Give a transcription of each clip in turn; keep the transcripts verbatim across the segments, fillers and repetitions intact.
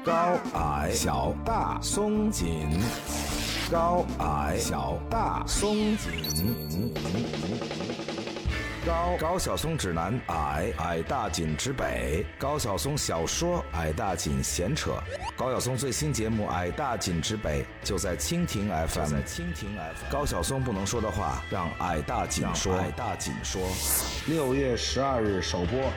高矮小大松紧，高矮小大松紧。高高晓松指南，矮矮大紧指北。高晓松小说矮大紧闲扯，高晓松最新节目矮大紧指北就在蜻蜓 F M。蜻蜓 F M。高晓松不能说的话，让矮大紧说。矮大紧说。六月十二日首播。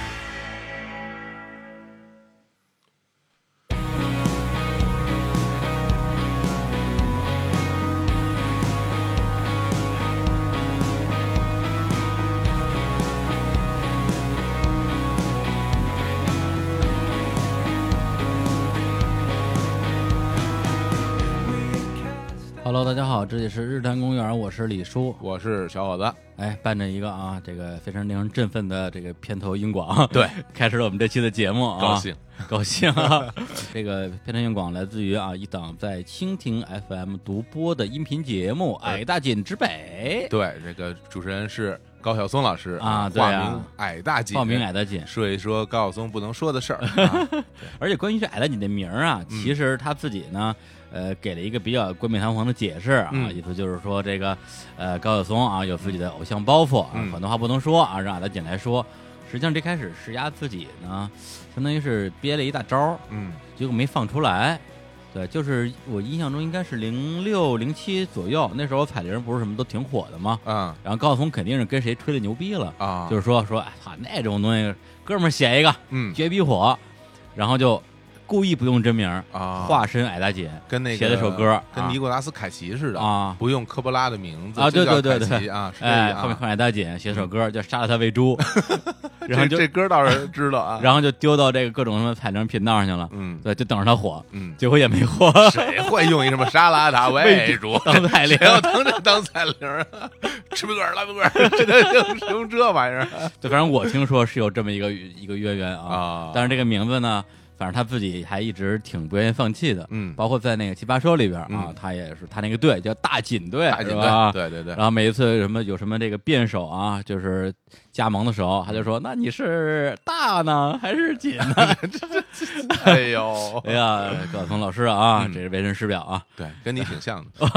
Hello， 大家好，这里是日坛公园，我是李叔， 我是小伙子。 哎，伴着一个啊，这个非常令人振奋的这个片头音广， 对， 开始了我们这期的节目啊， 高兴， 高兴啊！这个片头音广来自于啊一档在蜻蜓 F M 独播的音频节目《矮大紧之北》。 对，这个主持人是高晓松老师啊，对啊， 化名矮大紧， 化名矮大紧， 说一说高晓松不能说的事儿。啊、 而且关于这矮大紧的名儿啊， 嗯、 其实他自己呢。呃，给了一个比较冠冕堂皇的解释啊， 嗯、 意思就是说这个，呃，高晓松啊有自己的偶像包袱啊， 嗯、 很多话不能说啊，让矮大紧来说。实际上这开始是丫自己呢，相当于是憋了一大招， 嗯， 结果没放出来。对，就是我印象中应该是零六零七左右，那时候彩铃不是什么都挺火的吗？ 啊、嗯， 然后高晓松肯定是跟谁吹的牛逼了啊， 就是说说，哎，操，那种东西，哥们儿写一个， 嗯， 绝逼火，然后就。故意不用真名啊， 化身矮大紧， 跟那个写了首歌， 跟尼古拉斯凯奇似的啊， 不用科波拉的名字啊，对对对对啊， 哎，后面换矮大紧写首歌叫《杀了他喂猪》，然后就这歌倒是知道啊， 然后就丢到这个各种什么彩铃频道上去了， 嗯， 对，就等着他火， 嗯， 结果也没火， 谁会用一什么沙拉塔喂猪当彩铃？ 谁要当这当彩铃啊？吃不个拉不个，这用这玩意儿？ 对，反正我听说是有这么一个一个渊源啊， 啊， 但是这个名字呢？反正他自己还一直挺不愿意放弃的， 嗯， 包括在那个奇葩说里边啊， 嗯、 他也是他那个队叫大紧队， 大紧队，对对对。 然后每一次什么有什么这个辩手啊，就是加盟的时候，他就说：“那你是大呢还是紧呢？” 哎呦， 哎呀，高晓松老师啊， 嗯、 这是为人师表啊， 对，跟你挺像的。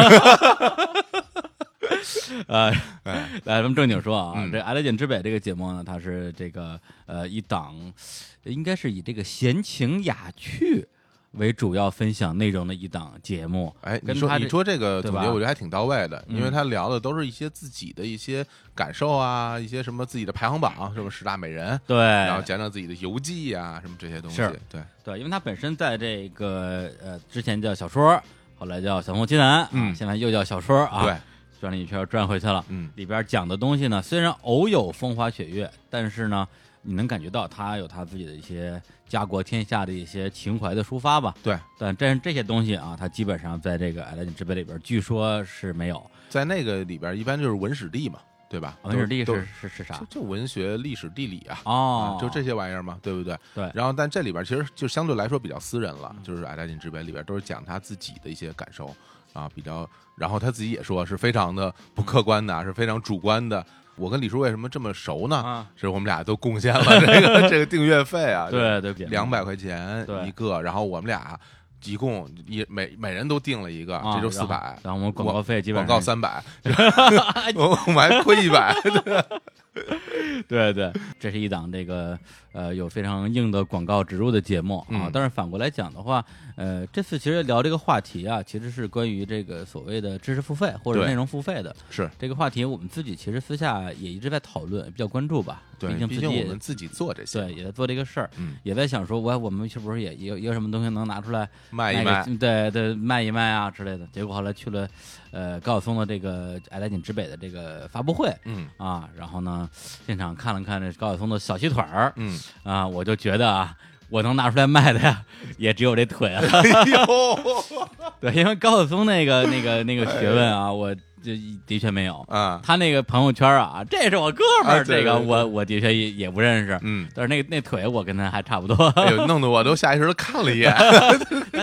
呃，来咱们正经说啊， 嗯、 这《矮大紧之北》这个节目呢，它是这个呃一档，应该是以这个闲情雅趣为主要分享内容的一档节目。 哎，你说你说这个总结，我觉得还挺到位的， 嗯、 因为他聊的都是一些自己的一些感受啊，一些什么自己的排行榜，什么十大美人， 对， 然后讲讲自己的游记啊，什么这些东西，对对，因为他本身在这个呃之前叫小说，后来叫小松奇谈， 嗯， 现在又叫小说啊， 对。 转了一圈转回去了， 嗯， 里边讲的东西呢，虽然偶有风花雪月，但是呢，你能感觉到他有他自己的一些家国天下的一些情怀的抒发吧？ 对， 但这这些东西啊，他基本上在这个《矮大紧之北》里边，据说是没有。 在那个里边，一般就是文史地嘛，对吧？ 文史地是是是啥？ 就就文学、历史、地理啊， 哦、 啊，就这些玩意儿嘛，对不对？ 对。 然后，但这里边其实就相对来说比较私人了，就是《矮大紧之北》里边都是讲他自己的一些感受。啊，比较，然后他自己也说是非常的不客观的，是非常主观的。我跟李叔为什么这么熟呢？ 啊、 是我们俩都贡献了这个这个订阅费啊， 对对， 两百块钱一个，然后我们俩一共一每每人都订了一个， 啊、 这就四百， 然后我们广告费基本上广告三百，我我们还亏一百。 对对，这是一档这个呃有非常硬的广告植入的节目啊。 嗯、 但是反过来讲的话，呃，这次其实聊这个话题啊，其实是关于这个所谓的知识付费或者内容付费的。 是这个话题，我们自己其实私下也一直在讨论，比较关注吧。 对， 毕竟自己我们自己做这些， 对，也在做这个事儿， 嗯， 也在想说，我我们是不是也也有也有什么东西能拿出来卖一卖， 对对，卖一卖啊之类的。结果后来去了呃高晓松的这个《矮大紧之北》的这个发布会， 嗯啊，然后呢现场看了看这高晓松的小细腿儿， 嗯啊，我就觉得啊，我能拿出来卖的呀，也只有这腿了。 哎呦， 对，因为高晓松那个那个那个学问啊，我。就的确没有啊， 他那个朋友圈啊，这是我哥们儿， 啊、 这个我我的确也也不认识， 嗯， 但是那那腿我跟他还差不多， 哎呦，弄得我都下意识的看了一眼， 来来来来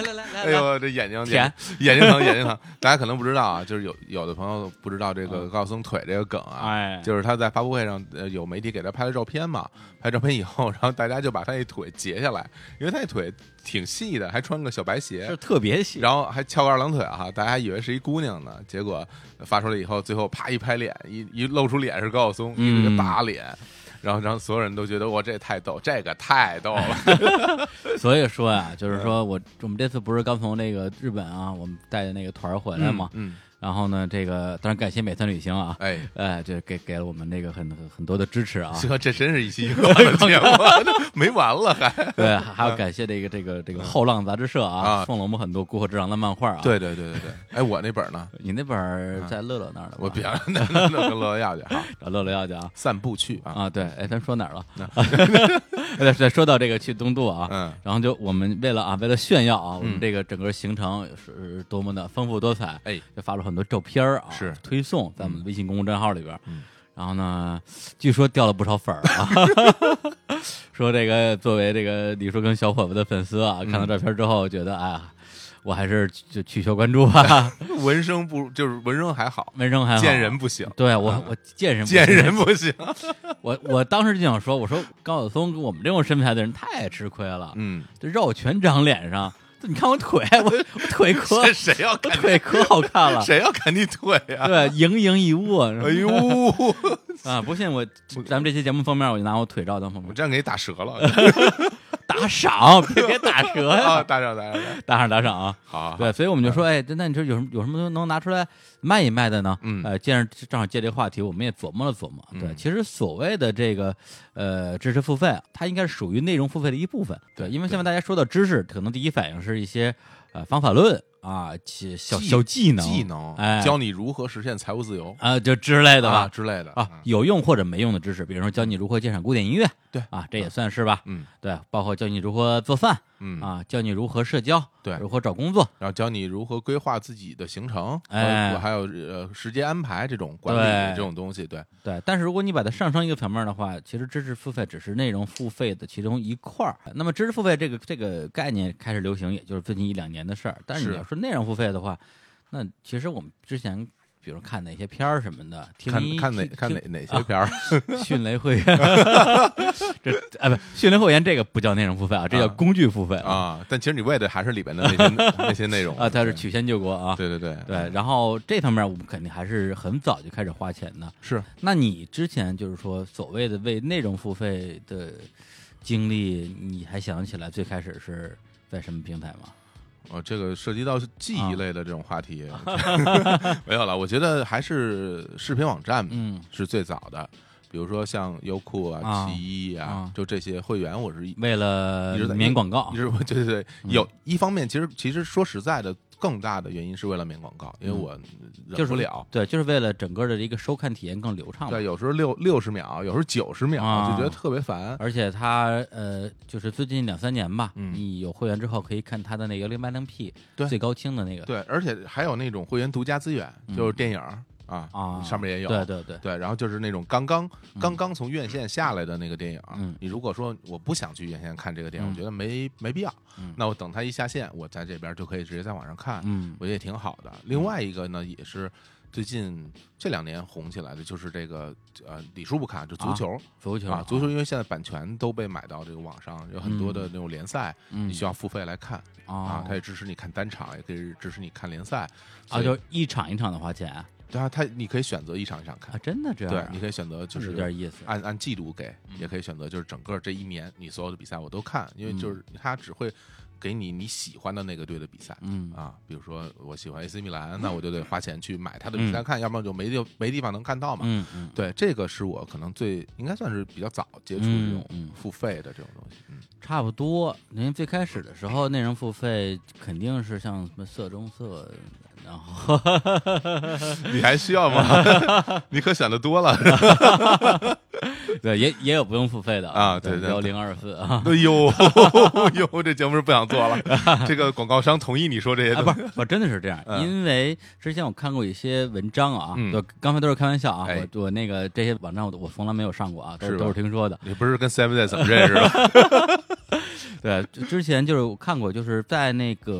哎呦，这眼睛甜， 眼睛疼，眼睛疼。大家可能不知道啊，就是有有的朋友不知道这个高晓松腿这个梗啊， 哎， 就是他在发布会上，呃，有媒体给他拍了照片嘛，拍照片以后，然后大家就把他那腿截下来，因为他那腿挺细的，还穿个小白鞋， 是特别细， 然后还翘个二郎腿啊，大家还以为是一姑娘呢，结果发出来以后，最后啪一拍脸，一一露出脸是高晓松， 嗯、 一个大脸。然后，然后所有人都觉得哇，这太逗，这个太逗了。 所以说呀、啊，就是说我我们这次不是刚从那个日本啊，我们带的那个团回来嘛， 嗯。嗯然后呢，这个当然感谢美团旅行啊， 哎哎，就给给了我们那个很很很多的支持啊。 这这真是一期乐的节目，没完了还。 对，还要感谢这个这个这个后浪杂志社啊， 啊送了我们很多孤火之狼的漫画啊。 对对对对对。哎，我那本呢？ 你那本在乐乐那儿呢？ 我别那那跟乐乐要去哈， 找乐乐要去啊。 散步去啊啊，对，哎，咱说哪儿了？对，再说到这个去东渡啊， 嗯， 然后就我们为了啊，为了炫耀啊，我们这个整个行程是多么的丰富多彩， 哎， 就发了很多照片啊。 是推送在我们的微信公众账号里边， 嗯， 然后呢，据说掉了不少粉儿啊，说这个作为这个李叔跟小伙子的粉丝啊，看到照片之后觉得，哎呀，我还是就取消关注吧。 纹身不就是纹身还好， 纹身还好， 见人不行。 对我我见人见人不行。 我我当时就想说，我说高晓松跟我们这种身材的人太吃亏了， 嗯， 这肉全长脸上。你看我腿，我我腿可谁要看腿可好看了？ 谁要看你腿啊？ 对，盈盈一握。 哎呦啊！不信我，咱们这期节目封面我就拿我腿照当封面， 我这样给你打折了。 打赏，别别打折呀！ 啊，打赏打赏打赏打赏啊！ 好， 对，所以我们就说，哎，那你说有什么有什么能拿出来卖一卖的呢？ 嗯， 呃，既然正好借这个话题，我们也琢磨了琢磨。对，其实所谓的这个呃知识付费，它应该是属于内容付费的一部分。对，因为现在大家说到知识，可能第一反应是一些呃方法论。啊，小小技能， 技能， 哎， 教你如何实现财务自由啊，就之类的吧， 啊、之类的啊，有用或者没用的知识，比如说教你如何鉴赏古典音乐， 对啊，这也算是吧， 嗯， 对，包括教你如何做饭， 嗯啊，教你如何社交， 对， 如何找工作， 然后教你如何规划自己的行程， 哎， 还有呃时间安排这种管理这种东西，对对。但是如果你把它上升一个层面的话，其实知识付费只是内容付费的其中一块儿。那么知识付费这个这个概念开始流行，也就是最近一两年的事儿。但是你要说内容付费的话，那其实我们之前比如看哪些片儿什么的，听看看哪看哪哪些片儿， 迅雷会员，这哎不，迅雷会员这个不叫内容付费啊，这叫工具付费啊。但其实你为的还是里边的那些那些内容啊，它是曲线救国啊。 对对对对，然后这方面我们肯定还是很早就开始花钱的。 是， 那你之前就是说所谓的为内容付费的经历，你还想起来最开始是在什么平台吗？ 哦，这个涉及到记忆类的这种话题，啊、没有了。我觉得还是视频网站， 嗯， 是最早的。比如说像优酷啊、奇艺啊， 啊就这些会员，我是为了免广告， 一直对对对，有一方面，其实其实说实在的，更大的原因是为了免广告，因为我忍不了， 对，就是为了整个的一个收看体验更流畅。 对，有时候六六十秒，有时候九十秒， 啊、 就觉得特别烦。 而且它呃，就是最近两三年吧， 嗯、 你有会员之后可以看它的那个幺零八零 P 最高清的那个， 对，而且还有那种会员独家资源，就是电影。嗯啊啊， 上面也有， 对对对对，然后就是那种刚刚刚刚从院线下来的那个电影， 嗯， 你如果说我不想去院线看这个电影， 嗯、 我觉得没没必要， 嗯， 那我等它一下线，我在这边就可以直接在网上看， 嗯， 我觉得也挺好的。另外一个呢，也是最近这两年红起来的，就是这个呃，李叔不看，就足球， 啊、足球啊，足球，因为现在版权都被买到这个网上，有很多的那种联赛， 嗯、 你需要付费来看、 嗯、 啊，它也支持你看单场，也可以支持你看联赛， 啊，就一场一场的花钱、啊。 对啊，他你可以选择一场一场看啊，真的这样、啊？ 对，你可以选择就是有点意思， 按按季度给，也可以选择就是整个这一年你所有的比赛我都看，因为就是他只会给你你喜欢的那个队的比赛， 嗯啊，比如说我喜欢 A C 米兰，那我就得花钱去买他的比赛看，嗯、要不然就没地没地方能看到嘛。 嗯嗯， 对，这个是我可能最应该算是比较早接触这种付费的这种东西。嗯， 嗯差不多。您最开始的时候，内容付费肯定是像什么色中色。然后你还需要吗？你可选的多了。 对，也也有不用付费的啊，对对， 幺零二四啊。 哎呦呦，这节目是不想做了。这个广告商同意你说这些东西， 啊、不是，我真的是这样、嗯，因为之前我看过一些文章啊， 嗯、 就刚才都是开玩笑啊， 哎、 我我那个这些网站我我从来没有上过啊，都是都是听说的。 你不是跟 Seven 在怎么认识的？ 对，之前就是我看过，就是在那个。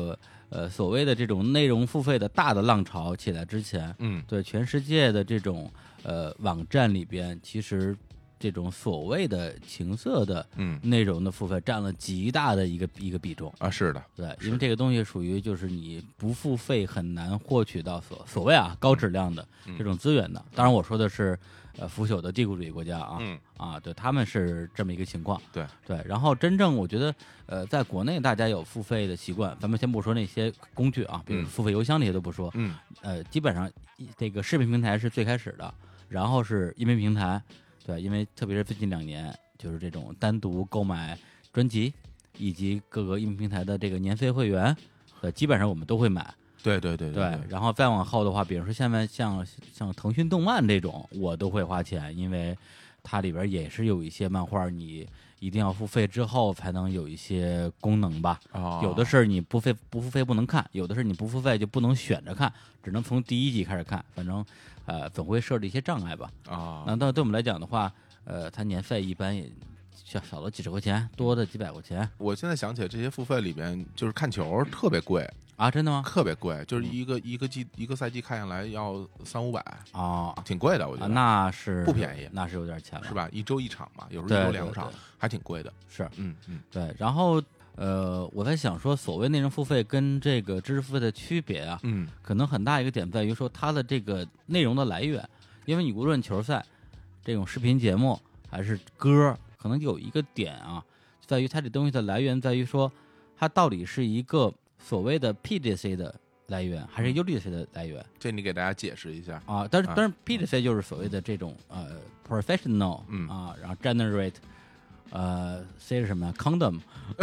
呃所谓的这种内容付费的大的浪潮起来之前， 嗯， 对全世界的这种呃网站里边，其实这种所谓的情色的嗯内容的付费占了极大的一个一个比重啊，是的， 对，因为这个东西属于就是你不付费很难获取到所所谓啊高质量的这种资源的。当然我说的是呃腐朽的帝国主义国家啊， 嗯啊，对，他们是这么一个情况。 对对，然后真正我觉得呃在国内大家有付费的习惯，咱们先不说那些工具啊，比如付费邮箱这些都不说， 嗯呃，基本上这个视频平台是最开始的，然后是音频平台。对，因为特别是最近两年，就是这种单独购买专辑以及各个音频平台的这个年费会员，呃，基本上我们都会买。 对对对对，然后再往后的话，比如说现在像像腾讯动漫这种，我都会花钱，因为它里边也是有一些漫画，你一定要付费之后才能有一些功能吧。 哦， 有的是你不费不付费不能看，有的是你不付费就不能选着看，只能从第一集开始看，反正呃总会设置一些障碍吧。 啊， 那对对我们来讲的话，呃，它年费一般也少少了几十块钱，多的几百块钱。 我现在想起来，这些付费里边就是看球特别贵啊，真的吗？ 特别贵，就是一个一个季一个赛季看下来要三五百啊， 挺贵的，我觉得、 啊、那是不便宜， 那是有点钱了， 是吧？一周一场嘛，有时候一周两场，还挺贵的。 是， 嗯嗯， 对。然后呃，我在想说，所谓内容付费跟这个知识付费的区别啊， 嗯， 可能很大一个点在于说它的这个内容的来源，因为你无论球赛这种视频节目还是歌，可能有一个点啊，在于它这东西的来源在于说，它到底是一个所谓的 P G C 的来源还是 U G C 的来源？ 这你给大家解释一下啊。但是当然 P G C 就是所谓的这种呃 professional， 嗯啊，然后 generate， 呃 C 是什么呀 ？condom。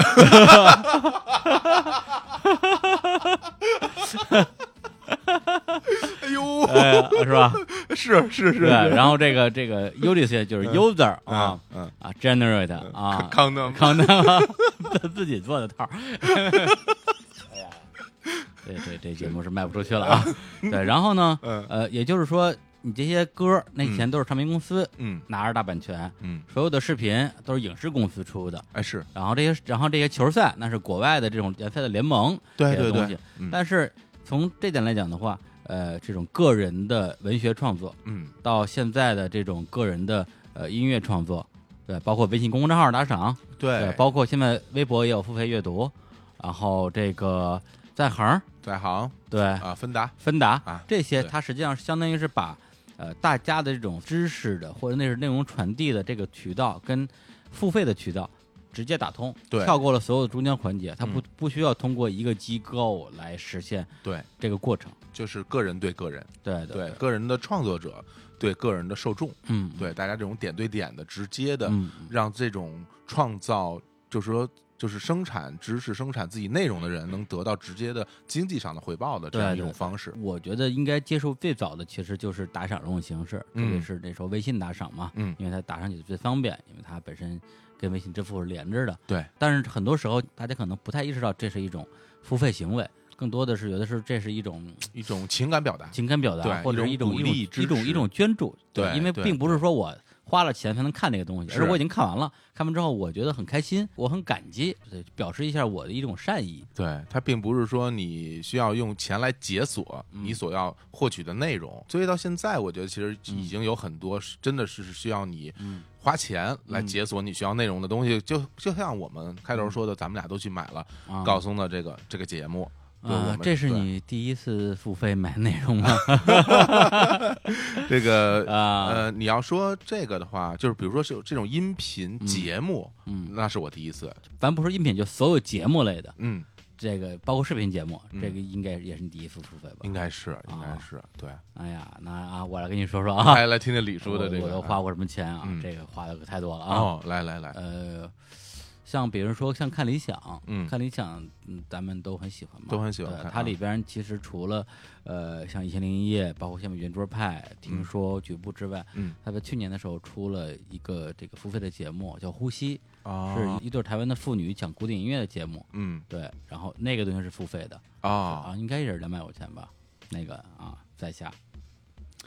哎呦， 哎，是吧？ 是是是， 对。然后这个这个 U G C 就是 user 啊， 嗯啊 generate 啊 condom condom 自己做的套。哎呀，这这这节目是卖不出去了啊。对，然后呢，呃，也就是说，你这些歌那钱都是唱片公司嗯拿着大版权， 嗯， 所有的视频都是影视公司出的。 哎是， 然后这些然后这些球赛那是国外的这种联赛的联盟对对东西对，嗯但是从这点来讲的话，呃，这种个人的文学创作， 嗯， 到现在的这种个人的呃音乐创作，对，包括微信公众账号打赏， 对， 包括现在微博也有付费阅读，然后这个在行， 在行， 对啊，芬达， 芬达啊这些， 对它实际上相当于是把呃大家的这种知识的或者那是内容传递的这个渠道跟付费的渠道直接打通， 对跳过了所有的中间环节，它不、 嗯不需要通过一个机构来实现对， 这个过程。 就是个人对个人， 对对个人的创作者对个人的受众， 嗯， 对大家这种点对点的、直接的， 嗯， 让这种创造，就是说，就是生产知识、生产自己内容的人，能得到直接的经济上的回报的这样一种方式。 我觉得应该接受最早的其实就是打赏这种形式， 嗯特别是那时候微信打赏嘛， 嗯， 因为它打赏起来最方便，因为它本身跟微信支付是连着的。 对， 但是很多时候大家可能不太意识到这是一种付费行为。更多的是有的时候这是一种一种情感表达， 情感表达， 对， 或者是一种一种一种一种一种捐助， 对， 因为并不是说我花了钱才能看这个东西，而是我已经看完了，看完之后我觉得很开心，我很感激，对，表示一下我的一种善意。 对，它并不是说你需要用钱来解锁你所要获取的内容，嗯、所以到现在我觉得其实已经有很多真的是需要你花钱来解锁你需要内容的东西，嗯、就就像我们开头说的，咱们俩都去买了高松的这个、嗯、这个节目。 啊，这是你第一次付费买内容吗？ 这个啊， 呃，你要说这个的话，就是比如说是这种音频节目， 嗯， 那是我第一次。 咱不说音频，就所有节目类的， 嗯， 这个包括视频节目， 嗯、 这个应该也是你第一次付费吧？ 应该是，应该是，啊、对。 哎呀，那啊，我来跟你说说啊， 来来听听李叔的这个， 我都花过什么钱啊？ 嗯、 这个花的可太多了啊！ 哦，来来来， 呃。像比如说像看理想， 嗯， 看理想，嗯，咱们都很喜欢嘛， 都很喜欢看。 它里边其实除了呃像一千零一夜，包括下面圆桌派、听说局部之外， 嗯， 它在去年的时候出了一个这个付费的节目，叫《呼吸》， 哦， 是一对台湾的妇女讲古典音乐的节目， 嗯， 对，然后那个东西是付费的， 啊、 哦、啊，应该也是两百块钱吧，那个啊在下。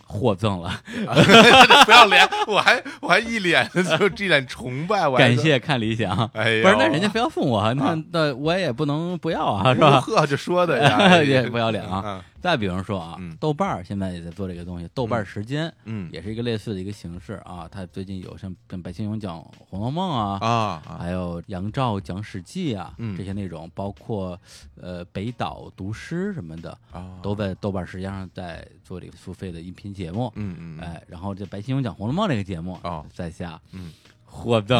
获赠了， 不要脸，我还我还一脸就一脸崇拜，我感谢看理想， 哎， 不是，那人家非要送我，那那我也不能不要啊，是吧？ 呵，这说的呀， 也不要脸啊。 嗯、 再比如说啊， 嗯、 豆瓣儿现在也在做这个东西，豆瓣时间， 嗯， 也是一个类似的一个形式啊。它最近有像像白先勇讲《红楼梦》啊， 啊，啊还有杨照讲《史记》啊， 嗯、 这些内容，包括呃北岛读诗什么的， 啊， 都在豆瓣时间上在做这个付费的音频节目， 嗯嗯， 哎，然后这白先勇讲《红楼梦》这个节目哦， 在下， 嗯， 获赠，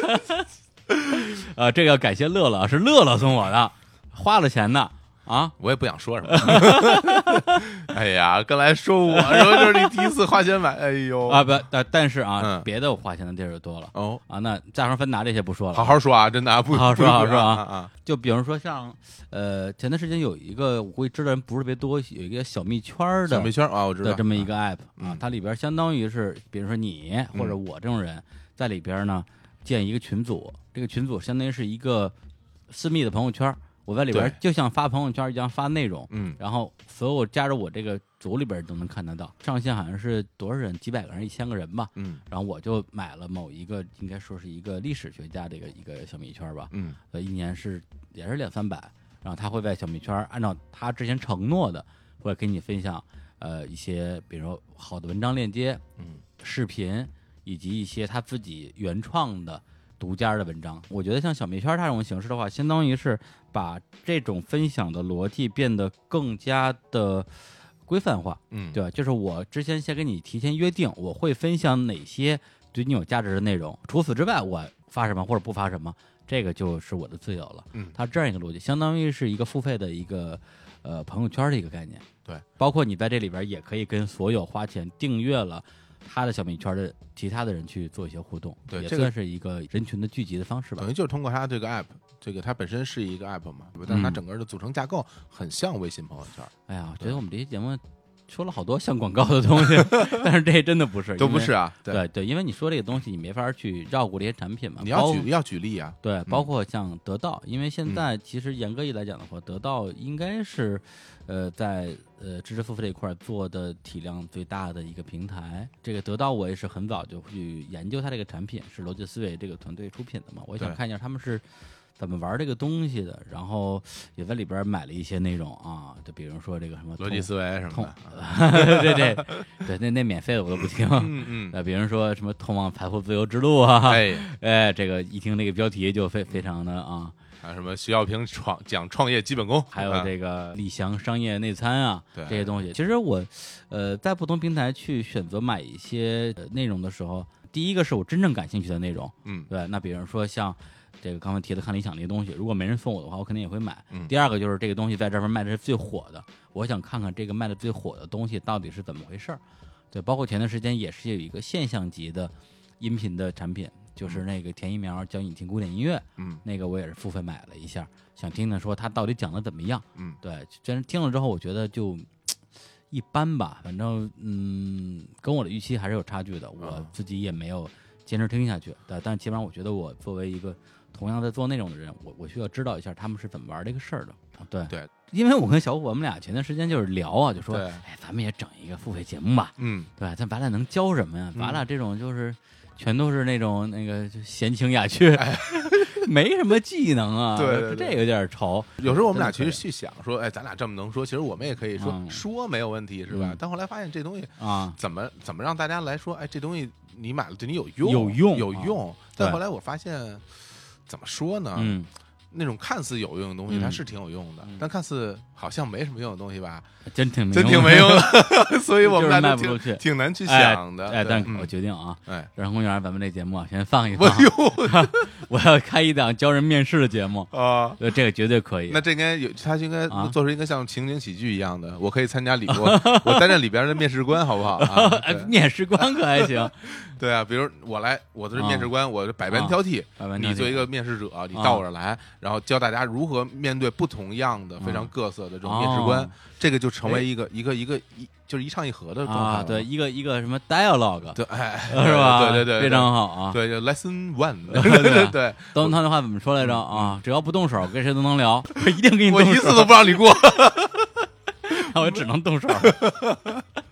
呃，这个要感谢乐乐，是乐乐送我的，花了钱的。啊， 我也不想说什么。哎呀，刚才说我说就是你第一次花钱买，哎呦啊不，但但是啊， 嗯、 别的我花钱的地儿就多了哦啊。那加上芬达这些不说了， 好好说啊，真的啊，不好好说，好好说啊啊。 就比如说像呃，前段时间有一个我估计知道人不是特别多，有一个小蜜圈的小蜜圈啊，我知道的这么一个 app 嗯、 啊，它里边相当于是，比如说你或者我这种人、嗯、在里边呢建一个群组，这个群组相当于是一个私密的朋友圈。我在里边就像发朋友圈一样发内容， 嗯， 然后所有加入我这个组里边都能看得到。上限好像是多少人，几百个人、一千个人吧， 嗯， 然后我就买了某一个，应该说是一个历史学家的一个一个小米圈吧， 嗯， 呃，一年是也是两三百，然后他会在小米圈按照他之前承诺的，会给你分享呃一些比如说好的文章链接， 嗯， 视频以及一些他自己原创的。独家的文章，我觉得像小蜜圈这种形式的话，相当于是把这种分享的逻辑变得更加的规范化， 嗯， 对吧？就是我之前先跟你提前约定，我会分享哪些对你有价值的内容，除此之外，我发什么或者不发什么，这个就是我的自由了。 嗯， 它这样一个逻辑，相当于是一个付费的一个呃朋友圈的一个概念。 对， 包括你在这里边也可以跟所有花钱订阅了他的小米圈的其他的人去做一些互动， 对， 也算是一个人群的聚集的方式吧。 等于就是通过它这个 app， 这个它本身是一个 app 嘛，但是它整个的组成架构很像微信朋友圈。 哎呀，我觉得我们这些节目说了好多像广告的东西，但是这真的不是， 都不是啊。 对 对, 对，因为你说这个东西，你没法去绕过这些产品嘛。 你要举要举例啊。 对，包括像得到，嗯、因为现在其实严格意义来讲的话，得到应该是。呃，在呃知识付费这一块做的体量最大的一个平台，这个得到我也是很早就去研究它这个产品，是逻辑思维这个团队出品的嘛，我想看一下他们是怎么玩这个东西的，然后也在里边买了一些内容啊，就比如说这个什么逻辑思维什么的，对对对，那那免费的我都不听， 嗯嗯， 呃，比如说什么通往财富自由之路啊， 哎哎，这个一听这个标题就非非常的啊。 啊，什么徐小平创讲创业基本功， 还有这个李翔商业内参啊， 对这些东西，其实我，呃，在不同平台去选择买一些、呃、内容的时候，第一个是我真正感兴趣的内容， 嗯， 对，那比如说像这个刚才提的看理想这些东西，如果没人送我的话，我肯定也会买。 嗯， 第二个就是这个东西在这边卖的是最火的，我想看看这个卖的最火的东西到底是怎么回事儿。对，包括前段时间也是有一个现象级的音频的产品。就是那个田一苗教你听古典音乐， 嗯， 那个我也是付费买了一下，想听听说他到底讲的怎么样， 嗯， 对，真是听了之后我觉得就一般吧，反正嗯，跟我的预期还是有差距的，我自己也没有坚持听下去，对，但基本上我觉得我作为一个同样在做内容的人，我我需要知道一下他们是怎么玩这个事儿的，对对， 因为我跟小虎我们俩前段时间就是聊啊，就说， 哎， 咱们也整一个付费节目吧， 嗯， 对，但咱俩能教什么呀？ 嗯、 咱俩这种就是全都是那种那个闲情雅趣，哎、没什么技能啊， 对, 对, 对，这有点愁。 有时候我们俩其实去想说，哎，咱俩这么能说，其实我们也可以说、 嗯、 说没有问题，是吧？ 嗯、 但后来发现这东西啊， 怎么怎么让大家来说，哎，这东西你买了对你有用， 有用， 有用。 啊、 但后来我发现，怎么说呢？ 嗯。 那种看似有用的东西，它是挺有用的， 嗯、 但看似好像没什么用的东西吧， 真挺真挺没用的。所以我们俩就挺挺难去想的。 哎，哎但嗯、 我决定啊， 哎， 人公园咱们这节目啊，先放一放。 哎呦， 我要开一档教人面试的节目啊， 这个绝对可以。 那这应该有，他应该啊做出一个像情景喜剧一样的，我可以参加里我我担任里边的面试官，好不好？啊、 面试官可还行。 对啊，比如我来，我是面试官，啊、我百般挑剔， 啊、 你作为一个面试者，你到我这儿来，啊、然后教大家如何面对不同样的、非常各色的这种面试官， 哦、 这个就成为一个、哎、一个一个一就是一唱一和的状态、 啊。对，一个一个什么 dialogue， 对，哎， 是吧？ 对对对， 非常好啊。 对，就 lesson one， 对对。 东他的话怎么说来着啊？只要不动手，跟谁都能聊，我一定给你动手。 我一次都不让你过， 那我只能动手。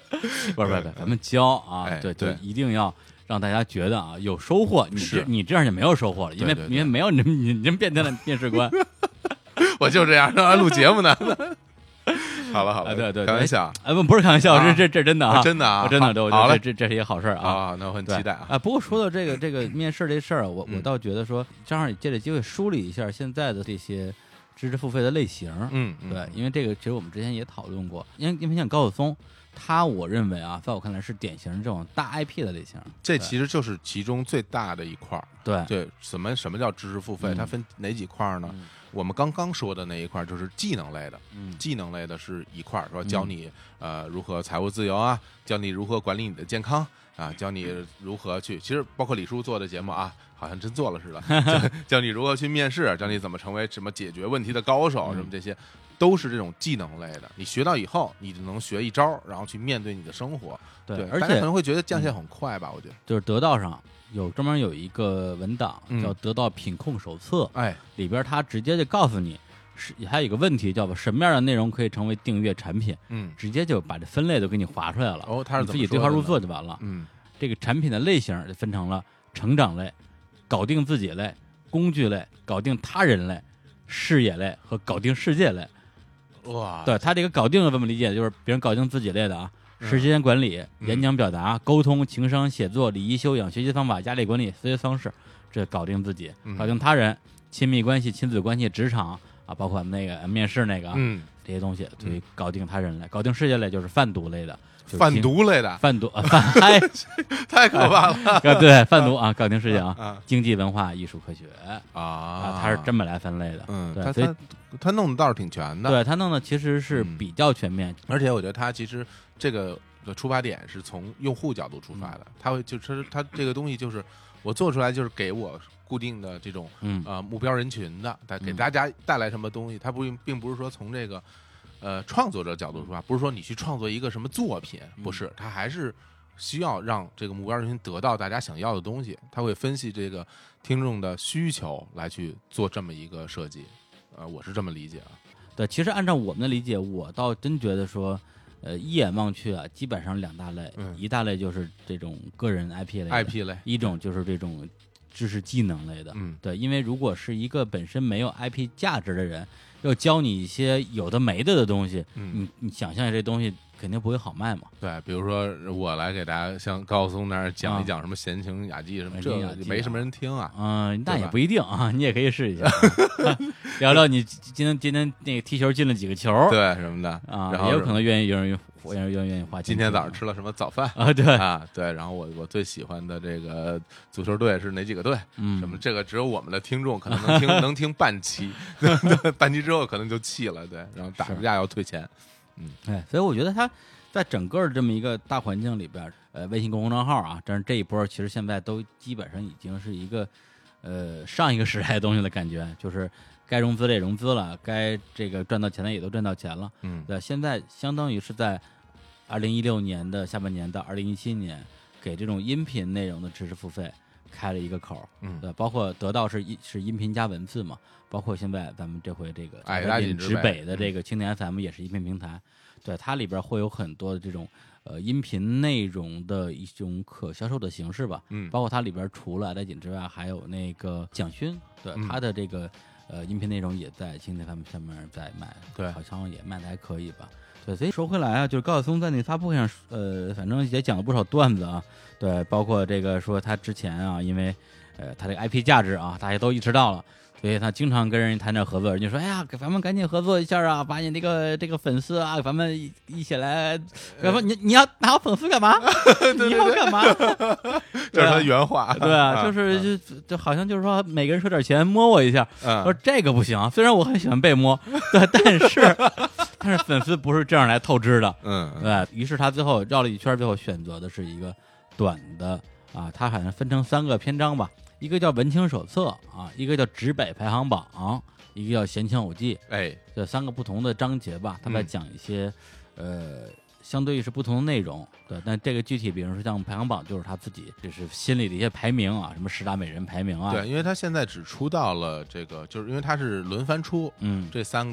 不是不是，咱们教啊， 哎、 对， 对， 就一定要让大家觉得啊有收获。你这你这样就没有收获了，因为对对对因为没有你你你这么变态的面试官。 我就这样让他录节目呢。好了好了， 啊、对对， 开玩笑， 哎不不是开玩笑， 啊、 这这这真的啊， 真的啊， 真的，对，我觉得这这这是一个好事啊啊，那我很期待啊。 啊，不过说到这个这个面试这事儿，我我倒觉得说，正好也借这机会梳理一下现在的这些知识付费的类型。 嗯， 对，因为这个其实我们之前也讨论过，因为因为像高晓松，他我认为啊，在我看来是典型这种大 I P 的类型。 这其实就是其中最大的一块儿。 对对，什么什么叫知识付费？ 嗯、 它分哪几块呢？ 嗯我们刚刚说的那一块就是技能类的， 嗯， 技能类的是一块，说教你、嗯、呃如何财务自由啊，教你如何管理你的健康啊，教你如何去，其实包括李叔做的节目啊，好像真做了似的，教, 教你如何去面试，教你怎么成为什么解决问题的高手， 嗯、 什么这些都是这种技能类的。你学到以后，你就能学一招，然后去面对你的生活。 对， 对而且大家可能会觉得降线很快吧？我觉得就是得到上。有专门有一个文档叫《得到品控手册》， 哎、 嗯，里边它直接就告诉你，是还有一个问题叫做什么样的内容可以成为订阅产品， 嗯， 直接就把这分类都给你划出来了。 哦，它是你自己对号入座就完了。 嗯， 这个产品的类型分成了成长类、搞定自己类、工具类、搞定他人类、视野类和搞定世界类。 哇， 对，它这个搞定的这么理解，就是别人搞定自己类的啊。时间管理、 嗯、 演讲表达、沟通、情商、写作、礼仪修养、学习方法、压力管理、思维方式，这搞定自己， 嗯、 搞定他人、亲密关系、亲子关系、职场啊，包括那个面试那个， 嗯， 这些东西，所以搞定他人类，搞定世界类就是贩毒类的， 贩毒类的， 贩毒啊，贩嗨， 太可怕了， 啊、对，贩毒啊，搞定世界啊， 啊经济文化艺术科学啊， 啊，他是这么来分类的， 嗯， 对， 他所以他弄的倒是挺全的， 对他弄的其实是比较全面， 嗯、而且我觉得他其实这个。的出发点是从用户角度出发的，他会就是他这个东西就是我做出来就是给我固定的这种、 嗯、 呃目标人群的，带给大家带来什么东西，他不并不是说从这个呃创作者角度出发，不是说你去创作一个什么作品，不是，他还是需要让这个目标人群得到大家想要的东西，他会分析这个听众的需求来去做这么一个设计，呃，我是这么理解啊。 对，其实按照我们的理解，我倒真觉得说。呃，一眼望去啊，基本上两大类， 嗯、 一大类就是这种个人 I P 类 ，I P 类， 一种就是这种知识技能类的， 嗯， 对，因为如果是一个本身没有 I P 价值的人，要教你一些有的没的的东西， 嗯， 你你想象这东西肯定不会好卖嘛。 对，比如说我来给大家像高松那儿讲一讲什么闲情雅集什么， 啊、 这没什么人听啊。 嗯，那也不一定啊，你也可以试一下，聊聊你今天今天那个踢球进了几个球， 对什么的啊， 然后也有可能愿意有人有人愿意愿意花钱。 今天早上吃了什么早饭啊？对啊，对，然后我我最喜欢的这个足球队是哪几个队？ 嗯， 什么这个只有我们的听众可能能听能听半期，半期之后可能就气了，对，然后打个架要退钱。嗯， 哎，所以我觉得他在整个这么一个大环境里边，呃，微信公众账号啊，但是这一波其实现在都基本上已经是一个呃上一个时代的东西的感觉，就是该融资的也融资了，该这个赚到钱的也都赚到钱了。 嗯， 对，现在相当于是在二零一六年的下半年到二零一七年，给这种音频内容的知识付费开了一个口。 嗯， 对，包括得到是音是音频加文字嘛，包括现在咱们这回这个爱大紧直北的这个青年 F M 也是音频平台。对，它里边会有很多的这种呃音频内容的一种可销售的形式吧， 嗯， 包括它里边除了爱大紧之外，还有那个蒋勋，对， 嗯、 他的这个呃音频内容也在青年 F M 上面在卖， 对， 好像也卖的还可以吧。对，所以说回来啊，就是高晓松在那发布会上，呃，反正也讲了不少段子啊，对，包括这个说他之前啊，因为呃他这个 I P 价值啊，大家都意识到了。所以他经常跟人谈点合作，人家说：“哎呀，咱们赶紧合作一下啊，把你这个这个粉丝啊，咱们一一起来。”咱们你你要拿我粉丝干嘛？你要干嘛？ 这是他原话。 对啊，就是就就好像就是说，每个人收点钱摸我一下。 嗯， 说这个不行，虽然我很喜欢被摸，对，但是但是粉丝不是这样来透支的。 嗯， 对于是他最后绕了一圈，最后选择的是一个短的啊，他好像分成三个篇章吧。一个叫文青手册啊，一个叫直北排行榜，一个叫闲情偶记， 哎， 这三个不同的章节吧，他在讲一些、嗯、呃，相对于是不同的内容。对，但这个具体，比如说像排行榜，就是他自己就是心里的一些排名啊，什么十大美人排名啊。 对，因为他现在只出到了这个，就是因为他是轮番出， 嗯， 这三个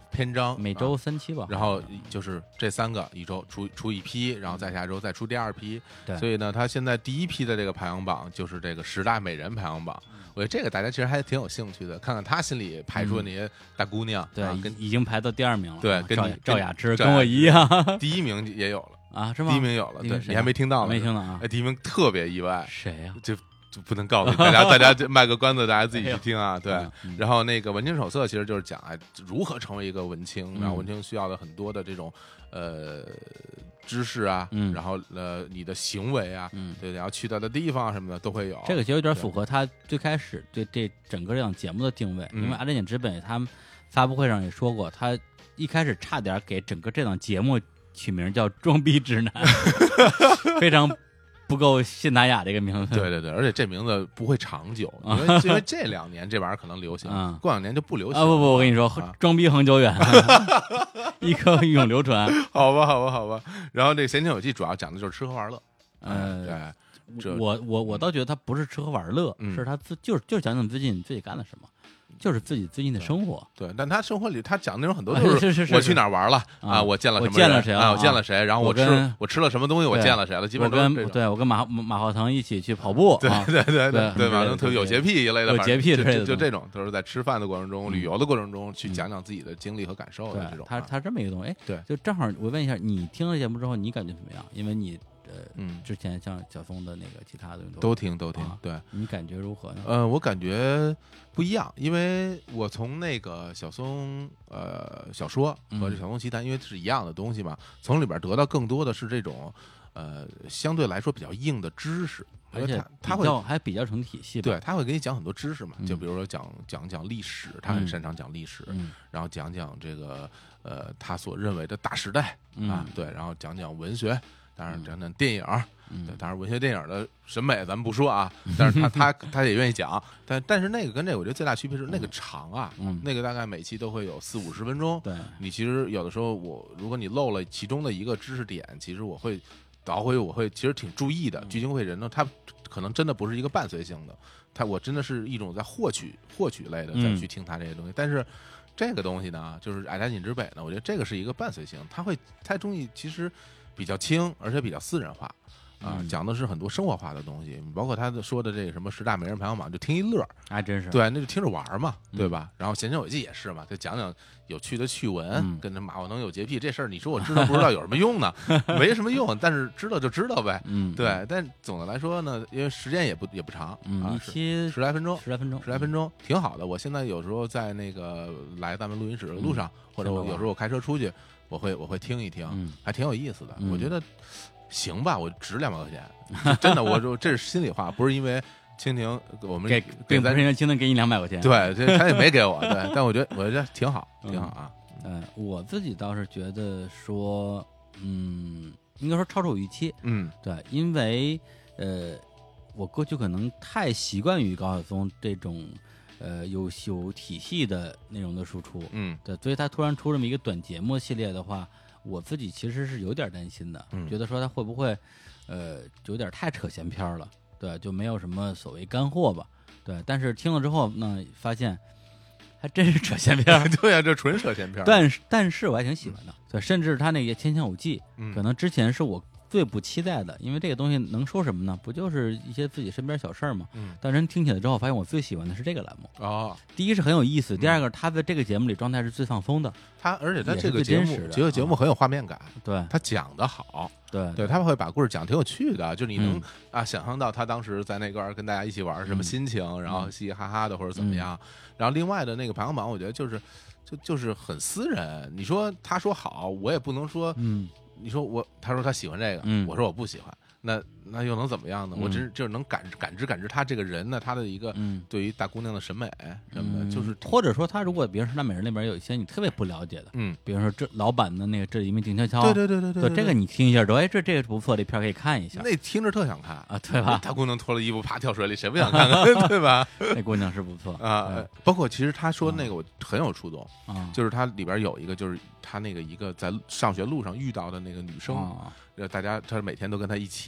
篇章， 每周三期吧， 然后就是这三个一周出出一批，然后再下周再出第二批。 对， 所以呢，他现在第一批的这个排行榜就是这个十大美人排行榜。我觉得这个大家其实还挺有兴趣的，看看他心里排出的那些大姑娘， 对， 啊、跟已经排到第二名了。 对，跟赵你赵雅芝跟我一样， 第一名也有了啊，是吗？ 第一名有了，对，你还没听到呢， 没听到啊？ 哎，第一名特别意外， 谁呀、 就就不能告诉大家，大家卖个关子，大家自己去听啊。对， 嗯、 然后那个文青手册其实就是讲哎如何成为一个文青， 嗯、 然后文青需要的很多的这种呃知识啊， 嗯、 然后呃你的行为啊， 嗯， 对，然后去到的地方什么的都会有。 这个其实有点符合他最开始对这整个这档节目的定位， 嗯、 因为阿联酋之本他们发布会上也说过，他一开始差点给整个这档节目取名叫“装逼直男”，非常不够信达雅这个名字。 对对对，而且这名字不会长久，因为因为这两年这玩意儿可能流行， 嗯、 过两年就不流行啊！不不，我跟你说， 啊、 装逼恒久远，一颗永流传。 好吧，好吧，好吧。然后这个《闲情有记》主要讲的就是吃喝玩乐。 呃， 对， 我我我倒觉得他不是吃喝玩乐， 嗯、 是他自就是就是讲讲最近自己干了什么。就是自己最近的生活， 对，但他生活里他讲的内容很多都是是我去哪儿玩了啊，我见了什么， 我见了谁啊，我见了谁，然后我吃我吃了什么东西，我见了谁了，基本上跟对我跟马马化腾一起去跑步， 对对对对对，马化腾特别有洁癖一类的， 有洁癖之类的， 就这种都是在吃饭的过程中、旅游的过程中去讲讲自己的经历和感受的这种。 他他这么一个东西，哎， 对， 就正好我问一下，你听了节目之后，你感觉怎么样？因为你。呃， 嗯， 之前像小松的那个其他的都听都听，对， 你感觉如何呢？ 呃，我感觉不一样，因为我从那个小松呃小说和这小松奇谈，因为是一样的东西嘛，从里边得到更多的是这种呃相对来说比较硬的知识， 而且他会还比较成体系， 对，他会给你讲很多知识嘛，就比如说讲讲讲历史，他很擅长讲历史，然后讲讲这个呃他所认为的大时代啊，对，然后讲讲文学。当然，讲讲电影， 嗯、 对，当然文学电影的审美咱们不说啊，但是他他他也愿意讲，但但是那个跟这个我觉得最大区别是那个长啊， 嗯、 那个大概每期都会有四五十分钟， 对， 你其实有的时候我如果你漏了其中的一个知识点，其实我会倒回我会其实挺注意的，聚精会神呢，它可能真的不是一个伴随性的，它我真的是一种在获取获取类的再去听它这些东西， 嗯、 但是这个东西呢，就是爱达锦之北呢，我觉得这个是一个伴随性，它会它东西其实。比较轻，而且比较私人化，啊， 嗯、 讲的是很多生活化的东西，包括他说的这个什么十大美人排行榜，就听一乐， 还真是， 对，那就听着玩嘛， 嗯、 对吧？然后《闲情有记》也是嘛，就讲讲有趣的趣闻， 嗯、 跟这马化腾有洁癖这事儿，你说我知道不知道有什么用呢？没什么用，但是知道就知道呗， 嗯， 对。但总的来说呢，因为时间也不也不长， 嗯、 啊， 一期十来分钟， 十来分钟， 十来分钟，挺好的。我现在有时候在那个来咱们录音室的路上，嗯、或者我有时候我开车出去。我会我会听一听， 嗯、 还挺有意思的。 嗯、 我觉得行吧，我值两百块钱，真的，我这是心里话，不是因为蜻蜓我们给，并不是因为蜻蜓给你两百块钱， 对，这他也没给我，对，但我觉得我觉得挺好，挺好啊。 嗯、呃，我自己倒是觉得说，嗯，应该说超出预期， 嗯， 对，因为呃，我过去可能太习惯于高晓松这种。呃，有有体系的内容的输出， 嗯， 对，所以他突然出这么一个短节目系列的话，我自己其实是有点担心的， 嗯、 觉得说他会不会，呃，有点太扯闲篇了，对，就没有什么所谓干货吧，对，但是听了之后呢，发现还真是扯闲篇， 对呀、啊，这纯扯闲篇， 但是但是我还挺喜欢的，对，甚至他那个《千香有记》， 嗯， 可能之前是我。最不期待的，因为这个东西能说什么呢？不就是一些自己身边小事儿吗？ 嗯， 但人听起来之后，发现我最喜欢的是这个栏目哦。 第一是很有意思，第二个他在这个节目里状态是最放松的。 他而且他这个节目，这个节目很有画面感， 对， 他讲得好， 对对，他会把故事讲挺有趣的，就你能、 嗯、 啊想象到他当时在那块跟大家一起玩什么心情， 嗯、 然后嘻嘻哈哈的或者怎么样。 嗯、 然后另外的那个排行榜，我觉得就是就就是很私人。你说他说好，我也不能说嗯。 你说我，他说他喜欢这个， 嗯、 我说我不喜欢，那那又能怎么样呢？ 嗯、 我只就是能感感知感知他这个人呢，他的一个对于大姑娘的审美什么的， 嗯、 就是或者说他如果比如说那美人那边有一些你特别不了解的， 嗯， 比如说这老板的那个这一面静悄悄， 对对对对对， 对这个你听一下，说哎这这个不错，这片可以看一下， 那听着特想看啊，对吧？ 大姑娘脱了衣服啪跳水里，谁不想看看，对吧？ 那姑娘是不错啊，包括其实他说那个我很有触动啊， 就是他里边有一个就是他那个一个在上学路上遇到的那个女生。 啊大家他每天都跟他一起，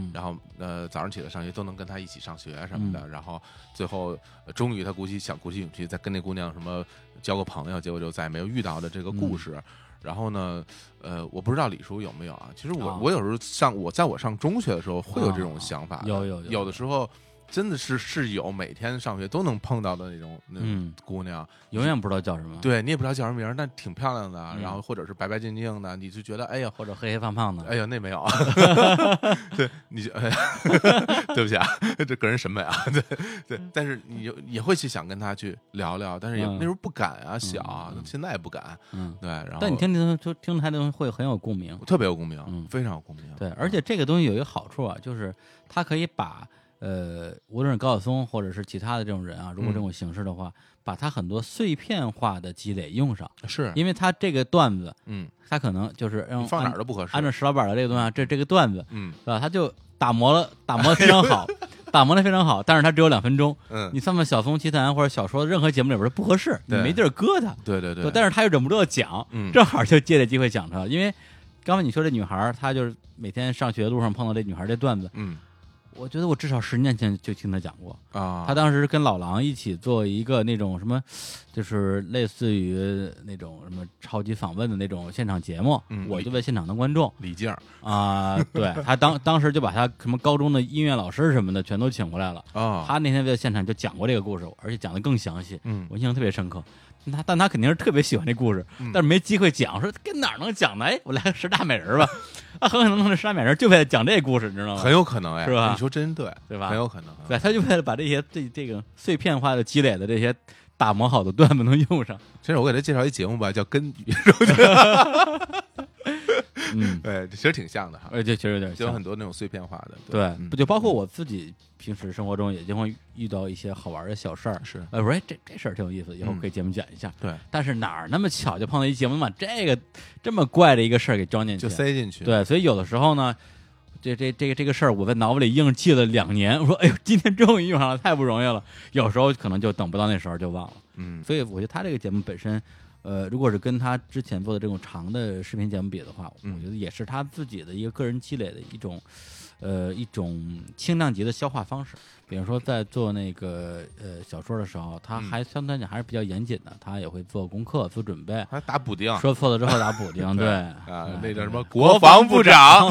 嗯， 然后呃早上起来上学都能跟他一起上学什么的， 嗯、 然后最后、呃、终于他鼓起想鼓起勇气再跟那姑娘什么交个朋友，结果就再也没有遇到的这个故事。嗯，然后呢，呃，我不知道李叔有没有啊？其实我、啊、我有时候上我在我上中学的时候会有这种想法的、 啊，有有有，有的时候真的是是有每天上学都能碰到的那种那种姑娘、嗯， 永远不知道叫什么， 对你也不知道叫什么名，但挺漂亮的，嗯、然后或者是白白净净的，你就觉得哎呀， 或者黑黑胖胖的， 哎呀那没有，对，你就哎呀，对不起啊，这个人审美啊，对对，但是你就也会去想跟他去聊聊，但是也、嗯、那时候不敢啊，小、啊嗯，现在也不敢，嗯，对，然后但你听听就听他的东西会很有共鸣， 特别有共鸣， 嗯， 非常有共鸣， 对，而且这个东西有一个好处啊，就是它可以把。呃，无论是高晓松或者是其他的这种人啊，如果这种形式的话，嗯、把他很多碎片化的积累用上， 是因为他这个段子， 嗯， 他可能就是让放哪儿都不合适。 按照石老板的这个东西、啊，这这个段子， 嗯， 是吧？他就打磨了，打磨的非常好，打磨的非常好，但是他只有两分钟， 嗯， 你放在晓松奇谈或者小说的任何节目里边不合适，你没地儿搁他， 对对 对, 对。 但是他又忍不住要讲， 嗯， 正好就借这机会讲他，因为刚才你说这女孩，她就是每天上学路上碰到这女孩这段子， 嗯。 我觉得我至少十年前就听他讲过啊， 他当时跟老狼一起做一个那种什么，就是类似于那种什么超级访问的那种现场节目， 嗯、 我就在现场当观众。 李静啊、呃，对他当当时就把他什么高中的音乐老师什么的全都请过来了啊， 他那天在现场就讲过这个故事，而且讲的更详细， 嗯， 我印象特别深刻。他但他肯定是特别喜欢这故事， 嗯、 但是没机会讲，说跟哪儿能讲呢？哎，我来个十大美人吧，啊，很可能这十大美人就为了讲这故事，你知道吗？ 很有可能哎， 是吧？ 你说真对， 对吧？ 很有可能， 对，他就为了把这些这这个碎片化的积累的这些打磨好的段子能用上。 其实我给他介绍一节目吧，叫《根语》， 嗯， 对，其实挺像的哈， 而且其实有点像，有很多那种碎片化的， 对， 嗯、 不就包括我自己平时生活中也经常遇到一些好玩的小事儿， 是， 呃，我说这这事儿挺有意思，以后可以节目讲一下。 嗯、对， 但是哪儿那么巧就碰到一节目把这个这么怪的一个事儿给装进去， 就塞进去。 对，所以有的时候呢，这这这个这个事儿我在脑子里硬记了两年，我说哎呦，今天终于用上了，太不容易了。有时候可能就等不到那时候就忘了。 嗯， 所以我觉得他这个节目本身。呃，如果是跟他之前做的这种长的视频节目比的话， 嗯、 我觉得也是他自己的一个个人积累的一种，呃，一种轻量级的消化方式。比如说在做那个呃小说的时候，他还相对来讲还是比较严谨的，他也会做功课、做准备， 还打补丁， 说错了之后打补丁，对啊， 嗯、 那叫什么国防部长。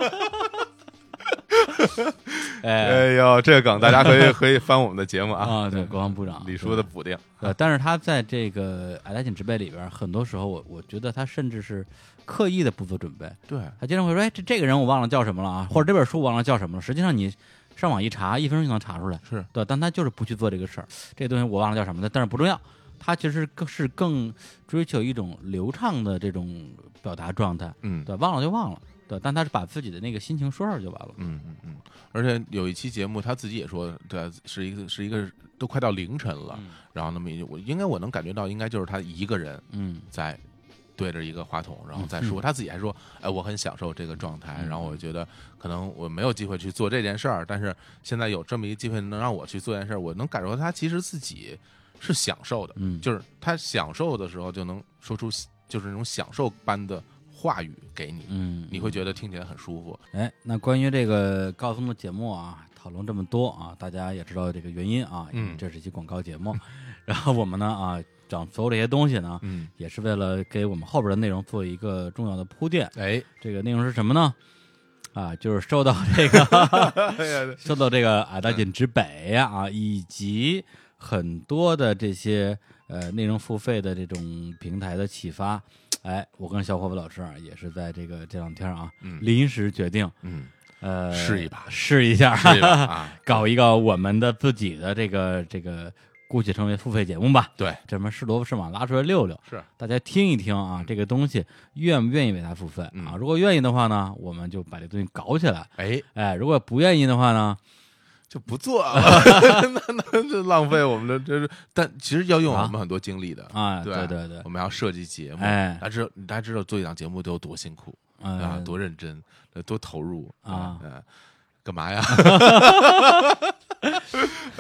哎, 哎呦，这个梗大家可以可以翻我们的节目啊！ 啊，对，国防部长李叔的补丁。 呃，但是他在这个《矮大紧直背》里边，很多时候我我觉得他甚至是刻意的不做准备。 对， 他经常会说：“哎，这这个人我忘了叫什么了啊，或者这本书忘了叫什么了。”实际上你上网一查，一分钟就能查出来。 是对，但他就是不去做这个事儿。这个东西我忘了叫什么的，但是不重要。他其实更是更追求一种流畅的这种表达状态。 嗯， 对，忘了就忘了。对，但他是把自己的那个心情说上就完了。 嗯嗯嗯。而且有一期节目，他自己也说，对，是一个是一个都快到凌晨了， 嗯、 然后那么我应该我能感觉到，应该就是他一个人， 嗯， 在对着一个话筒，然后再说， 嗯、 他自己还说，哎，我很享受这个状态， 嗯、 然后我觉得可能我没有机会去做这件事儿，但是现在有这么一个机会能让我去做这件事儿，我能感受到他其实自己是享受的， 嗯， 就是他享受的时候就能说出就是那种享受般的话语给你， 嗯， 你会觉得听起来很舒服。 哎，那关于这个高松的节目啊，讨论这么多啊，大家也知道这个原因啊， 嗯， 这是一期广告节目，然后我们呢啊，讲所有这些东西呢， 嗯， 也是为了给我们后边的内容做一个重要的铺垫。 哎， 这个内容是什么呢？啊，就是受到这个受到这个矮大紧直北呀 啊, 啊，以及很多的这些呃内容付费的这种平台的启发。哎，我跟小伙子老师啊，也是在这个这两天啊， 嗯， 临时决定， 嗯， 呃， 试一把， 试一下， 试一把啊， 搞一个我们的自己的这个这个，姑且称为付费节目吧。 对， 这么是萝卜是马拉出来溜溜， 是大家听一听啊，这个东西愿不愿意为它付费、 嗯、 啊？如果愿意的话呢，我们就把这东西搞起来。 哎哎，如果不愿意的话呢？ 就不做了，那那就浪费我们的，这是，但其实要用我们很多精力的啊， 对对对对， 我们要设计节目， 哎， 大家知道，大家知道做一档节目都有多辛苦、 嗯、 啊，多认真，多投入啊， 嗯，干嘛呀？哎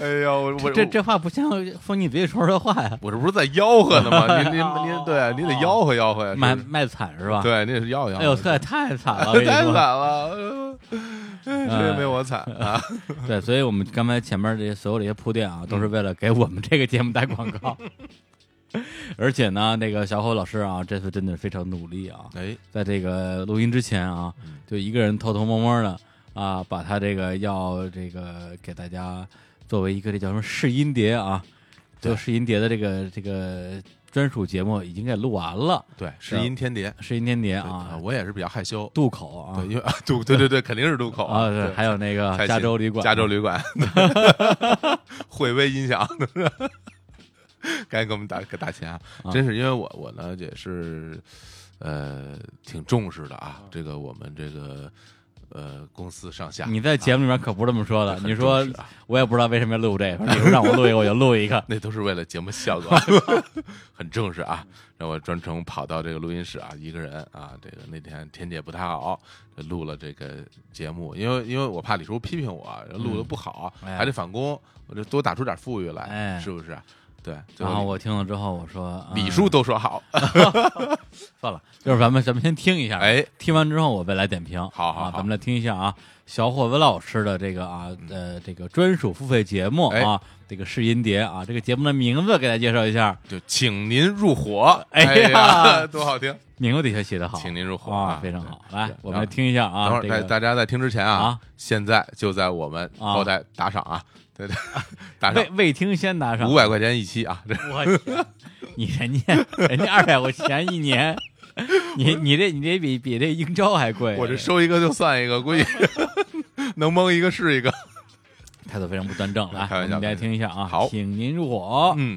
哎呦，我这这话不像从你嘴里说出的话呀！ 我这不是在吆喝呢吗？您您您，对你得吆喝吆喝呀， 卖卖惨是吧？ 对，那是吆喝吆喝。 哎呦，太太惨了， 太惨了，谁也没我惨啊！ 对，所以我们刚才前面这些所有这些铺垫啊，都是为了给我们这个节目打广告。而且呢，那个小伙老师啊，这次真的非常努力啊！ 哎， 在这个录音之前啊，就一个人偷偷摸摸的啊，把他这个要这个给大家作为一个这叫什么试音碟啊，就试音碟的这个这个专属节目已经给录完了。 对，试音天碟， 试音天碟啊， 我也是比较害羞， 渡口啊， 对，因为渡，对对对，肯定是渡口啊，对，还有那个加州旅馆， 加州旅馆，惠威音响。赶紧给我们打给打钱啊！真是因为我我呢也是呃挺重视的啊，这个我们这个呃公司上下， 你在节目里面可不是这么说的， 啊、 你说我也不知道为什么要录这个，你说让我录一个我就录一个， 那都是为了节目效果，很正式啊。让我专程跑到这个录音室啊，一个人啊，这个那天天气也不太好，录了这个节目，因为因为我怕李叔批评我，录的不好， 嗯、 还得返工，我就多打出点富裕来， 哎、 是不是？对， 然后我听了之后，我说李叔都说好， 算了，就是咱们咱们先听一下， 哎， 听完之后我再来点评。 好好好， 咱们来听一下啊，小伙子老师的这个啊呃这个专属付费节目啊，这个试音碟啊，这个节目的名字给大家介绍一下， 就请您入伙。 哎呀，多好听， 名字底下写的好， 请您入伙啊，非常好。来，我们来听一下啊。 等会儿在大家在听之前啊，现在就在我们后台打赏啊。对对，打赏未未听先打赏五百块钱一期啊！ 我天，你人家人家二百块钱一年，你你这你这比比这英超还贵。 我这收一个就算一个，估计能蒙一个是一个， 态度非常不端正。来， 开玩笑， 我们来听一下啊。 好， 请您入伙。 嗯。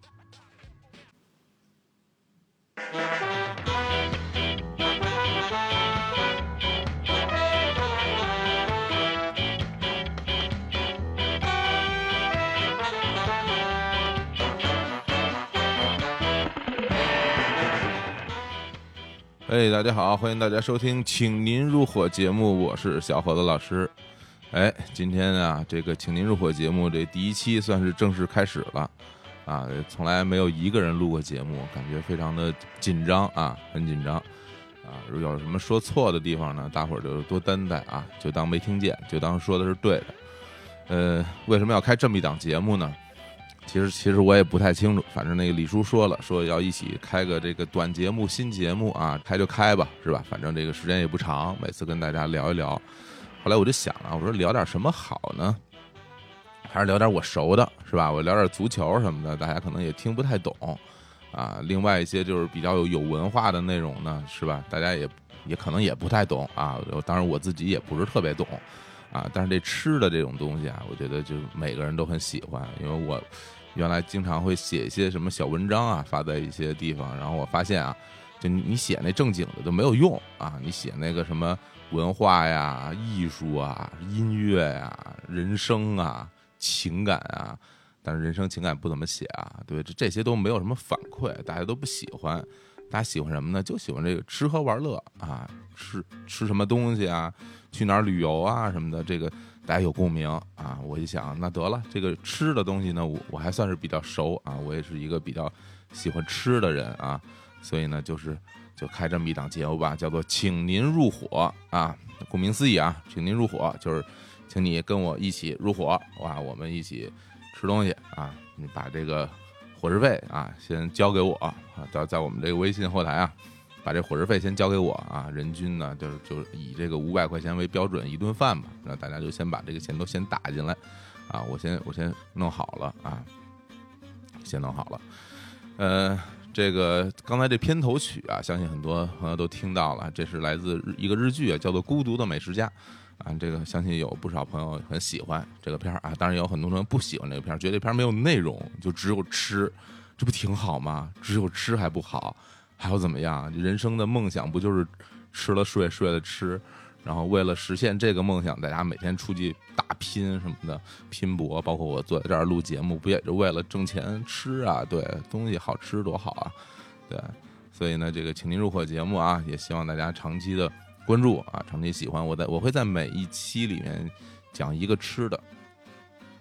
哎，大家好，欢迎大家收听请您入伙节目，我是小伙子老师。哎，今天啊，这个请您入伙节目这第一期算是正式开始了啊，从来没有一个人录过节目，感觉非常的紧张啊，很紧张啊。如果有什么说错的地方呢，大伙儿就多担待啊，就当没听见，就当说的是对的。呃，为什么要开这么一档节目呢？其实其实我也不太清楚，反正那个李叔说了，说要一起开个这个短节目、新节目啊，开就开吧，是吧？反正这个时间也不长，每次跟大家聊一聊。后来我就想啊，我说聊点什么好呢？还是聊点我熟的，是吧？我聊点足球什么的，大家可能也听不太懂啊。另外一些就是比较有有文化的内容呢，是吧？大家也也可能也不太懂啊。当然我自己也不是特别懂啊。但是这吃的这种东西啊，我觉得就每个人都很喜欢，因为我原来经常会写一些什么小文章啊，发在一些地方，然后我发现啊，就你写那正经的都没有用啊，你写那个什么文化呀、艺术啊、音乐呀、人生啊、情感啊，但是人生情感不怎么写啊，对，这这些都没有什么反馈，大家都不喜欢。大家喜欢什么呢？就喜欢这个吃喝玩乐啊，吃吃什么东西啊，去哪儿旅游啊什么的，这个大家有共鸣啊。我一想，那得了，这个吃的东西呢，我我还算是比较熟啊，我也是一个比较喜欢吃的人啊，所以呢，就是就开这么一档节目吧，叫做请您入伙啊。顾名思义啊，请您入伙就是请你跟我一起入伙哇，我们一起吃东西啊，你把这个伙食费啊，先交给我啊，在在我们这个微信后台啊，把这伙食费先交给我啊，人均呢就是就是以这个五百块钱为标准一顿饭吧，那大家就先把这个钱都先打进来啊，我先我先弄好了啊，先弄好了，呃，这个刚才这片头曲啊，相信很多朋友都听到了，这是来自一个日剧啊，叫做《孤独的美食家》。啊，这个相信有不少朋友很喜欢这个片儿啊，当然也有很多人不喜欢这个片儿，觉得这片儿没有内容，就只有吃，这不挺好吗？只有吃还不好，还要怎么样？人生的梦想不就是吃了睡，睡了吃，然后为了实现这个梦想，大家每天出去打拼什么的，拼搏，包括我坐在这儿录节目，不也是为了挣钱吃啊？对，东西好吃多好啊！对，所以呢，这个请您入伙节目啊，也希望大家长期的关注啊，长期喜欢我在，我会在每一期里面讲一个吃的，嗯，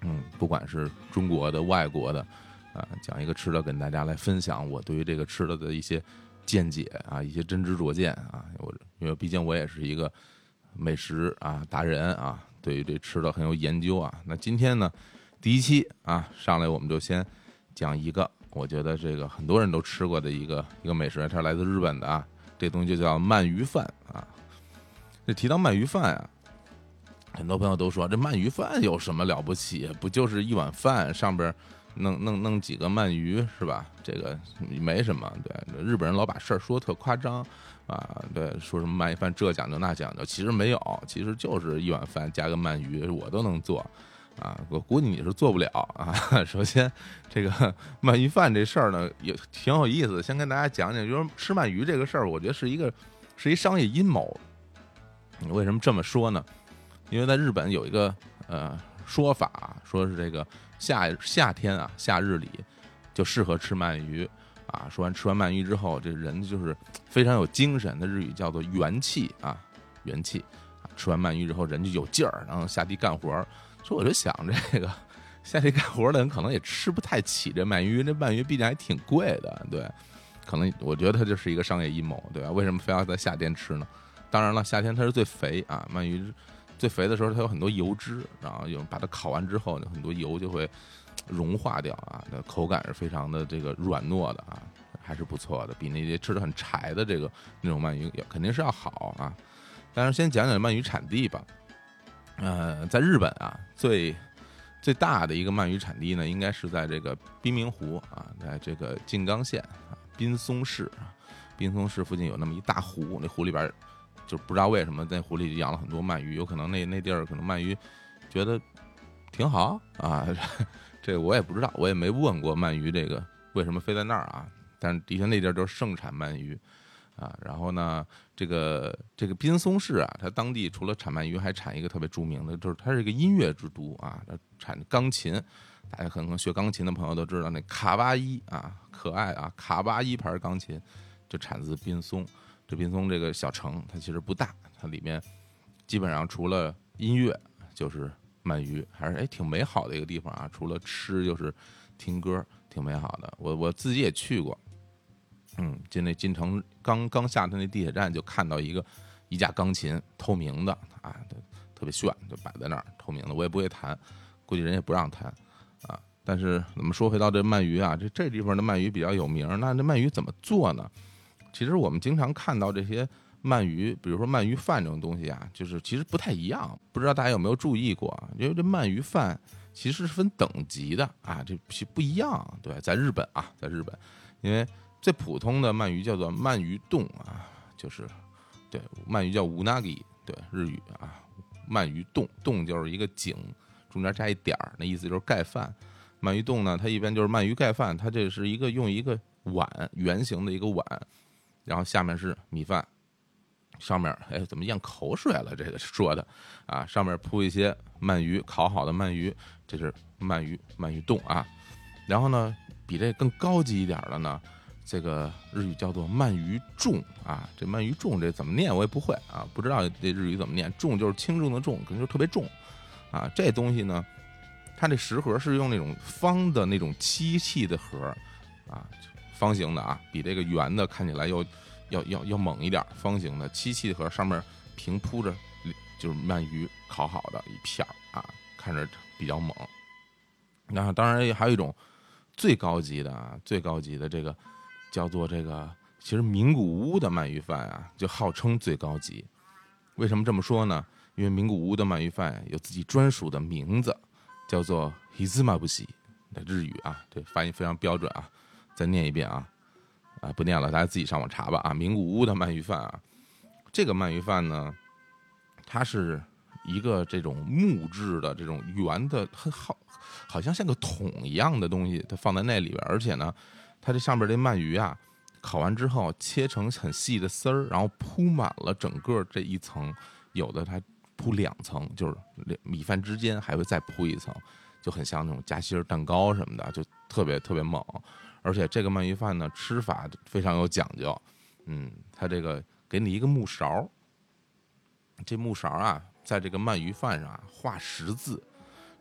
不管是中国的、外国的，啊，讲一个吃的跟大家来分享我对于这个吃的的一些见解啊，一些真知灼见啊。我因为毕竟我也是一个美食啊达人啊，对于这吃的很有研究啊。那今天呢，第一期啊上来我们就先讲一个，我觉得这个很多人都吃过的一个一个美食，它是来自日本的啊，这东西就叫鳗鱼饭啊。这提到鳗鱼饭啊，很多朋友都说这鳗鱼饭有什么了不起？不就是一碗饭上边弄弄弄几个鳗鱼是吧？这个没什么。对，日本人老把事儿说特夸张啊，对，说什么鳗鱼饭这讲究那讲究，其实没有，其实就是一碗饭加个鳗鱼，我都能做啊。我估计你是做不了啊。首先，这个鳗鱼饭这事儿呢也挺有意思的，先跟大家讲讲，就是吃鳗鱼这个事儿，我觉得是一个是一商业阴谋。为什么这么说呢？因为在日本有一个呃说法，说是这个夏夏天啊，夏日里就适合吃鳗鱼啊。说完吃完鳗鱼之后，这人就是非常有精神，的日语叫做元气啊，元气啊。吃完鳗鱼之后，人就有劲儿，然后下地干活。所以我就想，这个下地干活的人可能也吃不太起这鳗鱼，这鳗鱼毕竟还挺贵的，对。可能我觉得它就是一个商业阴谋，对吧？为什么非要在夏天吃呢？当然了，夏天它是最肥啊，鳗鱼最肥的时候它有很多油脂，然后有把它烤完之后，很多油就会融化掉啊，那口感是非常的这个软糯的啊，还是不错的，比那些吃的很柴的这个那种鳗鱼肯定是要好啊。但是先讲讲鳗鱼产地吧，呃，在日本啊，最最大的一个鳗鱼产地呢，应该是在这个滨名湖啊，在这个静冈县啊，滨松市啊，滨松市附近有那么一大湖，那湖里边就不知道为什么在湖里养了很多鳗鱼，有可能那那地儿可能鳗鱼觉得挺好啊，这个我也不知道，我也没问过鳗鱼这个为什么飞在那儿啊，但是的确那地儿就是盛产鳗鱼啊。然后呢，这个这个滨松市啊，它当地除了产鳗鱼，还产一个特别著名的，就是它是一个音乐之都啊，它产钢琴。大家可能学钢琴的朋友都知道，那卡巴伊啊，可爱啊，卡巴伊牌钢琴就产自滨松。这滨松这个小城，它其实不大，它里面基本上除了音乐就是鳗鱼，还是哎挺美好的一个地方啊。除了吃就是听歌，挺美好的。我我自己也去过，嗯，进那进城刚刚下的那地铁站就看到一个一架钢琴，透明的啊，特别炫，就摆在那儿，透明的。我也不会弹，估计人也不让弹啊。但是我们说回到这鳗鱼啊，这这地方的鳗鱼比较有名，那这鳗鱼怎么做呢？其实我们经常看到这些鳗鱼，比如说鳗鱼饭这种东西啊，就是其实不太一样。不知道大家有没有注意过？因为这鳗鱼饭其实是分等级的啊，这不一样。对，在日本啊，在日本，因为最普通的鳗鱼叫做鳗鱼冻啊，就是对鳗鱼叫乌纳吉，对日语啊，鳗鱼冻冻就是一个井，中间加一点儿，那意思就是盖饭。鳗鱼冻呢，它一般就是鳗鱼盖饭，它这是一个用一个碗，圆形的一个碗。然后下面是米饭，上面哎怎么咽口水了？这个说的啊，上面铺一些鳗鱼，烤好的鳗鱼，这是鳗鱼鳗鱼冻啊。然后呢，比这更高级一点的呢，这个日语叫做鳗鱼重啊。这鳗鱼重这怎么念我也不会啊，不知道这日语怎么念。重就是轻重的重，可能就特别重啊。这东西呢，它这食盒是用那种方的那种漆器的盒啊。方形的啊，比这个圆的看起来要要要要猛一点。方形的漆器盒上面平铺着就是鳗鱼烤好的一片啊，看着比较猛。那当然还有一种最高级的啊，最高级的这个叫做这个，其实名古屋的鳗鱼饭啊，就号称最高级。为什么这么说呢？因为名古屋的鳗鱼饭有自己专属的名字，叫做 hizumabushi 的日语啊，这发音非常标准啊。再念一遍啊，啊不念了，大家自己上网查吧啊！名古屋的鳗鱼饭啊，这个鳗鱼饭呢，它是一个这种木质的这种圆的，好好像像个桶一样的东西，它放在那里边，而且呢，它这上边这鳗鱼啊，烤完之后切成很细的丝儿，然后铺满了整个这一层，有的它铺两层，就是米饭之间还会再铺一层，就很像那种夹心蛋糕什么的，就特别特别猛。而且这个鳗鱼饭呢，吃法非常有讲究，嗯，它这个给你一个木勺，这木勺啊，在这个鳗鱼饭上啊画十字，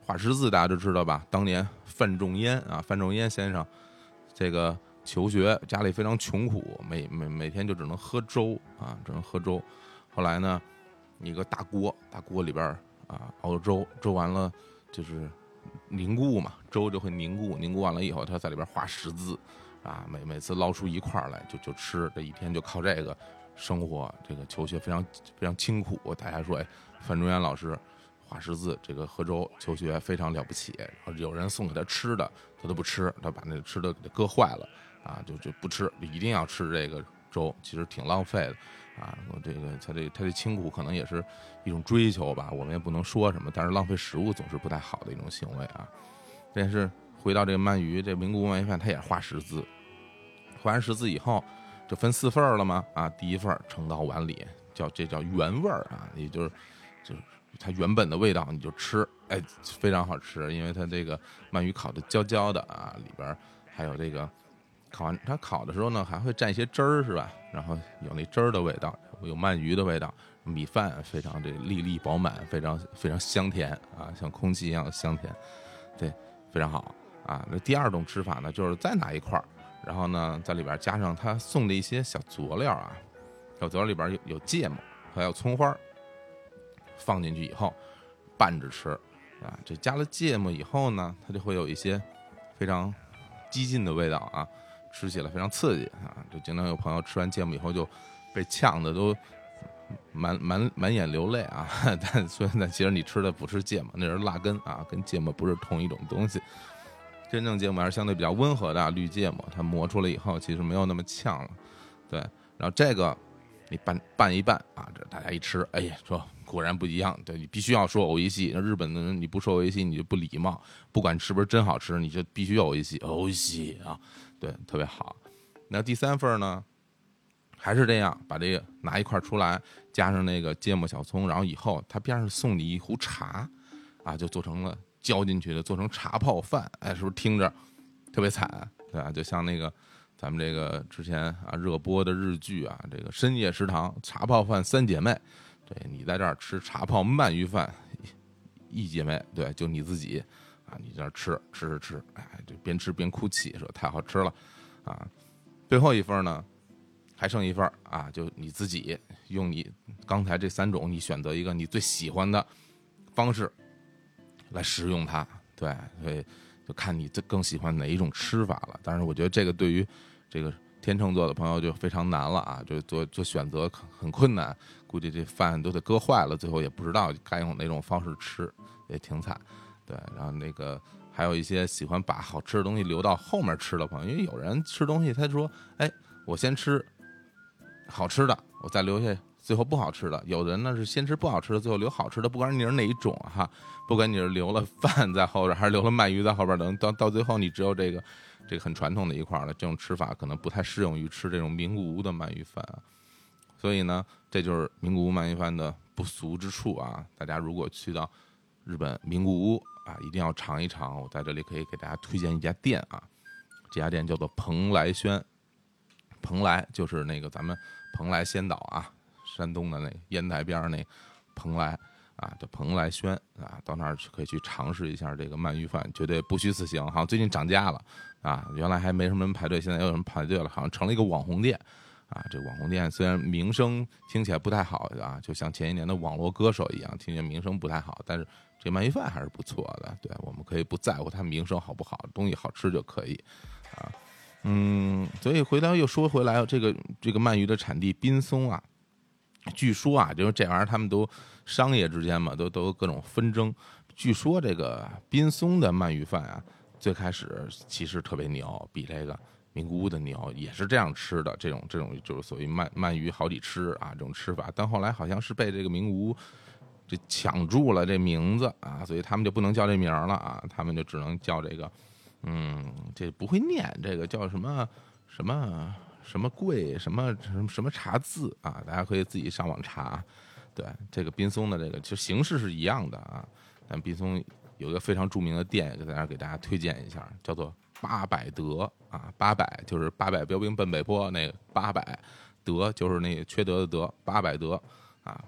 画十字大家都知道吧？当年范仲淹啊，范仲淹先生这个求学家里非常穷苦，每每每天就只能喝粥啊，只能喝粥。后来呢，一个大锅，大锅里边啊熬粥，粥完了就是凝固嘛，粥就会凝固，凝固完了以后，他在里边画十字啊，每每次捞出一块来就就吃，这一天就靠这个生活，这个求学非常非常清苦。大家说，哎，范仲淹老师画十字，这个喝粥求学非常了不起。然后有人送给他吃的，他都不吃，他把那个吃的给搁坏了啊，就就不吃，一定要吃这个粥，其实挺浪费的。啊，这个他这他这清苦可能也是一种追求吧，我们也不能说什么，但是浪费食物总是不太好的一种行为啊。但是回到这个鳗鱼，这名古屋鳗鱼饭，它也画十字，画完十字以后就分四份了嘛啊，第一份盛到碗里，叫这叫原味儿啊，也就是就是它原本的味道，你就吃，哎，非常好吃，因为它这个鳗鱼烤的焦焦的啊，里边还有这个。烤完它烤的时候呢，还会蘸一些汁儿，是吧？然后有那汁儿的味道，有鳗鱼的味道，米饭非常这粒粒饱满，非常非常香甜啊，像空气一样的香甜，对，非常好啊。那第二种吃法呢，就是再拿一块儿，然后呢，在里边加上他送的一些小佐料啊，小佐料里边有有芥末，还有葱花，放进去以后拌着吃啊。这加了芥末以后呢，它就会有一些非常激进的味道啊。吃起来非常刺激啊！就经常有朋友吃完芥末以后就被呛的都满满满眼流泪啊！但所以但其实你吃的不是芥末，那是辣根啊，跟芥末不是同一种东西。真正芥末还是相对比较温和的、啊、绿芥末，它磨出来以后其实没有那么呛了。对，然后这个你拌拌一拌啊，这大家一吃，哎呀，说果然不一样。对，你必须要说欧一系，日本的人你不说欧一系你就不礼貌，不管是不是真好吃，你就必须欧一系，欧一系啊。对，特别好。那第三份呢，还是这样，把这个拿一块出来，加上那个芥末小葱，然后以后他边上送你一壶茶，啊，就做成了浇进去的，做成茶泡饭，哎，是不是听着特别惨，对吧？就像那个咱们这个之前啊热播的日剧啊，这个深夜食堂茶泡饭三姐妹，对你在这儿吃茶泡鳗鱼饭，一姐妹，对，就你自己。啊，你在这吃吃吃吃，哎，就边吃边哭泣，说太好吃了，啊，最后一份呢，还剩一份啊，就你自己用你刚才这三种，你选择一个你最喜欢的方式来食用它，对，所以就看你这更喜欢哪一种吃法了。但是我觉得这个对于这个天秤座的朋友就非常难了啊，就做做选择很困难，估计这饭都得搁坏了，最后也不知道该用哪种方式吃，也挺惨。对，然后那个还有一些喜欢把好吃的东西留到后面吃的朋友，因为有人吃东西他说，哎，我先吃好吃的，我再留下最后不好吃的。有的人呢是先吃不好吃的，最后留好吃的，不管你是哪一种哈，不管你是留了饭在后边，还是留了鳗鱼在后边，等到到最后你只有这个这个很传统的一块了，这种吃法可能不太适用于吃这种名古屋的鳗鱼饭啊。所以呢，这就是名古屋鳗鱼饭的不俗之处啊！大家如果去到日本名古屋啊，一定要尝一尝。我在这里可以给大家推荐一家店啊，这家店叫做蓬莱轩。蓬莱就是那个咱们蓬莱仙岛啊，山东的那烟台边那蓬莱啊，叫蓬莱轩啊，到那儿可以去尝试一下这个鳗鱼饭，绝对不虚此行。好像最近涨价了啊，原来还没什么人排队，现在有人排队了，好像成了一个网红店。啊，这网红店虽然名声听起来不太好啊，就像前一年的网络歌手一样，听见名声不太好，但是这鳗鱼饭还是不错的。对，我们可以不在乎它名声好不好，东西好吃就可以啊。嗯，所以回头又说回来，这个这个鳗鱼的产地滨松啊，据说啊，就是这玩意儿他们都商业之间嘛，都都有各种纷争。据说这个滨松的鳗鱼饭啊，最开始其实特别牛，比这个名古屋的牛也是这样吃的，这种这种就是所谓鳗鳗鱼好几吃啊这种吃法，但后来好像是被这个名古屋这抢住了这名字啊，所以他们就不能叫这名了啊，他们就只能叫这个，嗯，这不会念，这个叫什么什么什么贵什么什么什么茶字啊，大家可以自己上网查。对，这个滨松的这个其实形式是一样的啊，但滨松有一个非常著名的店，给大家给大家推荐一下，叫做八百德啊，八百就是八百标兵奔北坡那个八百，德就是那个缺德的德，八百德啊，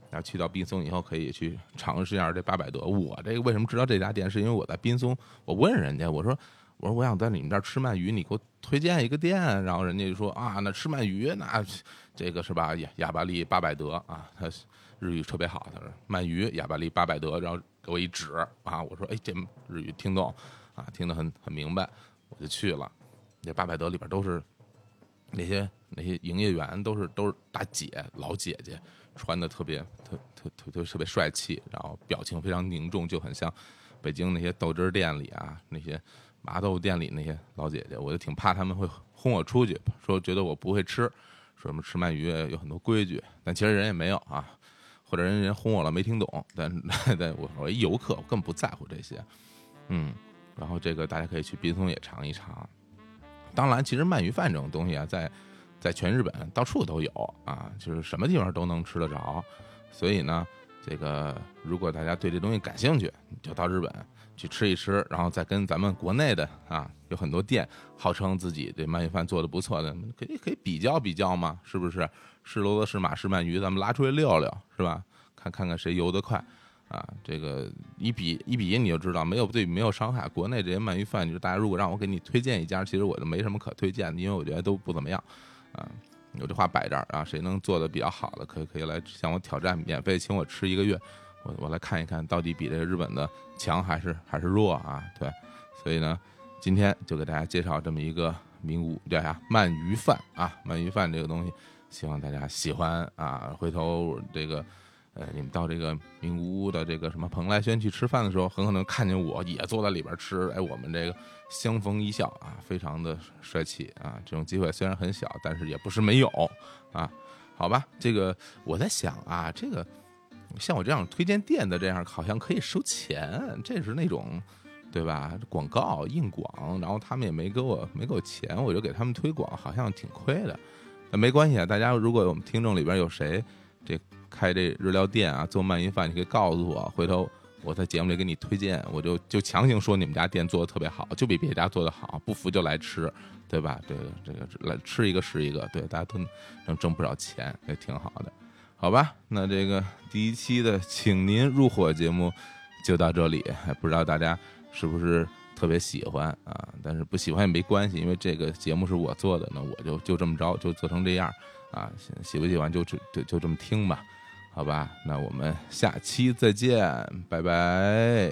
然后去到滨松以后可以去尝试一下这八百德。我这个为什么知道这家店，是因为我在滨松，我问人家，我说我说我想在你们这儿吃鳗鱼，你给我推荐一个店。然后人家就说啊，那吃鳗鱼那这个是吧，亚亚巴力八百德啊，他日语特别好，他说鳗鱼亚巴力八百德，然后给我一指啊，我说哎，这日语听懂啊，听得很很明白，我就去了。这八百德里边都是那些那些营业员，都是都是大姐老姐姐，穿的特别特特特特特别帅气，然后表情非常凝重，就很像北京那些豆汁店里啊，那些麻豆店里那些老姐姐。我就挺怕他们会轰我出去，说觉得我不会吃，说什么吃鳗鱼有很多规矩，但其实人也没有啊，或者人人轰我了没听懂，但但我我一游客，我根本不在乎这些，嗯，然后这个大家可以去滨松也尝一尝。当然，其实鳗鱼饭这种东西啊，在在全日本到处都有啊，就是什么地方都能吃得着。所以呢，这个如果大家对这东西感兴趣，你就到日本去吃一吃，然后再跟咱们国内的啊，有很多店号称自己这鳗鱼饭做的不错的，可以可以比较比较嘛，是不是？是骡子是马是鳗鱼，咱们拉出来溜溜，是吧？看看看谁游得快。啊，这个一比一比一你就知道，没有对没有伤害。国内这些鳗鱼饭，就是大家如果让我给你推荐一家，其实我就没什么可推荐的，因为我觉得都不怎么样。啊，有这话摆这儿啊，谁能做的比较好的，可以可以来向我挑战，免费请我吃一个月，我我来看一看到底比这个日本的强还是还是弱啊？对，所以呢，今天就给大家介绍这么一个名物叫啥鳗鱼饭啊，鳗鱼饭这个东西，希望大家喜欢啊。回头这个。呃，你们到这个名古屋的这个什么蓬莱轩去吃饭的时候，很可能看见我也坐在里边吃，哎，我们这个相逢一笑啊，非常的帅气啊。这种机会虽然很小，但是也不是没有啊。好吧，这个我在想啊，这个像我这样推荐店的这样，好像可以收钱，这是那种对吧？广告硬广，然后他们也没给我没给我钱，我就给他们推广，好像挺亏的。那没关系啊，大家如果我们听众里边有谁这。开这日料店啊，做鳗鱼饭，你可以告诉我，回头我在节目里给你推荐，我就就强行说你们家店做的特别好，就比别家做的好，不服就来吃，对吧？这个这个来吃一个是一个，对，大家都能挣不少钱，也挺好的，好吧？那这个第一期的请您入伙节目就到这里，还不知道大家是不是特别喜欢啊？但是不喜欢也没关系，因为这个节目是我做的，那我就就这么着，就做成这样啊，喜不喜欢就就就就这么听吧。好吧，那我们下期再见，拜拜。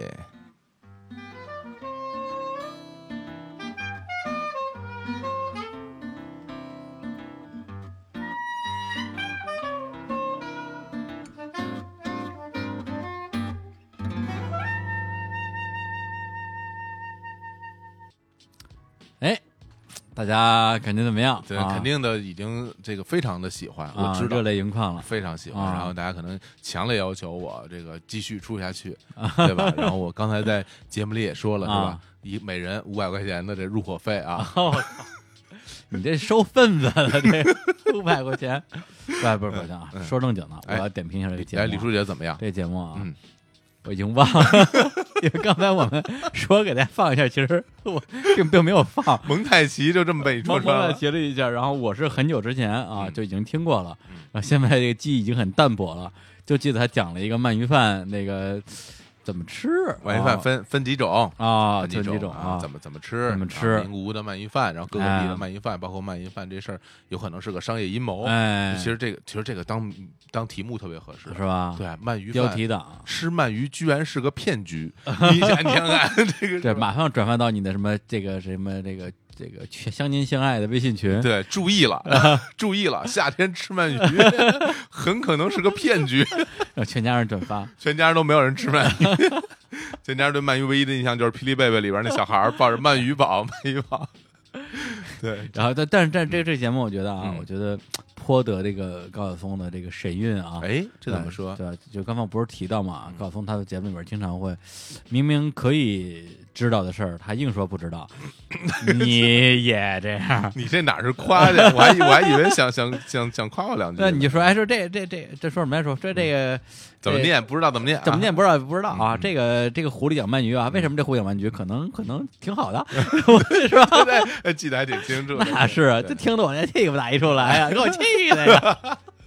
哎。大家感觉怎么样？ 对， 啊、 肯定的，已经这个非常的喜欢，我知道热泪盈眶了， 非常喜欢。 啊、 然后大家可能强烈要求我这个继续出下去，啊、对吧？然后我刚才在节目里也说了，啊、是吧？一每人五百块钱的这入伙费啊！ 哦、你这收份子了，这五百块钱，不是不是不是啊！ 嗯、 说正经的，我要点评一下这个节目。 哎，李叔姐怎么样？ 这节目啊， 嗯。 我已经忘了，因为刚才我们说给大家放一下，其实我并并没有放。 蒙太奇就这么被你说出来了， 蒙太奇了一下，然后我是很久之前啊就已经听过了，然后现在这个记忆已经很淡薄了，就记得他讲了一个鳗鱼饭那个怎么吃， 鳗鱼饭分、啊、分几种啊， 分几种, 几种啊， 怎么怎么吃， 怎么吃？ 名古屋的鳗鱼饭，然后各个地的鳗鱼饭，哎、包括鳗鱼饭这事儿，有可能是个商业阴谋。 哎， 其实这个其实这个当当题目特别合适， 是吧？ 对，鳗鱼标题党吃鳗鱼居然是个骗局，你想想看，这个对，马上转发到你的什么这个什么这个。这个相亲相爱的微信群， 对，注意了，注意了，夏天吃鳗鱼很可能是个骗局， 让全家人转发， 全家人都没有人吃鳗鱼，全家人对鳗鱼唯一的印象就是《霹雳贝贝》里边那小孩抱着鳗鱼宝，鳗鱼宝。对， 然后但但是但这这节目我觉得啊， 嗯、 我觉得颇得这个高晓松的这个神韵啊。 哎，这怎么说？ 对，对就刚刚不是提到嘛，高晓松他的节目里边经常会，明明可以知道的事儿，他硬说不知道。你也这样？ 你这哪是夸的？我还我还以为想想想想夸我两句。 那你就说，哎，说这这这这说什么来说？说这个怎么念？不知道怎么念？ 怎么念？不知道不知道啊！这个这个湖里养鳗鱼啊，为什么这湖养鳗鱼？可能可能挺好的，是吧？ 对，记得还挺清楚。 那是，这听得我这气不打一处来啊，给我气的呀！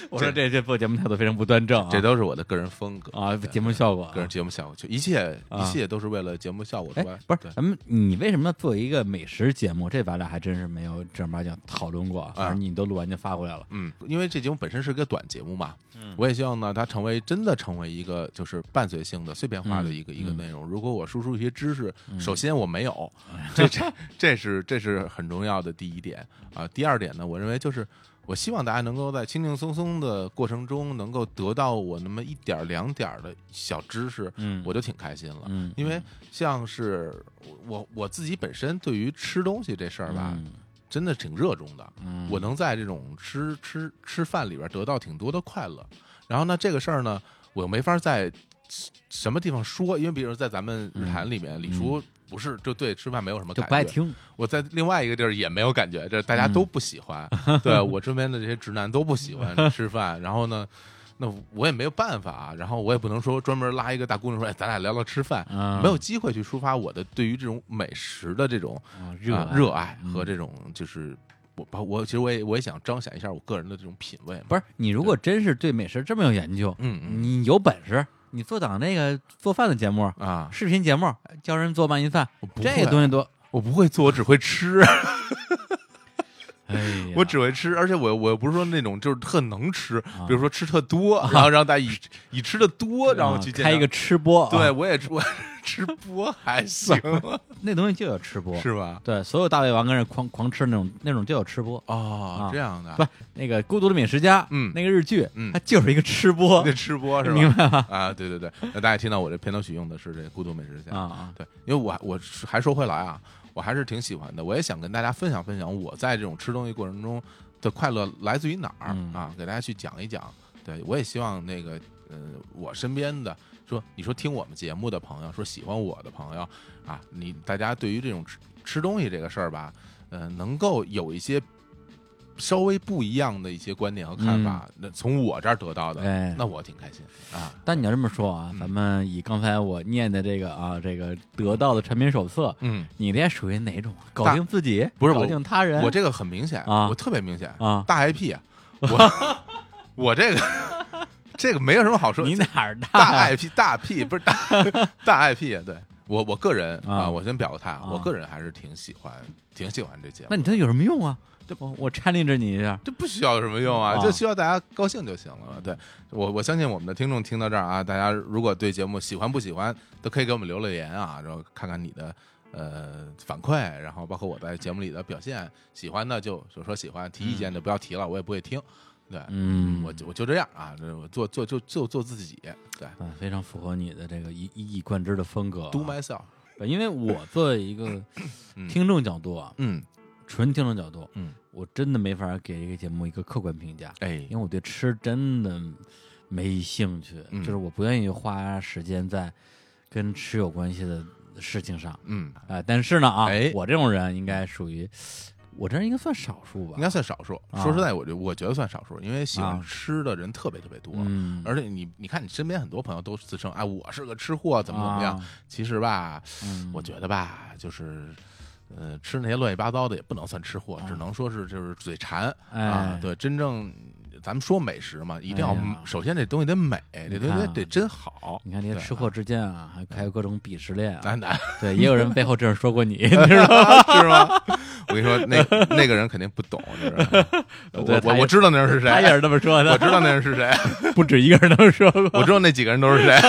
我说这这做节目态度非常不端正啊， 这都是我的个人风格啊，节目效果、啊， 个人节目效果，就一切、啊、一切都是为了节目效果之外。 不是，咱们你为什么要做一个美食节目？这咱俩还真是没有正儿八经讨论过。反正你都录完就发过来了。 嗯，因为这节目本身是个短节目嘛，嗯，我也希望呢，它成为真的成为一个就是伴随性的碎片化的一个、嗯、一个内容。如果我输出一些知识，嗯、首先我没有，嗯、这这这是这是很重要的第一点啊。第二点呢，我认为就是。我希望大家能够在轻轻松松的过程中，能够得到我那么一点两点的小知识， 嗯， 我就挺开心了。 嗯， 因为像是我我自己本身对于吃东西这事儿吧， 嗯、 真的挺热衷的。 嗯， 我能在这种吃吃吃饭里边得到挺多的快乐。然后呢，这个事儿呢，我又没法在什么地方说，因为比如在咱们日坛里面， 嗯、 李叔。不是，就对吃饭没有什么感觉， 就不爱听。 我在另外一个地儿也没有感觉，这大家都不喜欢。嗯、对我身边的这些直男都不喜欢吃饭，然后呢，那我也没有办法，然后我也不能说专门拉一个大姑娘说，哎，咱俩聊聊吃饭， 嗯、 没有机会去抒发我的对于这种美食的这种热、 呃、热爱和这种就是我我其实我也我也想彰显一下我个人的这种品味。 不是你如果真是对美食这么有研究， 嗯嗯， 你有本事。你做档那个做饭的节目啊， 视频节目教人做鳗鱼饭，这个东西多， 我不会做，我只会吃。 哎呀， 我只会吃，而且我我又不是说那种就是特能吃， 啊、 比如说吃特多，啊、然后让大家以以吃的多，然后去开一个吃播。 对， 啊、 我也我吃播还行， 那东西就有吃播， 是吧？ 对，所有大胃王跟人狂狂吃那种那种就有吃播哦， 啊、 这样的。 不，那个《孤独的美食家》， 嗯， 那个日剧， 嗯， 它就是一个吃播， 那吃播是吧？ 明白吗？ 啊，对对对，那大家听到我这片头曲用的是这《孤独美食家》 啊， 对，因为我我还说回来啊。我还是挺喜欢的，我也想跟大家分享分享我在这种吃东西过程中的快乐来自于哪儿、 嗯、 啊，给大家去讲一讲。对，我也希望那个呃，我身边的说，你说听我们节目的朋友，说喜欢我的朋友啊，你大家对于这种吃吃东西这个事儿吧，呃，能够有一些稍微不一样的一些观点和看法，那、嗯、从我这儿得到的， 哎， 那我挺开心啊。 但你要这么说啊，咱们以刚才我念的这个啊，这个得到的产品手册， 嗯， 你这属于哪种？搞定自己， 不是搞定他人？ 我这个很明显啊， 我特别明显啊， 大 I P 啊，我我这个这个没有什么好说。 你哪儿大？ 大 I P 大 P 不是大大 I P 啊？对我我个人啊，我先表个态，我个人还是挺喜欢挺喜欢这节目。 那你这有什么用啊？我我 challenge 你一下， 这不需要有什么用啊， 啊就需要大家高兴就行了。对我我相信我们的听众听到这儿啊，大家如果对节目喜欢不喜欢，都可以给我们留留言啊，然后看看你的呃反馈，然后包括我在节目里的表现，喜欢的就就说喜欢，提意见的不要提了，我也不会听。对， 嗯， 我就我就这样啊，我做做就就做自己，对， 啊，非常符合你的这个一一以贯之的风格、啊。 Do myself， 因为我作为一个听众角度啊， 嗯， 纯听众角度， 嗯， 我真的没法给这个节目一个客观评价， 哎， 因为我对吃真的没兴趣， 嗯、 就是我不愿意花时间在跟吃有关系的事情上， 嗯， 啊、呃，但是呢啊， 哎， 我这种人应该属于。我这应该算少数吧， 应该算少数。 啊、 说实在，我觉我觉得算少数，因为喜欢吃的人特别特别多。 嗯， 而且你你看，你身边很多朋友都自称哎，我是个吃货，怎么怎么样。 啊、 其实吧、 嗯， 我觉得吧，就是呃，吃那些乱七八糟的也不能算吃货， 啊、 只能说是就是嘴馋、 哎、 啊。对，真正咱们说美食嘛，一定要、 哎、 首先这东西得美，这东西得真好。 你看这些吃货之间啊，还还有各种鄙视链啊。 难难， 对，也有人背后这样说过你，你知道吗？ 是吗？我跟你说，那那个人肯定不懂，你知道吗？我我我知道那人是谁， 他也是这么说的。 我知道那人是谁， 不止一个人这么说过。 我知道那几个人都是谁。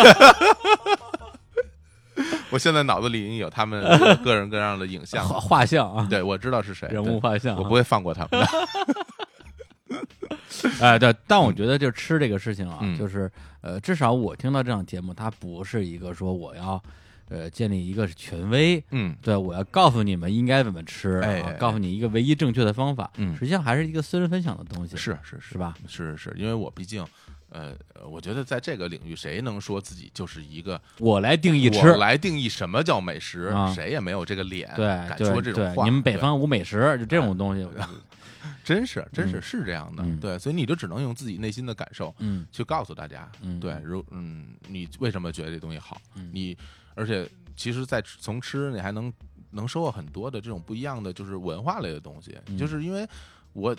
我现在脑子里已经有他们各人各样的影像、 画像啊。 对，我知道是谁， 人物画像、啊， 我不会放过他们的。 哎，对，但我觉得就吃这个事情啊， 嗯、 就是呃，至少我听到这档节目，它不是一个说我要。呃，建立一个权威， 嗯， 对，我要告诉你们应该怎么吃， 哎， 啊、告诉你一个唯一正确的方法， 嗯， 实际上还是一个私人分享的东西， 是是是吧？ 是是，因为我毕竟，呃，我觉得在这个领域，谁能说自己就是一个我来定义吃， 我来定义什么叫美食， 啊、 谁也没有这个脸， 对， 敢说这种话。 你们北方无美食，就这种东西， 真是真是、 嗯、 是这样的、 嗯， 对，所以你就只能用自己内心的感受， 嗯， 去告诉大家， 嗯， 对，如嗯，你为什么觉得这东西好？ 嗯、 你而且。其实，在从吃你还能能收获很多的这种不一样的，就是文化类的东西。 嗯、 就是因为我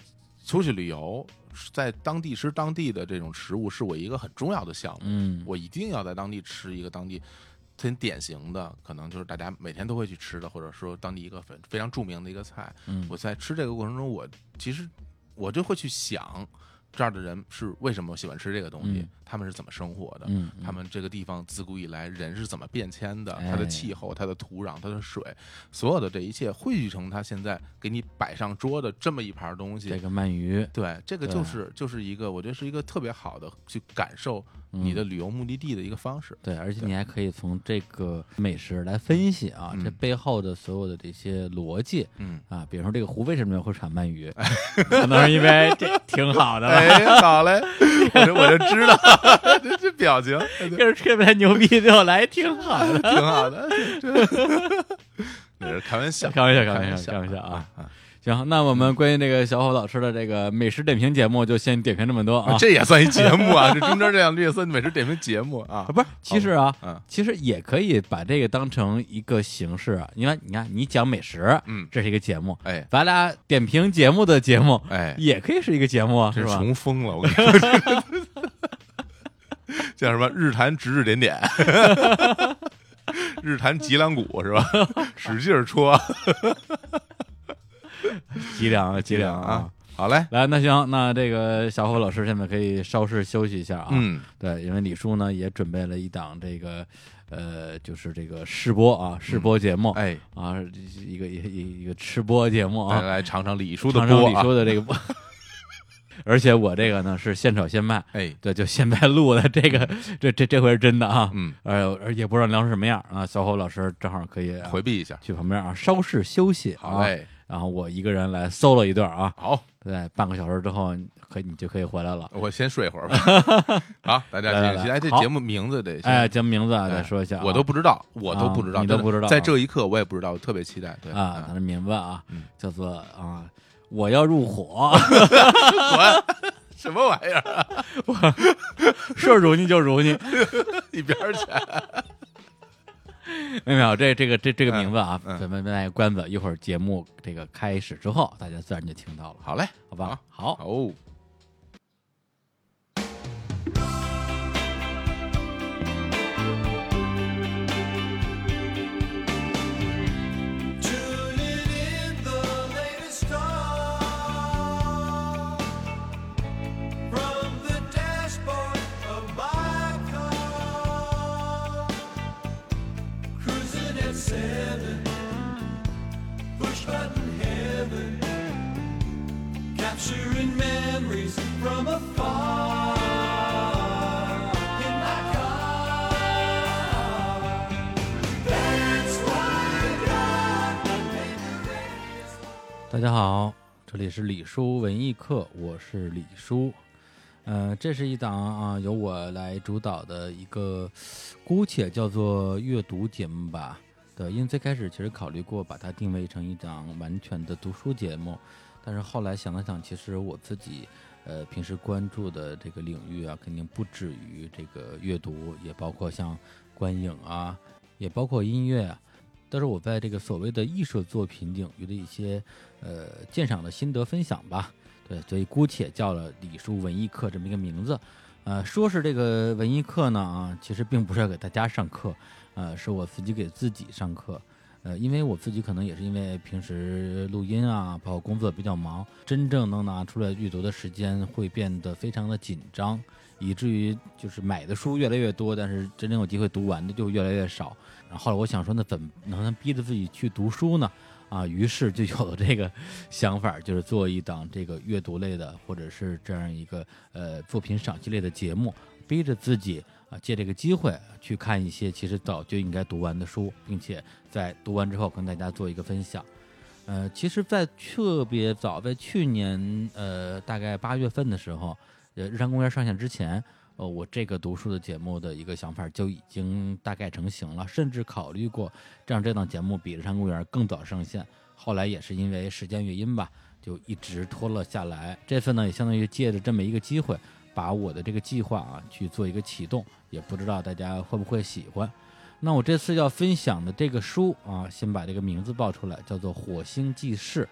出去旅游，在当地吃当地的这种食物是我一个很重要的项目。 嗯， 我一定要在当地吃一个当地很典型的，可能就是大家每天都会去吃的，或者说当地一个非常著名的一个菜。 嗯， 我在吃这个过程中，我其实我就会去想，这儿的人是为什么喜欢吃这个东西？ 嗯、 他们是怎么生活的？ 嗯嗯、 他们这个地方自古以来人是怎么变迁的？ 哎、 它的气候、它的土壤、它的水，所有的这一切汇聚成他现在给你摆上桌的这么一盘东西。 这个鳗鱼， 对，这个就是就是一个，我觉得是一个特别好的去感受你的旅游目的地的一个方式。 嗯、对，而且你还可以从这个美食来分析啊， 嗯、 这背后的所有的这些逻辑。 嗯啊，比如说这个湖为什么会产鳗鱼，可能是因为这挺好的了。 哎，好嘞，我就我就知道这这表情， 就是特别牛逼，最后来挺好的， 挺好的。这是开玩笑， 开玩笑，开玩笑，开玩笑啊！行，那我们关于这个小伙老师的这个美食点评节目，就先点评这么多啊。 这也算一节目啊，这中间这样这也算美食点评节目啊。 不是，其实啊， 嗯， 其实也可以把这个当成一个形式啊。因为你看，你讲美食， 嗯， 这是一个节目， 哎， 咱俩点评节目的节目， 哎， 也可以是一个节目啊，是吧？ 重疯了，我跟你说，叫什么？日谈指指点点。日谈脊梁骨是吧？使劲戳， 脊梁啊，脊梁啊！好嘞， 来，那行，那这个小伙老师现在可以稍事休息一下啊。 嗯， 对，因为李叔呢也准备了一档这个呃，就是这个试播啊，试播节目， 哎啊，一个一个一个吃播节目啊， 来来尝尝李叔的播，尝尝李叔的这个播。而且我这个呢是现炒现卖， 哎， 对，就现在录的这个，这这这回是真的啊， 嗯， 呃，而也不知道聊成什么样啊。小伙老师正好可以、啊、 回避一下， 去旁边啊稍事休息啊， 好嘞。 然后我一个人来solo一段啊， 好， 对，半个小时之后可以你就可以回来了。 我先睡会儿吧。好，大家继续。哎，这节目名字得哎，节目名字啊，再说一下、啊， 我都不知道，我都不知道， 啊、你都不知道， 在这一刻我也不知道，我特别期待。对啊，它的名字啊， 嗯、 叫做啊，我要入伙。 我。什么玩意儿、啊？ 我说如你就如你， 一边去！ 没有没有，这这个这这个名字啊， 嗯嗯、 咱们卖个关子，一会儿节目这个开始之后，大家自然就听到了。 好嘞， 好吧， 好。 好哦 Capturing memories from afar in my car. That's why God made the radio. 大家好，这里是李叔文艺课，我是李叔。呃，这是一档啊由我来主导的一个，姑且叫做阅读节目吧。对，因为最开始其实考虑过把它定位成一档完全的读书节目。但是后来想了想，其实我自己，呃，平时关注的这个领域啊，肯定不止于这个阅读，也包括像观影啊，也包括音乐啊，都是我在这个所谓的艺术作品领域的一些呃鉴赏的心得分享吧。对，所以姑且叫了李叔文艺课这么一个名字。呃，说是这个文艺课呢啊，其实并不是要给大家上课，呃，是我自己给自己上课。呃，因为我自己可能也是因为平时录音啊，包括工作比较忙，真正能拿出来阅读的时间会变得非常的紧张，以至于就是买的书越来越多，但是真正有机会读完的就越来越少。然后后来我想说，那怎么能逼着自己去读书呢？啊，于是就有了这个想法，就是做一档这个阅读类的，或者是这样一个呃作品赏析类的节目，逼着自己。啊，借这个机会去看一些其实早就应该读完的书，并且在读完之后跟大家做一个分享。呃，其实在特别早，在去年呃大概八月份的时候，呃日常公园上线之前，呃我这个读书的节目的一个想法就已经大概成型了，甚至考虑过让这档节目比日常公园更早上线。后来也是因为时间原因吧，就一直拖了下来。这次呢，也相当于借着这么一个机会，把我的这个计划啊去做一个启动，也不知道大家会不会喜欢。那我这次要分享的这个书啊，先把这个名字报出来，叫做《火星记事》。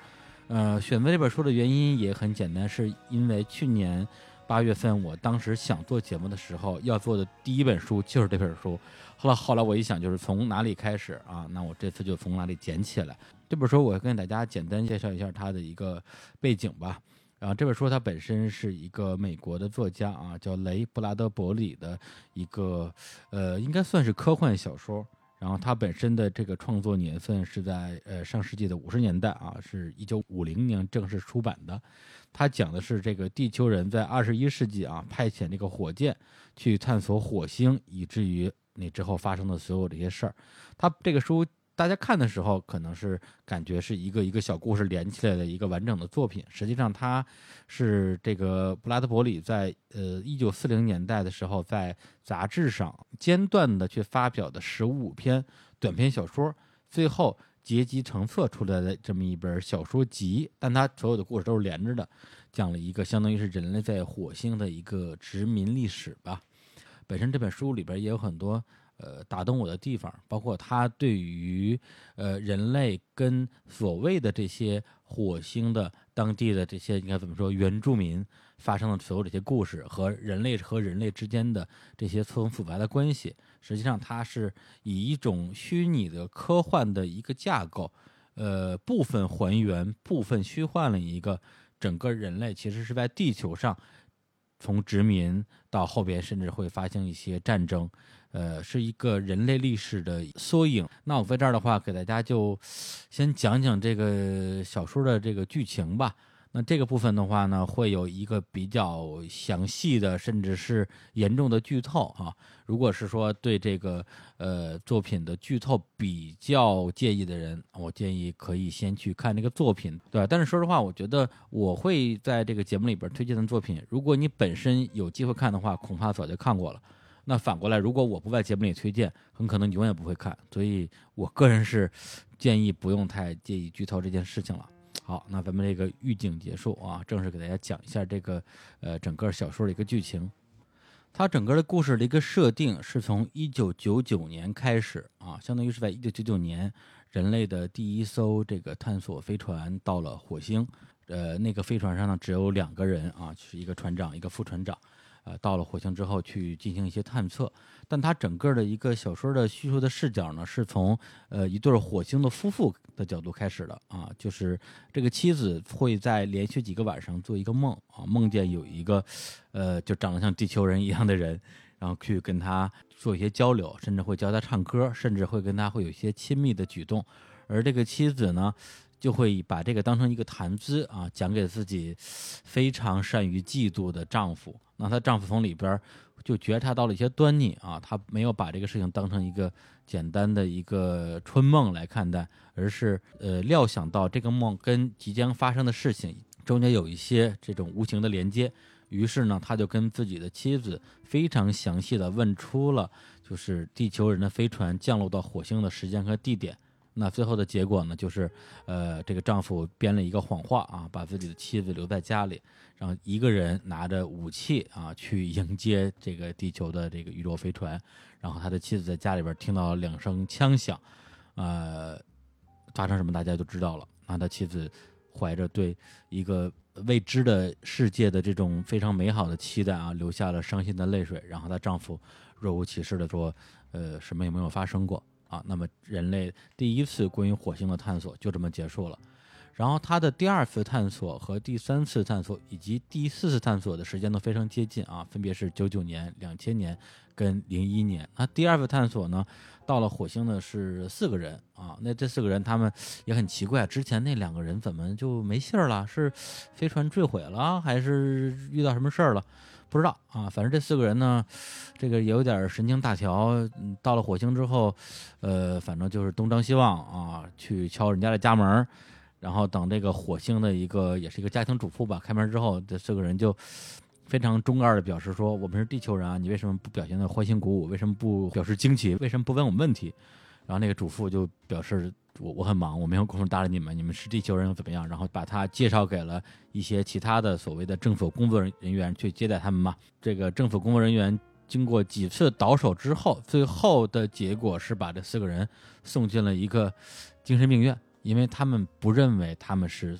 呃，选择这本书的原因也很简单，是因为去年八月份，我当时想做节目的时候，要做的第一本书就是这本书。后来后来我一想，就是从哪里开始啊？那我这次就从哪里捡起来。这本书我跟大家简单介绍一下它的一个背景吧。然后这本书它本身是一个美国的作家啊，叫雷布拉德伯里的一个呃，应该算是科幻小说。然后它本身的这个创作年份是在呃上世纪的五十年代啊，是一九五零年正式出版的。它讲的是这个地球人在二十一世纪啊，派遣这个火箭去探索火星，以至于那之后发生的所有这些事儿。它这个书大家看的时候，可能是感觉是一个一个小故事连起来的一个完整的作品。实际上，它是这个布拉德伯里在呃一九四零年代的时候，在杂志上间断的去发表的十五篇短篇小说，最后结集成册出来的这么一本小说集。但它所有的故事都是连着的，讲了一个相当于是人类在火星的一个殖民历史吧。本身这本书里边也有很多呃，打动我的地方，包括他对于呃人类跟所谓的这些火星的当地的这些应该怎么说原住民发生的所有这些故事，和人类和人类之间的这些错综复杂的关系，实际上它是以一种虚拟的科幻的一个架构，呃，部分还原，部分虚幻了一个整个人类其实是在地球上从殖民到后边甚至会发生一些战争。呃，是一个人类历史的缩影。那我在这儿的话，给大家就先讲讲这个小说的这个剧情吧。那这个部分的话呢，会有一个比较详细的，甚至是严重的剧透啊。如果是说对这个呃作品的剧透比较介意的人，我建议可以先去看这个作品，对吧？但是说实话，我觉得我会在这个节目里边推荐的作品，如果你本身有机会看的话，恐怕早就看过了。那反过来，如果我不在节目里推荐，很可能你永远不会看。所以我个人是建议不用太介意剧透这件事情了。好，那咱们这个预警结束啊，正式给大家讲一下这个呃整个小说的一个剧情。它整个的故事的一个设定是从一九九九年开始啊，相当于是在一九九九年，人类的第一艘这个探索飞船到了火星。呃，那个飞船上呢只有两个人啊，是一个船长，一个副船长。呃，到了火星之后去进行一些探测，但它整个的一个小说的叙述的视角呢，是从呃一对火星的夫妇的角度开始的啊，就是这个妻子会在连续几个晚上做一个梦啊，梦见有一个呃就长得像地球人一样的人，然后去跟他做一些交流，甚至会教他唱歌，甚至会跟他会有一些亲密的举动，而这个妻子呢，就会把这个当成一个谈资啊，讲给自己非常善于嫉妒的丈夫。那她丈夫从里边就觉察到了一些端倪啊，她没有把这个事情当成一个简单的一个春梦来看待，而是呃料想到这个梦跟即将发生的事情中间有一些这种无形的连接。于是呢，他就跟自己的妻子非常详细的问出了就是地球人的飞船降落到火星的时间和地点。那最后的结果呢，就是呃，这个丈夫编了一个谎话啊，把自己的妻子留在家里，然后一个人拿着武器啊去迎接这个地球的这个宇宙飞船。然后他的妻子在家里边听到两声枪响，呃，发生什么大家就知道了。那他妻子怀着对一个未知的世界的这种非常美好的期待啊，流下了伤心的泪水。然后她丈夫若无其事的说，呃，什么也没有发生过。啊，那么人类第一次关于火星的探索就这么结束了。然后他的第二次探索和第三次探索以及第四次探索的时间都非常接近啊，分别是九九年、两千年跟零一年。那第二次探索呢，到了火星的是四个人啊，那这四个人他们也很奇怪，之前那两个人怎么就没信儿了？是飞船坠毁了，还是遇到什么事儿了？不知道啊，反正这四个人呢，这个也有点神经大条。嗯，到了火星之后，呃，反正就是东张西望啊，去敲人家的家门。然后等这个火星的一个也是一个家庭主妇吧，开门之后，这四个人就非常中二的表示说：“我们是地球人啊，你为什么不表现得欢欣鼓舞？为什么不表示惊奇？为什么不问我们问题？”然后那个主妇就表示我我很忙，我没有空搭理你们，你们是地球人又怎么样？然后把他介绍给了一些其他的所谓的政府工作人员去接待他们嘛。这个政府工作人员经过几次倒手之后，最后的结果是把这四个人送进了一个精神病院，因为他们不认为他们是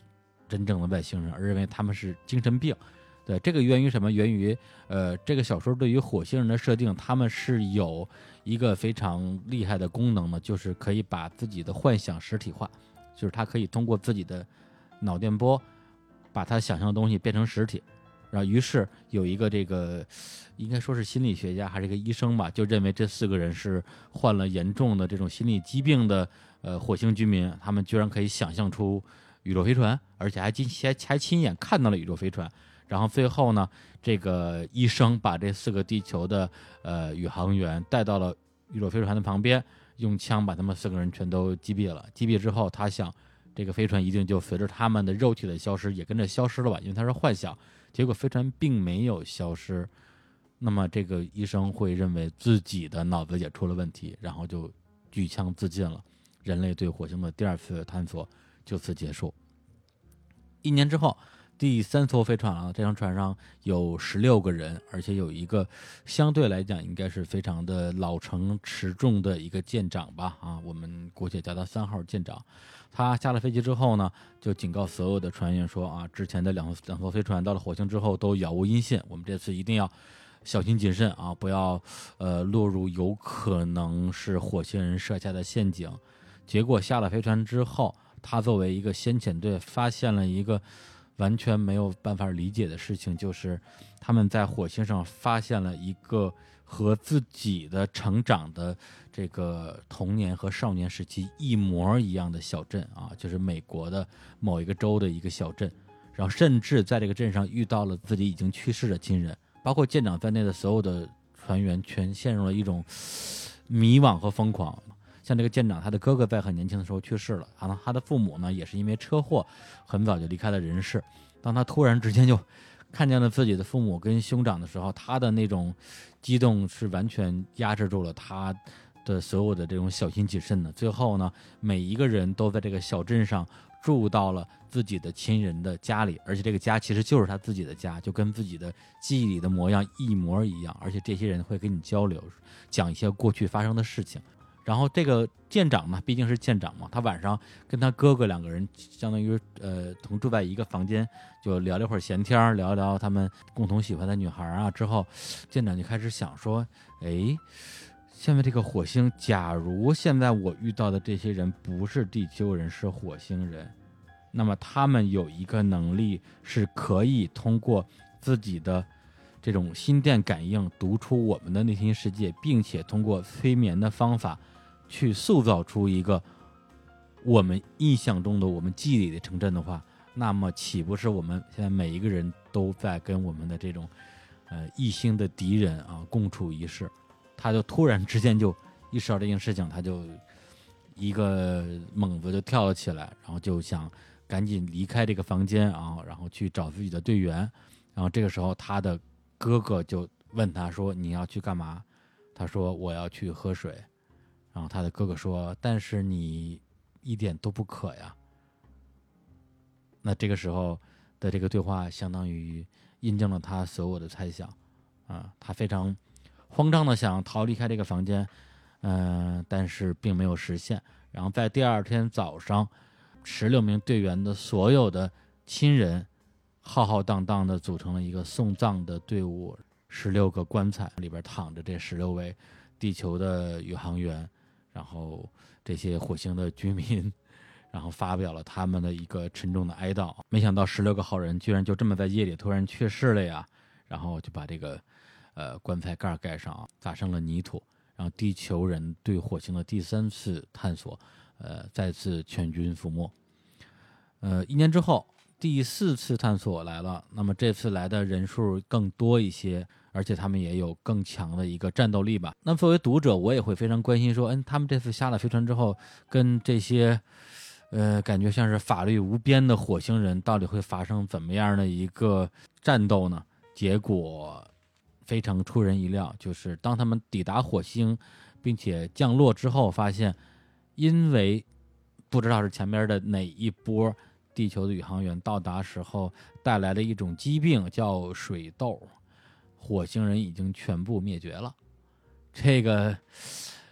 真正的外星人，而认为他们是精神病。对，这个源于什么？源于呃，这个小说对于火星人的设定，他们是有一个非常厉害的功能呢，就是可以把自己的幻想实体化，就是他可以通过自己的脑电波，把他想象的东西变成实体。然后，于是有一个这个，应该说是心理学家还是一个医生吧，就认为这四个人是患了严重的这种心理疾病的呃火星居民，他们居然可以想象出宇宙飞船，而且还亲还还亲眼看到了宇宙飞船。然后最后呢，这个医生把这四个地球的呃宇航员带到了宇宙飞船的旁边，用枪把他们四个人全都击毙了。击毙之后，他想这个飞船一定就随着他们的肉体的消失也跟着消失了吧，因为他是幻想。结果飞船并没有消失，那么这个医生会认为自己的脑子也出了问题，然后就举枪自尽了。人类对火星的第二次探索就此结束。一年之后，第三艘飞船啊，这艘船上有十六个人，而且有一个相对来讲应该是非常的老成持重的一个舰长吧，啊，我们姑且叫他三号舰长。他下了飞机之后呢，就警告所有的船员说啊，之前的两两艘飞船到了火星之后都杳无音信，我们这次一定要小心谨慎啊，不要呃落入有可能是火星人设下的陷阱。结果下了飞船之后，他作为一个先遣队发现了一个完全没有办法理解的事情，就是他们在火星上发现了一个和自己的成长的这个童年和少年时期一模一样的小镇啊，就是美国的某一个州的一个小镇，然后甚至在这个镇上遇到了自己已经去世的亲人，包括舰长在内的所有的船员全陷入了一种迷惘和疯狂。像这个舰长，他的哥哥在很年轻的时候去世了，然后他的父母呢也是因为车祸很早就离开了人世。当他突然之间就看见了自己的父母跟兄长的时候，他的那种激动是完全压制住了他的所有的这种小心谨慎的。最后呢，每一个人都在这个小镇上住到了自己的亲人的家里，而且这个家其实就是他自己的家，就跟自己的记忆里的模样一模一样。而且这些人会跟你交流，讲一些过去发生的事情。然后这个舰长呢，毕竟是舰长嘛，他晚上跟他哥哥两个人相当于呃同住在一个房间，就聊了一会儿闲天，聊一聊他们共同喜欢的女孩啊。之后舰长就开始想说，哎，现在这个火星，假如现在我遇到的这些人不是地球人，是火星人，那么他们有一个能力是可以通过自己的这种心电感应读出我们的内心世界，并且通过催眠的方法去塑造出一个我们印象中的我们记忆里的城镇的话，那么岂不是我们现在每一个人都在跟我们的这种呃异星的敌人啊共处一室？他就突然之间就意识到这件事情，他就一个猛子就跳了起来，然后就想赶紧离开这个房间啊，然后去找自己的队员。然后这个时候他的哥哥就问他说，你要去干嘛？他说我要去喝水。然后他的哥哥说，但是你一点都不渴呀。那这个时候的这个对话相当于印证了他所有的猜想啊，他非常慌张的想逃离开这个房间，嗯、呃，但是并没有实现。然后在第二天早上，十六名队员的所有的亲人浩浩荡荡的组成了一个送葬的队伍，十六个棺材里边躺着这十六位地球的宇航员，然后这些火星的居民，然后发表了他们的一个沉重的哀悼。没想到十六个好人居然就这么在夜里突然去世了呀！然后就把这个呃棺材盖盖上，撒上了泥土，然后地球人对火星的第三次探索，呃，再次全军覆没。呃，一年之后，第四次探索来了，那么这次来的人数更多一些，而且他们也有更强的一个战斗力吧。那作为读者，我也会非常关心说，嗯，他们这次下了飞船之后，跟这些呃感觉像是法律无边的火星人到底会发生怎么样的一个战斗呢？结果非常出人意料，就是当他们抵达火星并且降落之后，发现因为不知道是前边的哪一波地球的宇航员到达时候带来的一种疾病叫水痘，火星人已经全部灭绝了。这个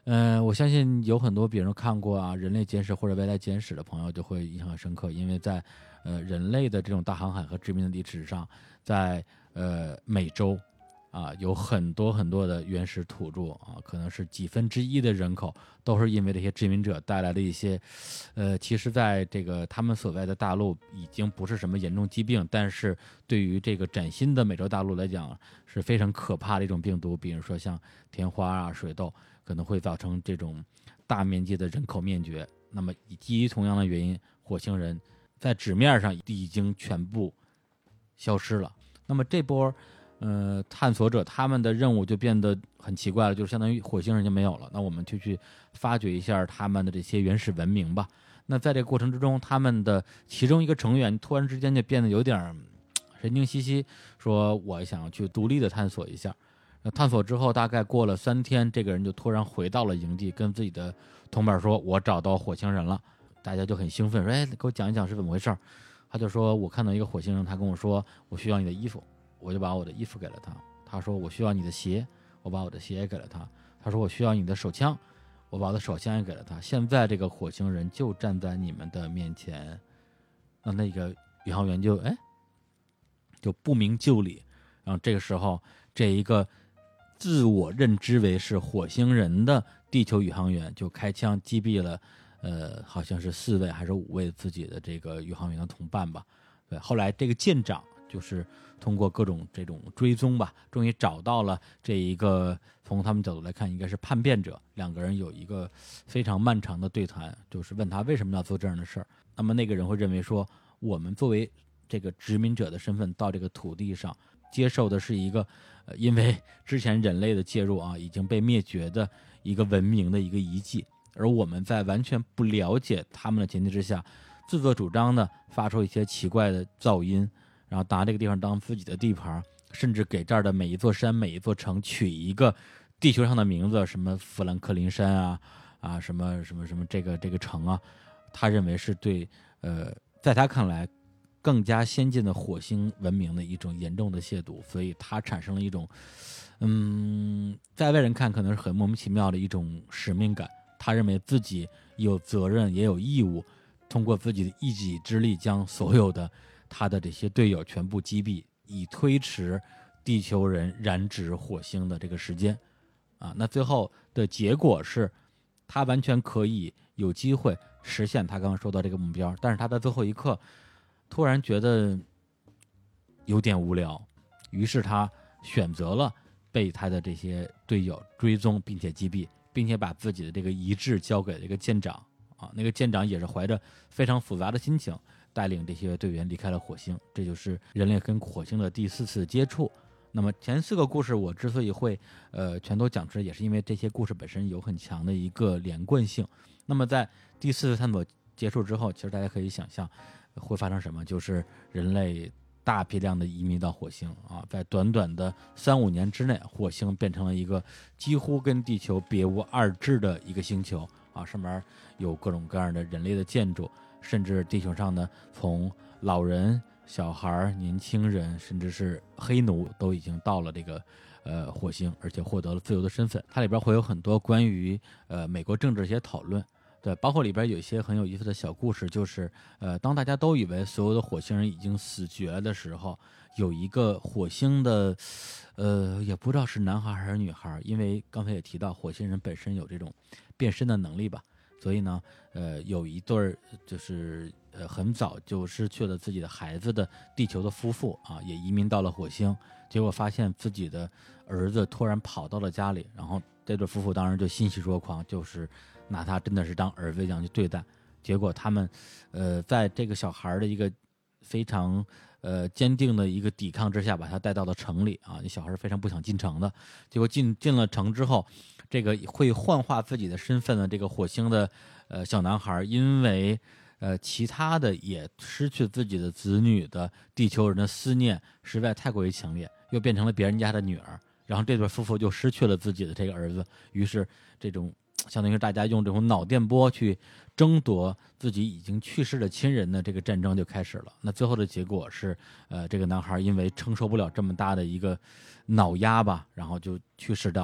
呃，我相信有很多比如说看过啊《人类简史》或者《未来简史》的朋友就会印象很深刻，因为在呃人类的这种大航海和殖民的历史上，在呃美洲啊有很多很多的原始土著啊，可能是几分之一的人口都是因为这些殖民者带来的一些，呃，其实在这个他们所在的大陆已经不是什么严重疾病，但是对于这个崭新的美洲大陆来讲是非常可怕的一种病毒，比如说像天花啊、水痘。可能会造成这种大面积的人口灭绝。那么以基于同样的原因，火星人在纸面上已经全部消失了。那么这波呃探索者他们的任务就变得很奇怪了，就是相当于火星人就没有了。那我们就去发掘一下他们的这些原始文明吧。那在这个过程之中，他们的其中一个成员突然之间就变得有点神经兮兮，说我想去独立的探索一下。探索之后大概过了三天，这个人就突然回到了营地，跟自己的同伴说我找到火星人了。大家就很兴奋说，哎，给我讲一讲是怎么回事。他就说我看到一个火星人，他跟我说我需要你的衣服，我就把我的衣服给了他。他说我需要你的鞋，我把我的鞋也给了他。他说我需要你的手枪，我把我的手枪也给了他。现在这个火星人就站在你们的面前。那那个宇航员就哎就不明就里。然后这个时候这一个自我认知为是火星人的地球宇航员就开枪击毙了，呃，好像是四位还是五位自己的这个宇航员的同伴吧。对，后来这个舰长就是通过各种这种追踪吧，终于找到了这一个，从他们角度来看应该是叛变者。两个人有一个非常漫长的对谈，就是问他为什么要做这样的事儿。那么那个人会认为说，我们作为这个殖民者的身份到这个土地上，接受的是一个呃，因为之前人类的介入啊，已经被灭绝的一个文明的一个遗迹，而我们在完全不了解他们的前提之下，自作主张的发出一些奇怪的噪音，然后拿这个地方当自己的地盘，甚至给这儿的每一座山、每一座城取一个地球上的名字，什么富兰克林山啊啊，什么什么什么这个这个城啊，他认为是对呃，在他看来更加先进的火星文明的一种严重的亵渎，所以他产生了一种，嗯，在外人看可能是很莫名其妙的一种使命感。他认为自己有责任也有义务，通过自己的一己之力将所有的他的这些队友全部击毙，以推迟地球人染指火星的这个时间。啊，那最后的结果是，他完全可以有机会实现他刚刚说到这个目标，但是他在最后一刻突然觉得有点无聊，于是他选择了被他的这些队友追踪并且击毙，并且把自己的这个遗志交给了这个舰长啊，那个舰长也是怀着非常复杂的心情带领这些队员离开了火星。这就是人类跟火星的第四次接触。那么前四个故事我之所以会呃全都讲出来，也是因为这些故事本身有很强的一个连贯性。那么在第四次探索结束之后，其实大家可以想象会发生什么，就是人类大批量的移民到火星啊，在短短的三五年之内，火星变成了一个几乎跟地球别无二致的一个星球啊，上面有各种各样的人类的建筑，甚至地球上呢，从老人、小孩、年轻人，甚至是黑奴都已经到了这个呃火星，而且获得了自由的身份。它里边会有很多关于呃美国政治的一些讨论。对，包括里边有一些很有意思的小故事，就是呃，当大家都以为所有的火星人已经死绝了的时候，有一个火星的，呃，也不知道是男孩还是女孩，因为刚才也提到火星人本身有这种变身的能力吧，所以呢，呃，有一对儿就是呃很早就失去了自己的孩子的地球的夫妇啊，也移民到了火星，结果发现自己的儿子突然跑到了家里，然后这对夫妇当然就欣喜若狂，就是拿他真的是当儿子一样去对待。结果他们，呃，在这个小孩的一个非常呃坚定的一个抵抗之下，把他带到了城里啊。那小孩是非常不想进城的，结果进进了城之后，这个会幻化自己的身份的这个火星的呃小男孩，因为呃其他的也失去自己的子女的地球人的思念实在太过于强烈，又变成了别人家的女儿。然后这对夫妇就失去了自己的这个儿子，于是这种相当于是大家用这种脑电波去争夺自己已经去世的亲人的这个战争就开始了。那最后的结果是，呃，这个男孩因为承受不了这么大的一个脑压吧，然后就去世掉了。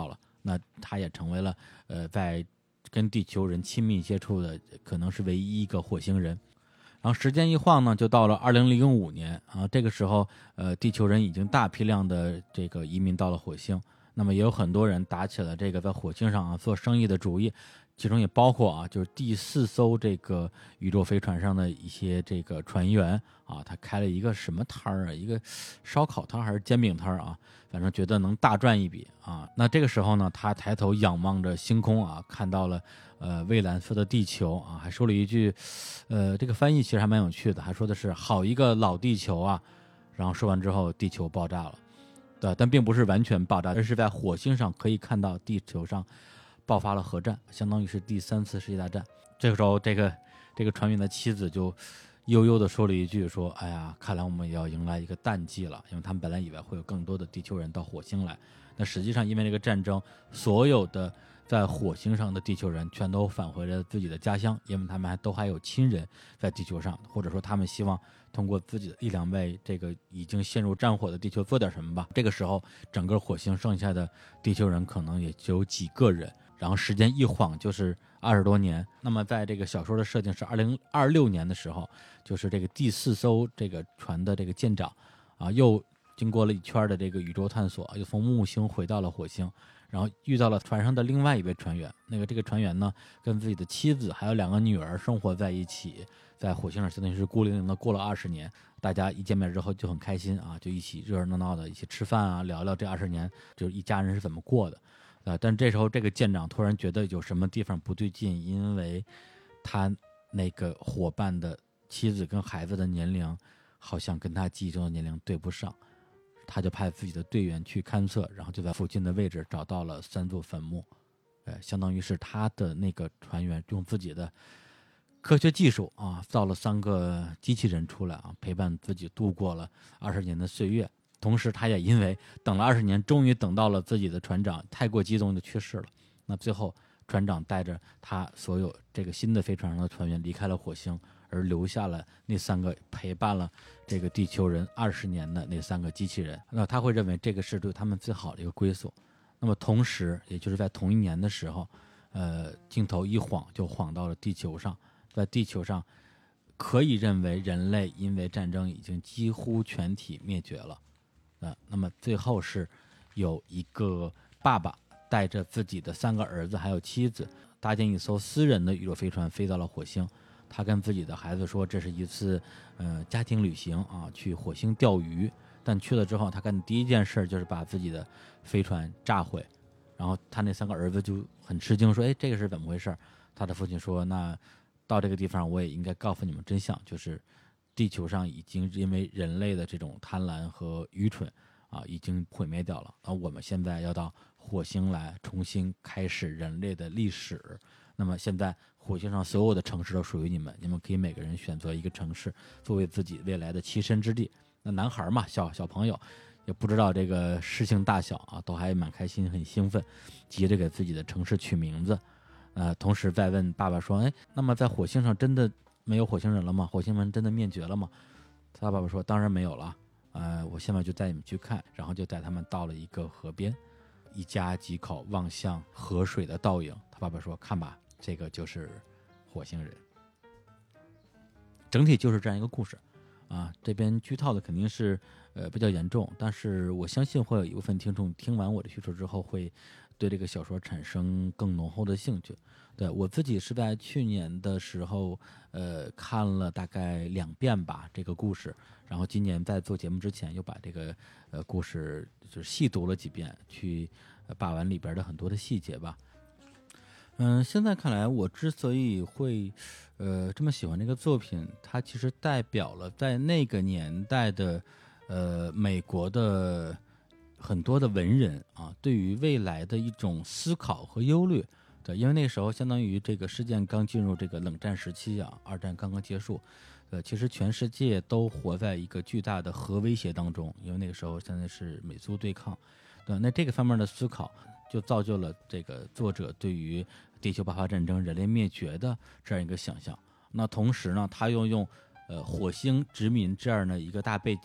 那他也成为了呃在跟地球人亲密接触的可能是唯一一个火星人。然后时间一晃呢，就到了二零零五年啊，这个时候呃地球人已经大批量的这个移民到了火星，那么也有很多人打起了这个在火星上啊做生意的主意。其中也包括啊，就是第四艘这个宇宙飞船上的一些这个船员啊，他开了一个什么摊儿啊，一个烧烤摊还是煎饼摊啊，反正觉得能大赚一笔啊。那这个时候呢，他抬头仰望着星空啊，看到了呃蔚蓝色的地球啊，还说了一句，呃，这个翻译其实还蛮有趣的，还说的是好一个老地球啊。然后说完之后，地球爆炸了，对，但并不是完全爆炸，而是在火星上可以看到地球上爆发了核战，相当于是第三次世界大战。这个时候，这个这个船员的妻子就悠悠地说了一句：“说，哎呀，看来我们要迎来一个淡季了，因为他们本来以为会有更多的地球人到火星来，那实际上因为这个战争，所有的在火星上的地球人全都返回了自己的家乡，因为他们还都还有亲人在地球上，或者说他们希望通过自己的力量为这个已经陷入战火的地球做点什么吧。这个时候，整个火星剩下的地球人可能也只有几个人。”然后时间一晃就是二十多年。那么在这个小说的设定是二零二六年的时候，就是这个第四艘这个船的这个舰长啊，又经过了一圈的这个宇宙探索，又从木星回到了火星，然后遇到了船上的另外一位船员。那个这个船员呢，跟自己的妻子还有两个女儿生活在一起，在火星上相当于是孤零零的过了二十年。大家一见面之后就很开心啊，就一起热热闹闹的一起吃饭啊，聊聊这二十年就是一家人是怎么过的。呃，但这时候这个舰长突然觉得有什么地方不对劲，因为他那个伙伴的妻子跟孩子的年龄好像跟他记忆中的年龄对不上，他就派自己的队员去勘测，然后就在附近的位置找到了三座坟墓，呃，相当于是他的那个船员用自己的科学技术啊，造了三个机器人出来啊，陪伴自己度过了二十年的岁月。同时他也因为等了二十年，终于等到了自己的船长，太过激动就去世了。那最后船长带着他所有这个新的飞船上的船员离开了火星，而留下了那三个陪伴了这个地球人二十年的那三个机器人。那他会认为这个是对他们最好的一个归宿。那么同时也就是在同一年的时候，呃，镜头一晃就晃到了地球上。在地球上可以认为人类因为战争已经几乎全体灭绝了。呃，那么最后是有一个爸爸带着自己的三个儿子还有妻子，搭建一艘私人的宇宙飞船飞到了火星。他跟自己的孩子说，这是一次呃家庭旅行啊，去火星钓鱼。但去了之后，他干的第一件事就是把自己的飞船炸毁。然后他那三个儿子就很吃惊，说：“哎，这个是怎么回事？”他的父亲说：“那到这个地方，我也应该告诉你们真相，就是地球上已经因为人类的这种贪婪和愚蠢啊，已经毁灭掉了。而我们现在要到火星来重新开始人类的历史。那么现在火星上所有的城市都属于你们，你们可以每个人选择一个城市作为自己未来的栖身之地。”那男孩嘛，小小朋友也不知道这个事情大小啊，都还蛮开心，很兴奋，急着给自己的城市取名字。呃，同时再问爸爸说：“哎，那么在火星上真的没有火星人了吗？火星人真的灭绝了吗？”他爸爸说：“当然没有了。呃，我现在就带你们去看。”然后就带他们到了一个河边，一家几口望向河水的倒影。他爸爸说：“看吧，这个就是火星人。”整体就是这样一个故事啊。这边剧透的肯定是呃比较严重，但是我相信会有一部分听众听完我的叙述之后，会对这个小说产生更浓厚的兴趣。对，我自己是在去年的时候，呃，看了大概两遍吧这个故事，然后今年在做节目之前又把这个呃故事就是细读了几遍，去呃把玩里边的很多的细节吧。嗯，现在看来，我之所以会呃这么喜欢这个作品，它其实代表了在那个年代的呃美国的很多的文人啊，对于未来的一种思考和忧虑。对，因为那时候相当于这个事件刚进入这个冷战时期啊，二战刚刚结束，呃，其实全世界都活在一个巨大的核威胁当中，因为那个时候现在是美苏对抗。对，那这个方面的思考就造就了这个作者对于地球爆发战争、人类灭绝的这样一个想象。那同时呢，他又用呃火星殖民这样的一个大背景，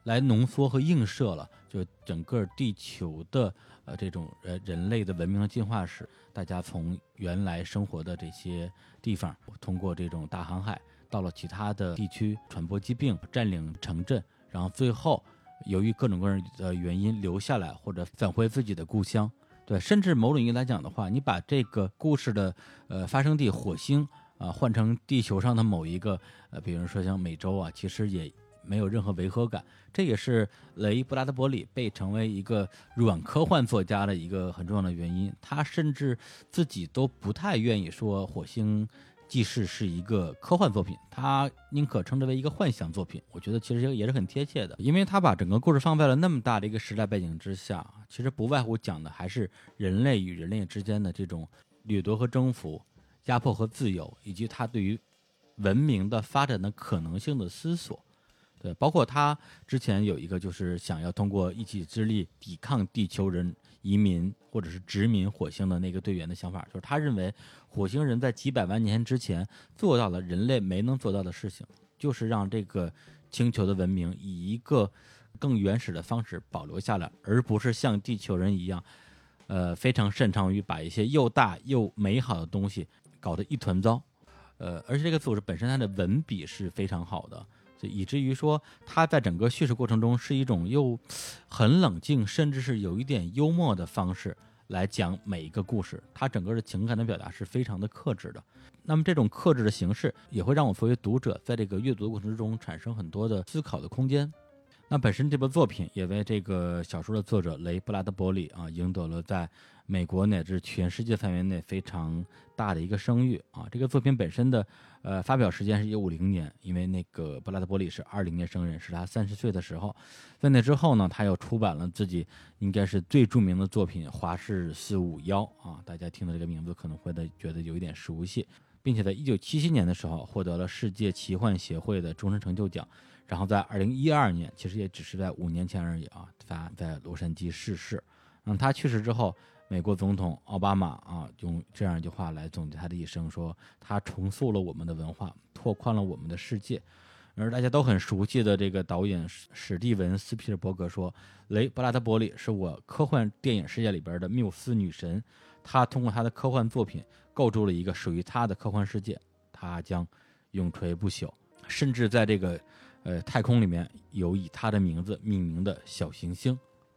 来浓缩和映射了就整个地球的呃这种呃人类的文明的进化史。大家从原来生活的这些地方，通过这种大航海到了其他的地区，传播疾病，占领城镇，然后最后由于各种各样的原因留下来或者返回自己的故乡。对，甚至某种意义来讲的话，你把这个故事的呃发生地火星啊、呃、换成地球上的某一个呃，比如说像美洲啊，其实也没有任何违和感。这也是雷布拉德伯里被成为一个软科幻作家的一个很重要的原因。他甚至自己都不太愿意说火星记事是一个科幻作品，他宁可称之为一个幻想作品。我觉得其实也是很贴切的，因为他把整个故事放在了那么大的一个时代背景之下，其实不外乎讲的还是人类与人类之间的这种掠夺和征服、压迫和自由，以及他对于文明的发展的可能性的思索。对，包括他之前有一个就是想要通过一己之力抵抗地球人移民或者是殖民火星的那个队员的想法，就是他认为火星人在几百万年之前做到了人类没能做到的事情，就是让这个星球的文明以一个更原始的方式保留下来，而不是像地球人一样呃，非常擅长于把一些又大又美好的东西搞得一团糟。呃，而且这个组织本身它的文笔是非常好的，以至于说它在整个叙事过程中是一种又很冷静，甚至是有一点幽默的方式来讲每一个故事。它整个的情感的表达是非常的克制的。那么这种克制的形式也会让我作为读者在这个阅读的过程之中产生很多的思考的空间。那本身这部作品也为这个小说的作者雷布拉德伯里啊赢得了在美国乃至全世界范围内非常大的一个声誉啊。这个作品本身的呃发表时间是一九五零年，因为那个布拉德伯里是二零年生人，是他三十岁的时候。在那之后呢，他又出版了自己应该是最著名的作品《华氏四五幺》啊，大家听到这个名字可能会觉得有一点熟悉，并且在一九七七年的时候获得了世界奇幻协会的终身成就奖。然后在二零一二年，其实也只是在五年前而已啊，他在洛杉矶逝世。嗯，他去世之后，美国总统奥巴马啊用这样一句话来总结他的一生，说他重塑了我们的文化，拓宽了我们的世界。而大家都很熟悉的这个导演史蒂文斯皮尔伯格说，雷布拉德伯里是我科幻电影世界里边的缪斯女神，他通过他的科幻作品构筑了一个属于他的科幻世界，他将永垂不朽。甚至在这个呃太空里面有以他的名字命名的小行星。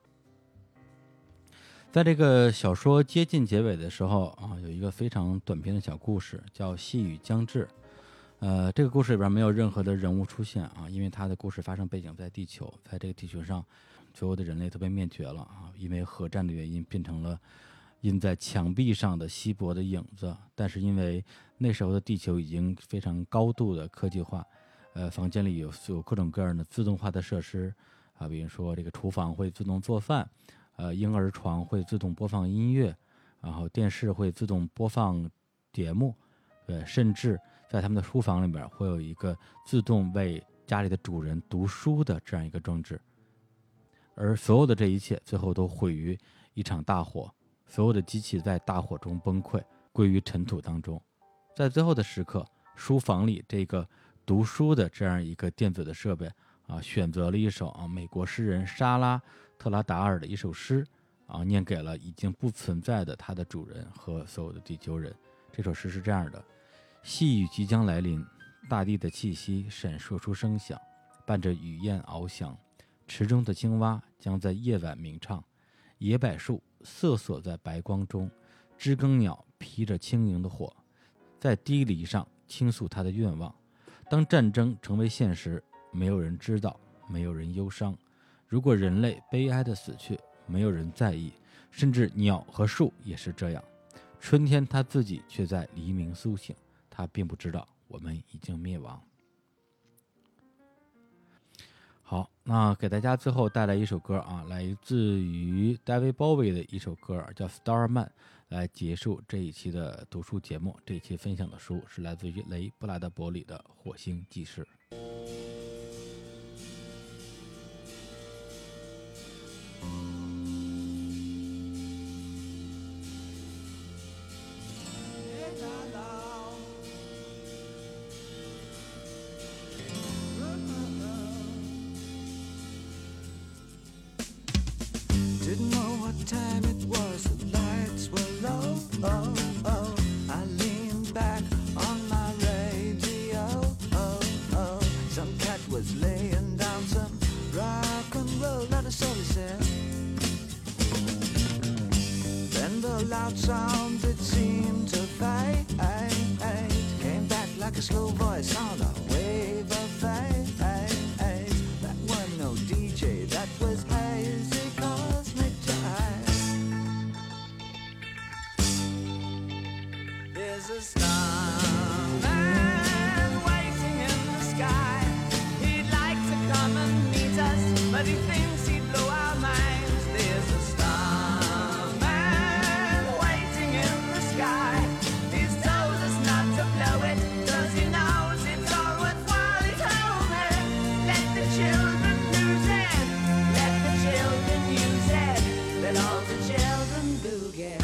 在这个小说接近结尾的时候啊，有一个非常短篇的小故事叫细雨将至。呃，这个故事里边没有任何的人物出现啊，因为它的故事发生背景在地球，在这个地球上所有的人类都被灭绝了啊，因为核战的原因变成了印在墙壁上的稀薄的影子。但是因为那时候的地球已经非常高度的科技化，呃，房间里有有各种各样的自动化的设施啊，比如说这个厨房会自动做饭，呃，婴儿床会自动播放音乐，然后电视会自动播放节目，对，甚至在他们的书房里边会有一个自动为家里的主人读书的这样一个装置。而所有的这一切最后都毁于一场大火，所有的机器在大火中崩溃，归于尘土当中。在最后的时刻，书房里这个读书的这样一个电子的设备啊，选择了一首啊美国诗人莎拉特拉达尔的一首诗啊，念给了已经不存在的他的主人和所有的地球人。这首诗是这样的：细雨即将来临，大地的气息闪烁出声响，伴着雨燕翱翔，池中的青蛙将在夜晚鸣唱，野柏树瑟缩在白光中，知更鸟披着轻盈的火，在堤篱上倾诉他的愿望。当战争成为现实，没有人知道，没有人忧伤。如果人类悲哀的死去，没有人在意，甚至鸟和树也是这样。春天他自己却在黎明苏醒，他并不知道我们已经灭亡。好，那给大家最后带来一首歌啊，来自于 David Bowie 的一首歌叫 Starman， 来结束这一期的读书节目。这一期分享的书是来自于雷布拉德伯里的《火星记事》。 know what time it was, the lights were low. Oh, oh. I leaned back on my radio. Oh, oh. Some cat was laying down some rock and roll, not a soul he said. Then the loud sound it seemed to fade, came back like a slow voice on a wave of fade. That wasn't no D J, that was hazy cosmic jive. There's a starman waiting in the sky. He'd like to come and meet us, but he thinks he'd blow our minds. There's a starman waiting in the sky. He's told us not to blow it, 'cause he knows it's all worthwhile. He told me, let the children lose it, let the children use it, let all the children boogie.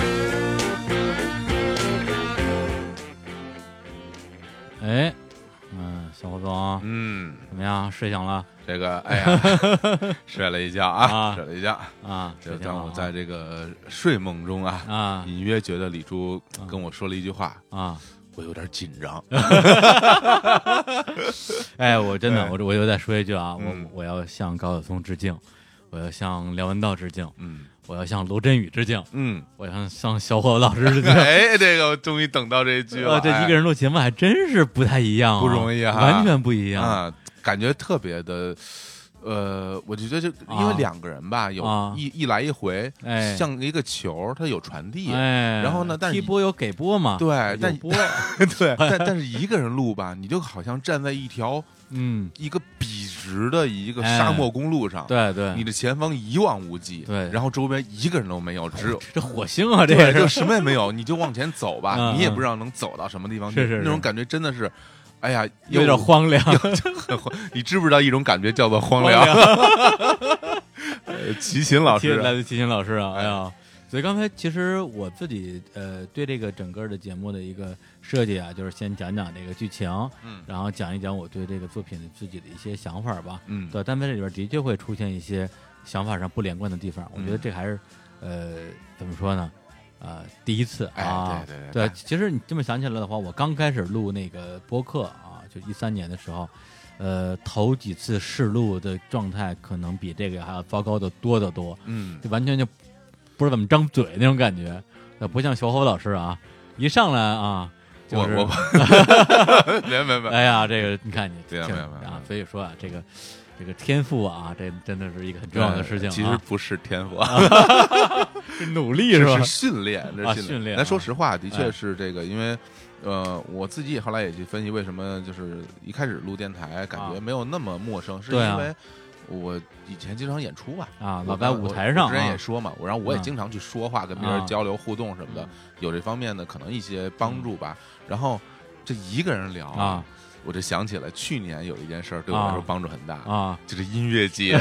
哎，嗯，小伙总， 嗯， 怎么样？睡醒了这个哎呀，睡了一觉啊， 啊睡了一觉。 啊？ 就睡醒了当我在这个睡梦中啊， 啊隐约觉得李叔跟我说了一句话， 啊！ 我有点紧张。 哎，我真的， 对我我又再说一句啊， 嗯我我要向高晓松致敬，我要向梁文道致敬， 嗯我要向罗振宇致敬， 嗯， 我要向小伙子老师致敬。 哎，这个我终于等到这一句了。 呃，这一个人录节目还真是不太一样啊， 不容易啊完全不一样。 啊，感觉特别的。呃，我就觉得就因为两个人吧，有啊一一来一回， 哎像一个球，它有传递， 哎， 然后呢但是踢波有给波嘛？ 对但有波， 对，但但是一个人录吧，你就好像站在一条嗯， 一个笔直的一个哎沙漠公路上， 对对， 你的前方一望无际， 对然后周边一个人都没有，只有这火星啊，这对， 个就是什么也没有，你就往前走吧， 嗯你也不知道能走到什么地方去， 是是是那种感觉真的是，哎呀， 有点荒凉。 你知不知道一种感觉叫做荒凉？呃齐秦老师来自齐秦老师啊， 哎哎呀，所以刚才其实我自己呃对这个整个的节目的一个设计啊，就是先讲讲这个剧情， 嗯然后讲一讲我对这个作品自己的一些想法吧， 嗯对，但在这里边的确会出现一些想法上不连贯的地方，我嗯觉得这还是呃怎么说呢？呃，第一次哎啊， 对对对对，其实你这么想起来的话，我刚开始录那个播客啊，就一三年的时候，呃，头几次试录的状态可能比这个还要糟糕的多得多， 嗯就完全就不知道怎么张嘴那种感觉，呃，不像小伙老师啊，一上来啊，就是我我没没没， 哎呀，这个你看你听对啊没有没有没啊有， 所以说啊，这个这个天赋啊，这真的是一个很重要的事情啊， 其实不是天赋， 是努力是吧？ 是训练，这啊是训练啊咱说实话，的哎确是这个，因为呃，我自己后来也去分析为什么就是一开始录电台感觉啊没有那么陌生，是对啊因为我以前经常演出吧， 啊， 我老在刚舞台上我之前啊也说嘛，我然后我也嗯经常去说话，跟别啊人交流互动什么的嗯， 有这方面的可能一些帮助吧。然后这一个人聊啊， 我就想起来去年有一件事儿对我来说啊帮助很大， 啊， 就是音乐节。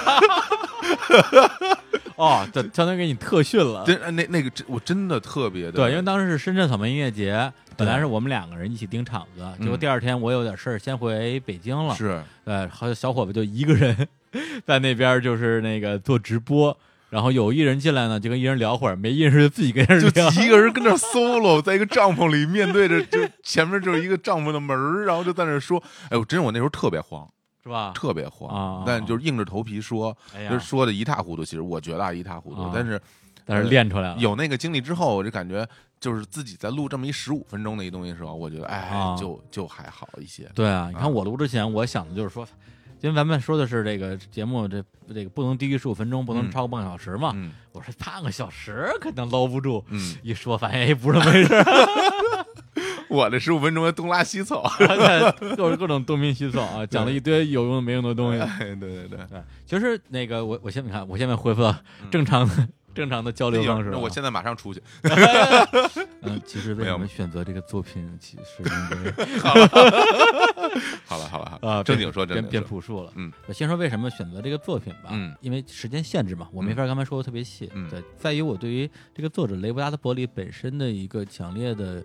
哦，这相当于给你特训了。 真那那个真我真的特别的对，因为当时是深圳草莓音乐节，本来是我们两个人一起盯场子，结果第二天我有点事儿，先回北京了。 是对，好像小伙子就一个人在那边就是那个做直播，然后有一人进来呢，就跟一人聊会儿，没一人就自己跟人就聊。 一个人跟那儿 solo，在一个帐篷里，面对着就前面就是一个帐篷的门儿，然后就在那儿说，哎，我真是我那时候特别慌， 是吧？ 特别慌， 啊但就是硬着头皮说， 哎呀就是说的一塌糊涂。其实我觉得啊一塌糊涂， 啊但是但是练出来了。 有那个经历之后，我就感觉就是自己在录这么一十五分钟的一东西的时候，我觉得哎， 啊就就还好一些。 对啊，你啊看我录之前，我想的就是说，因为咱们说的是这个节目，这这个不能低于十五分钟，不能嗯超过半个小时嘛。 嗯我说半个小时肯定搂不住。 嗯， 一说发现哎，不是那么回事儿， 我这十五分钟还东拉西凑。 各各种东拼西凑啊，讲了一堆有用的没用的东西。 哎，对对对。 对，其实那个我我现在看，我现在恢复到正常的、正常的交流方式了。 那我现在马上出去。 嗯，其实为什没有么选择这个作品，其实因为好了好了好了啊， 正经说正变变经说。 朴树了。 嗯， 我先说为什么选择这个作品吧。 嗯， 因为时间限制嘛，我没法刚才说的特别细。 嗯对，在于我对于这个作者雷布拉德伯里本身的一个强烈的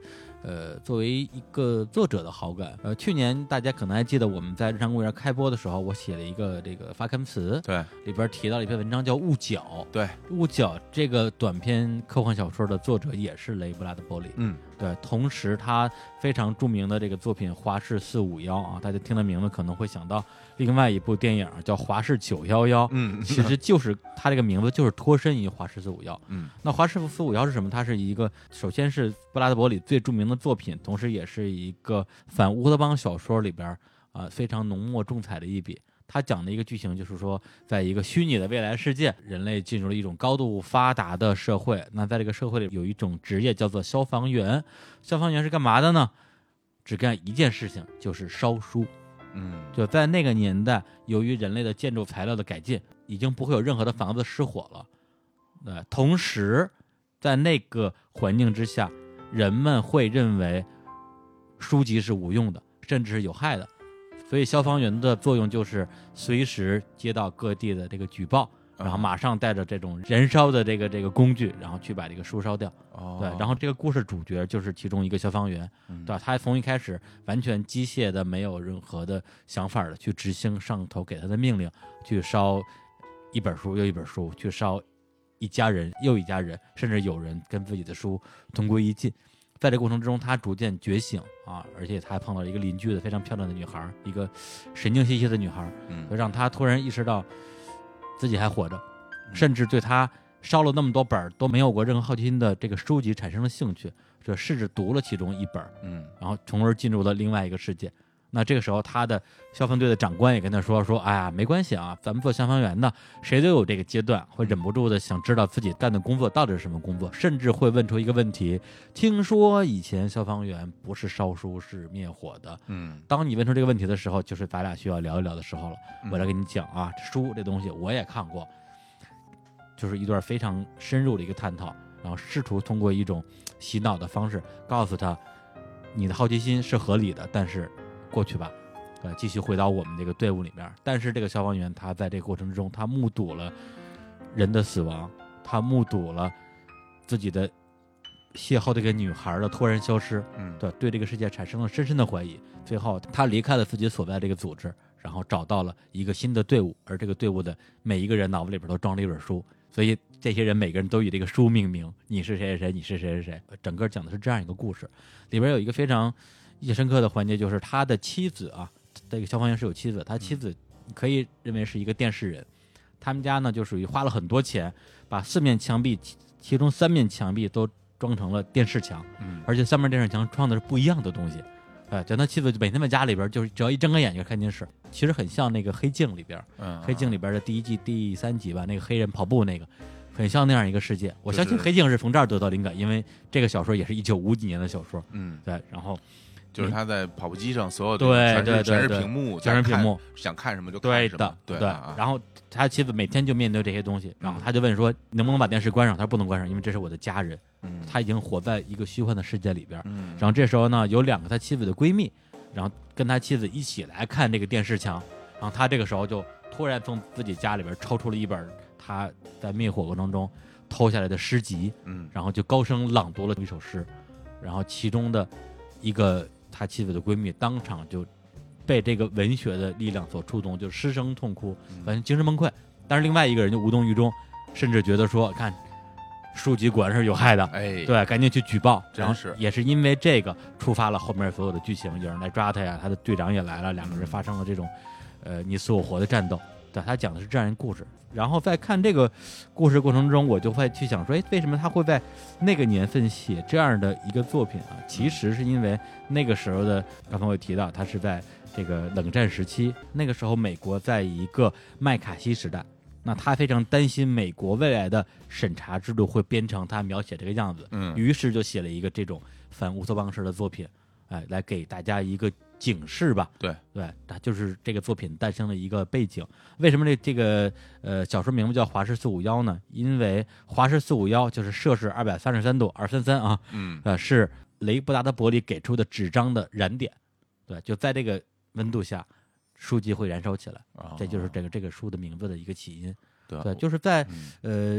呃，作为一个作者的好感，呃，去年大家可能还记得我们在日常公园开播的时候，我写了一个这个发刊词， 对， 里边提到了一篇文章叫《雾角》， 对， 《雾角》这个短篇科幻小说的作者也是雷布拉德波利， 嗯， 对，同时他非常著名的这个作品《华氏四五幺》啊，大家听的名字可能会想到另外一部电影叫《华氏九幺幺》， 嗯， 其实就是他这个名字就是脱身于华氏四五幺。 嗯， 那华氏四五幺是什么？它是一个首先是布拉德伯里最著名的作品，同时也是一个反乌托邦小说里边啊、呃、非常浓墨重彩的一笔。他讲的一个剧情就是说，在一个虚拟的未来世界，人类进入了一种高度发达的社会。那在这个社会里有一种职业叫做消防员，消防员是干嘛的呢？只干一件事情，就是烧书。 嗯， 就在那个年代，由于人类的建筑材料的改进，已经不会有任何的房子失火了。呃，同时，在那个环境之下，人们会认为书籍是无用的，甚至是有害的。所以消防员的作用就是随时接到各地的这个举报，然后马上带着这种燃烧的这个这个工具，然后去把这个书烧掉。 哦， 对，然后这个故事主角就是其中一个消防员， 嗯对吧？他从一开始完全机械的，没有任何的想法的去执行上头给他的命令，去烧一本书又一本书，去烧一家人又一家人，甚至有人跟自己的书同归于尽。在这个过程之中，他逐渐觉醒啊，而且他还碰到了一个邻居的非常漂亮的女孩，一个神经兮兮的女孩， 嗯就让他突然意识到自己还活着，甚至对他烧了那么多本都没有过任何好奇心的这个书籍产生了兴趣，就试着读了其中一本， 嗯， 然后从而进入了另外一个世界。那这个时候，他的消防队的长官也跟他说说，哎呀，没关系啊，咱们做消防员的，谁都有这个阶段，会忍不住的想知道自己干的工作到底是什么工作，甚至会问出一个问题：听说以前消防员不是烧书，是灭火的。 嗯， 当你问出这个问题的时候，就是咱俩需要聊一聊的时候了。我来跟你讲啊，书这东西我也看过，就是一段非常深入的一个探讨，然后试图通过一种洗脑的方式告诉他，你的好奇心是合理的，但是过去吧，呃，继续回到我们这个队伍里面。但是这个消防员他在这个过程之中，他目睹了人的死亡，他目睹了自己的邂逅这个女孩的突然消失， 嗯， 对，对这个世界产生了深深的怀疑。最后他离开了自己所在这个组织，然后找到了一个新的队伍，而这个队伍的每一个人脑子里边都装了一本书，所以这些人每个人都以这个书命名，你是谁谁谁，你是谁谁谁。整个讲的是这样一个故事，里边有一个非常印象深刻的环节，就是他的妻子啊，这个消防员是有妻子，他妻子可以认为是一个电视人，他们家呢就属于花了很多钱，把四面墙壁，其中三面墙壁都装成了电视墙， 嗯， 而且三面电视墙装的是不一样的东西。哎，就他妻子每天在家里边，就是只要一睁开眼就看电视，其实很像那个《黑镜》里边， 嗯， 黑镜》里边的第一季第三集吧，那个黑人跑步那个，很像那样一个世界。我相信《 就是黑镜》是从这儿得到灵感，因为这个小说也是一九五几年的小说。 嗯， 对，然后就是他在跑步机上所有的对全是对对全是对屏幕， 全是屏幕， 想看什么就看对什么， 的， 对啊， 然后他妻子每天就面对这些东西，然后他就问说，能不能把电视关上？他说不能关上，因为这是我的家人。 嗯， 他已经活在一个虚幻的世界里边。 嗯， 然后这时候呢，有两个他妻子的闺蜜，然后跟他妻子一起来看这个电视墙，然后他这个时候就突然从自己家里边抽出了一本他在灭火过程中偷下来的诗集， 嗯， 然后就高声朗读了一首诗，然后其中的一个他妻子的闺蜜当场就被这个文学的力量所触动，就失声痛哭，完全精神崩溃。但是另外一个人就无动于衷，甚至觉得说，看书籍果然是有害的， 哎， 对，赶紧去举报。然后真是也是因为这个触发了后面所有的剧情，有人来抓他呀，他的队长也来了，两个人发生了这种呃你死我活的战斗。对，他讲的是这样一个故事。然后在看这个故事过程中，我就会去想说，哎，为什么他会在那个年份写这样的一个作品啊？其实是因为那个时候的，刚才我也提到，他是在这个冷战时期，那个时候美国在一个麦卡锡时代。那他非常担心美国未来的审查制度会变成他描写这个样子， 嗯， 于是就写了一个这种反乌托邦式的作品，哎，来给大家一个警示吧。 对对，它就是这个作品诞生的一个背景。为什么这这个呃小说名字叫华氏四五幺呢？因为华氏四五幺就是摄氏二百三十三度二三三啊， 嗯， 呃是雷布拉德伯里给出的纸张的燃点，对，就在这个温度下。书籍会燃烧起来， 哦这就是这个这个书的名字的一个起因。 对对，就是在、 嗯呃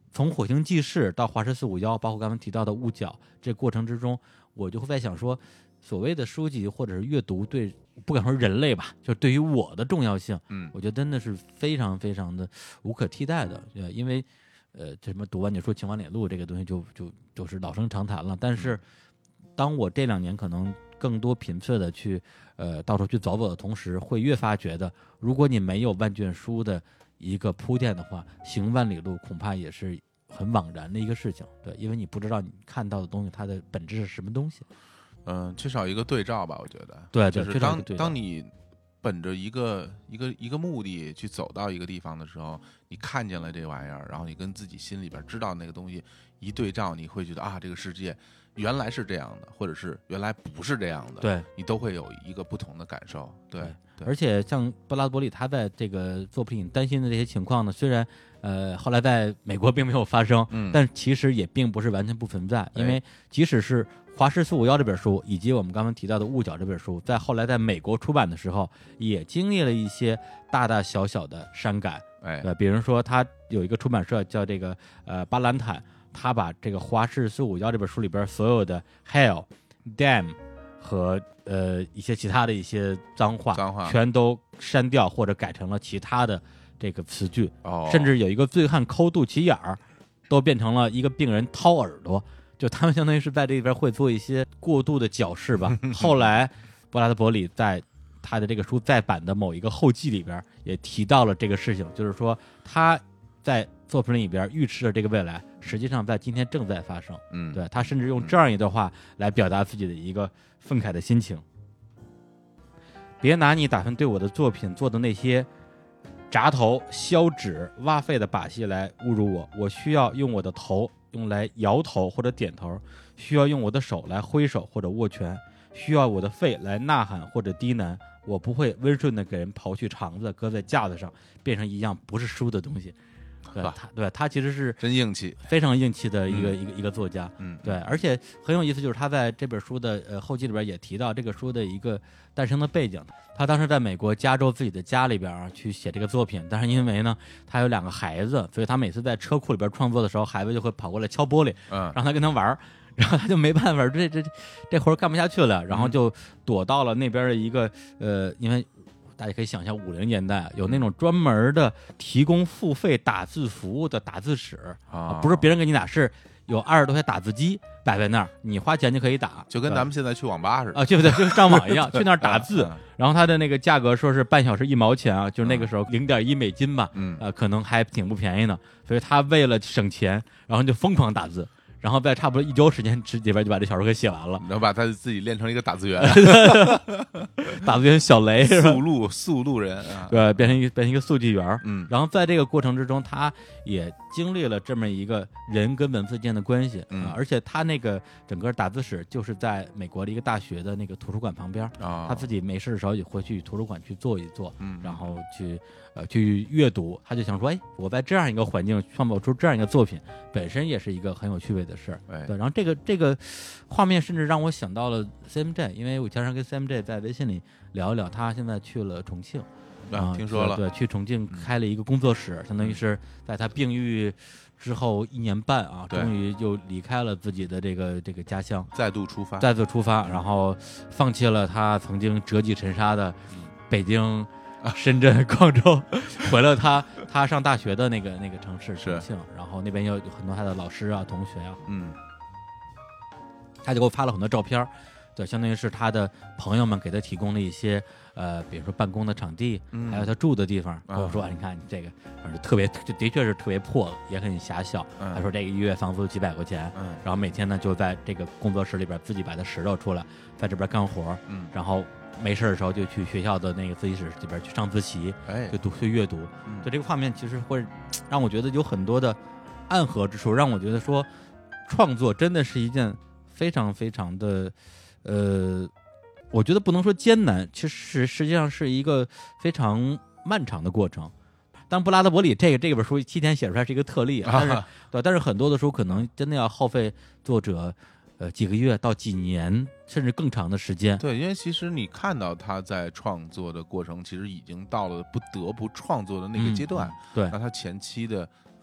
从火星记事到华氏四五幺，包括刚刚提到的雾角，这过程之中，我就会在想说，所谓的书籍或者是阅读对，不敢说人类吧，就对于我的重要性， 嗯， 我觉得真的是非常非常的无可替代的，对，因为呃，这什么读完你说秦皇典录这个东西就就就是老生常谈了，但是当我这两年可能更多频次的去呃到处去走走的同时，会越发觉得，如果你没有万卷书的一个铺垫的话，行万里路恐怕也是很枉然的一个事情，对，因为你不知道你看到的东西它的本质是什么东西。 嗯，缺少一个对照吧，我觉得。 对对， 就是当缺少一个对照当你本着一个一个一个目的去走到一个地方的时候，你看见了这玩意儿，然后你跟自己心里边知道那个东西一对照，你会觉得啊，这个世界原来是这样的，或者是原来不是这样的， 对， 你都会有一个不同的感受。对，对而且像布拉德伯里他在这个作品担心的这些情况呢，虽然呃后来在美国并没有发生， 嗯， 但其实也并不是完全不存在，因为即使是华氏四五幺这本书，以及我们刚刚提到的雾角这本书，在后来在美国出版的时候，也经历了一些大大小小的删改。 哎， 对，比如说他有一个出版社叫这个呃巴兰坦，他把这个华氏四五幺这本书里边所有的 hell、damn 和呃一些其他的一些脏话， 脏话全都删掉或者改成了其他的这个词句， 哦， 甚至有一个醉汉抠肚脐眼儿，都变成了一个病人掏耳朵。就他们相当于是在这里边会做一些过度的矫饰吧。后来布拉德伯里在他的这个书再版的某一个后记里边也提到了这个事情，就是说他在作品里边预示的这个未来，实际上在今天正在发生。 嗯， 对，他甚至用这样一段话来表达自己的一个愤慨的心情：别拿你打算对我的作品做的那些铡头、削纸、挖肺的把戏来侮辱我。我需要用我的头用来摇头或者点头，需要用我的手来挥手或者握拳，需要我的肺来呐喊或者低喃。我不会温顺的给人刨去肠子，搁在架子上，变成一样不是书的东西。对他，对他其实是真硬气， 非常硬气的一个、 嗯、 一个一个作家。 嗯， 对，而且很有意思，就是他在这本书的呃后记里边也提到这个书的一个诞生的背景。他当时在美国加州自己的家里边啊去写这个作品，但是因为呢他有两个孩子，所以他每次在车库里边创作的时候，孩子就会跑过来敲玻璃， 嗯， 让他跟他玩，然后他就没办法，这这这活干不下去了，然后就躲到了那边的一个呃，因为。大家可以想象，五零年代有那种专门的提供付费打字服务的打字室， 啊， 不是别人给你打，是有二十多台打字机摆在那儿，你花钱就可以打， 就跟咱们现在去网吧似的啊，对不对？就跟上网一样，去那儿打字。 嗯、 然后它的那个价格说是半小时一毛钱啊，就是那个时候零点一美金吧， 嗯， 呃，可能还挺不便宜的。所以他为了省钱，然后就疯狂打字。然后在差不多一周时间里边就把这小说给写完了， 然后把他自己练成一个打字员， 打字员小雷是吧？ 速录速录人，啊、 对，变成一个变成一个速记员。 嗯， 然后在这个过程之中，他也经历了这么一个人跟文字间的关系、 嗯啊，而且他那个整个打字室就是在美国的一个大学的那个图书馆旁边， 哦、 他自己没事的时候也会去图书馆去坐一坐， 嗯， 然后去呃去阅读。他就想说，哎，我在这样一个环境创造出这样一个作品，本身也是一个很有趣味的事儿。 哎、 对，然后这个这个画面甚至让我想到了 C M J， 因为我经常跟 C M J 在微信里聊一聊，他现在去了重庆。 啊，听说了， 对，去重庆开了一个工作室，嗯、相当于是在他病愈之后一年半啊，终于又离开了自己的这个这个家乡， 再度出发， 再度出发，然后放弃了他曾经折戟沉沙的北京、嗯、深圳、广州，回了他他上大学的那个那个城市重庆，然后那边有很多他的老师啊、同学啊， 嗯， 他就给我发了很多照片。对，相当于是他的朋友们给他提供了一些呃，比如说办公的场地， 嗯、 还有他住的地方。 跟、 嗯、我说、啊，你看你这个，反正特别，就的确是特别破，也很狭小。 嗯、 他说这个一月房租几百块钱， 嗯， 然后每天呢就在这个工作室里边自己把它拾掇出来，在这边干活， 嗯， 然后没事的时候就去学校的那个自习室里边去上自习， 哎， 就读去阅读。 嗯、 就这个画面其实会让我觉得有很多的暗合之处，让我觉得说创作真的是一件非常非常的呃。我觉得不能说艰难，其实实际上是一个非常漫长的过程。当布拉德伯里这个这本书七天写出来是一个特例，但是、啊、对，但是很多的书可能真的要耗费作者呃几个月到几年，甚至更长的时间。 对，因为其实你看到他在创作的过程，其实已经到了不得不创作的那个阶段。 嗯、对， 那他前期的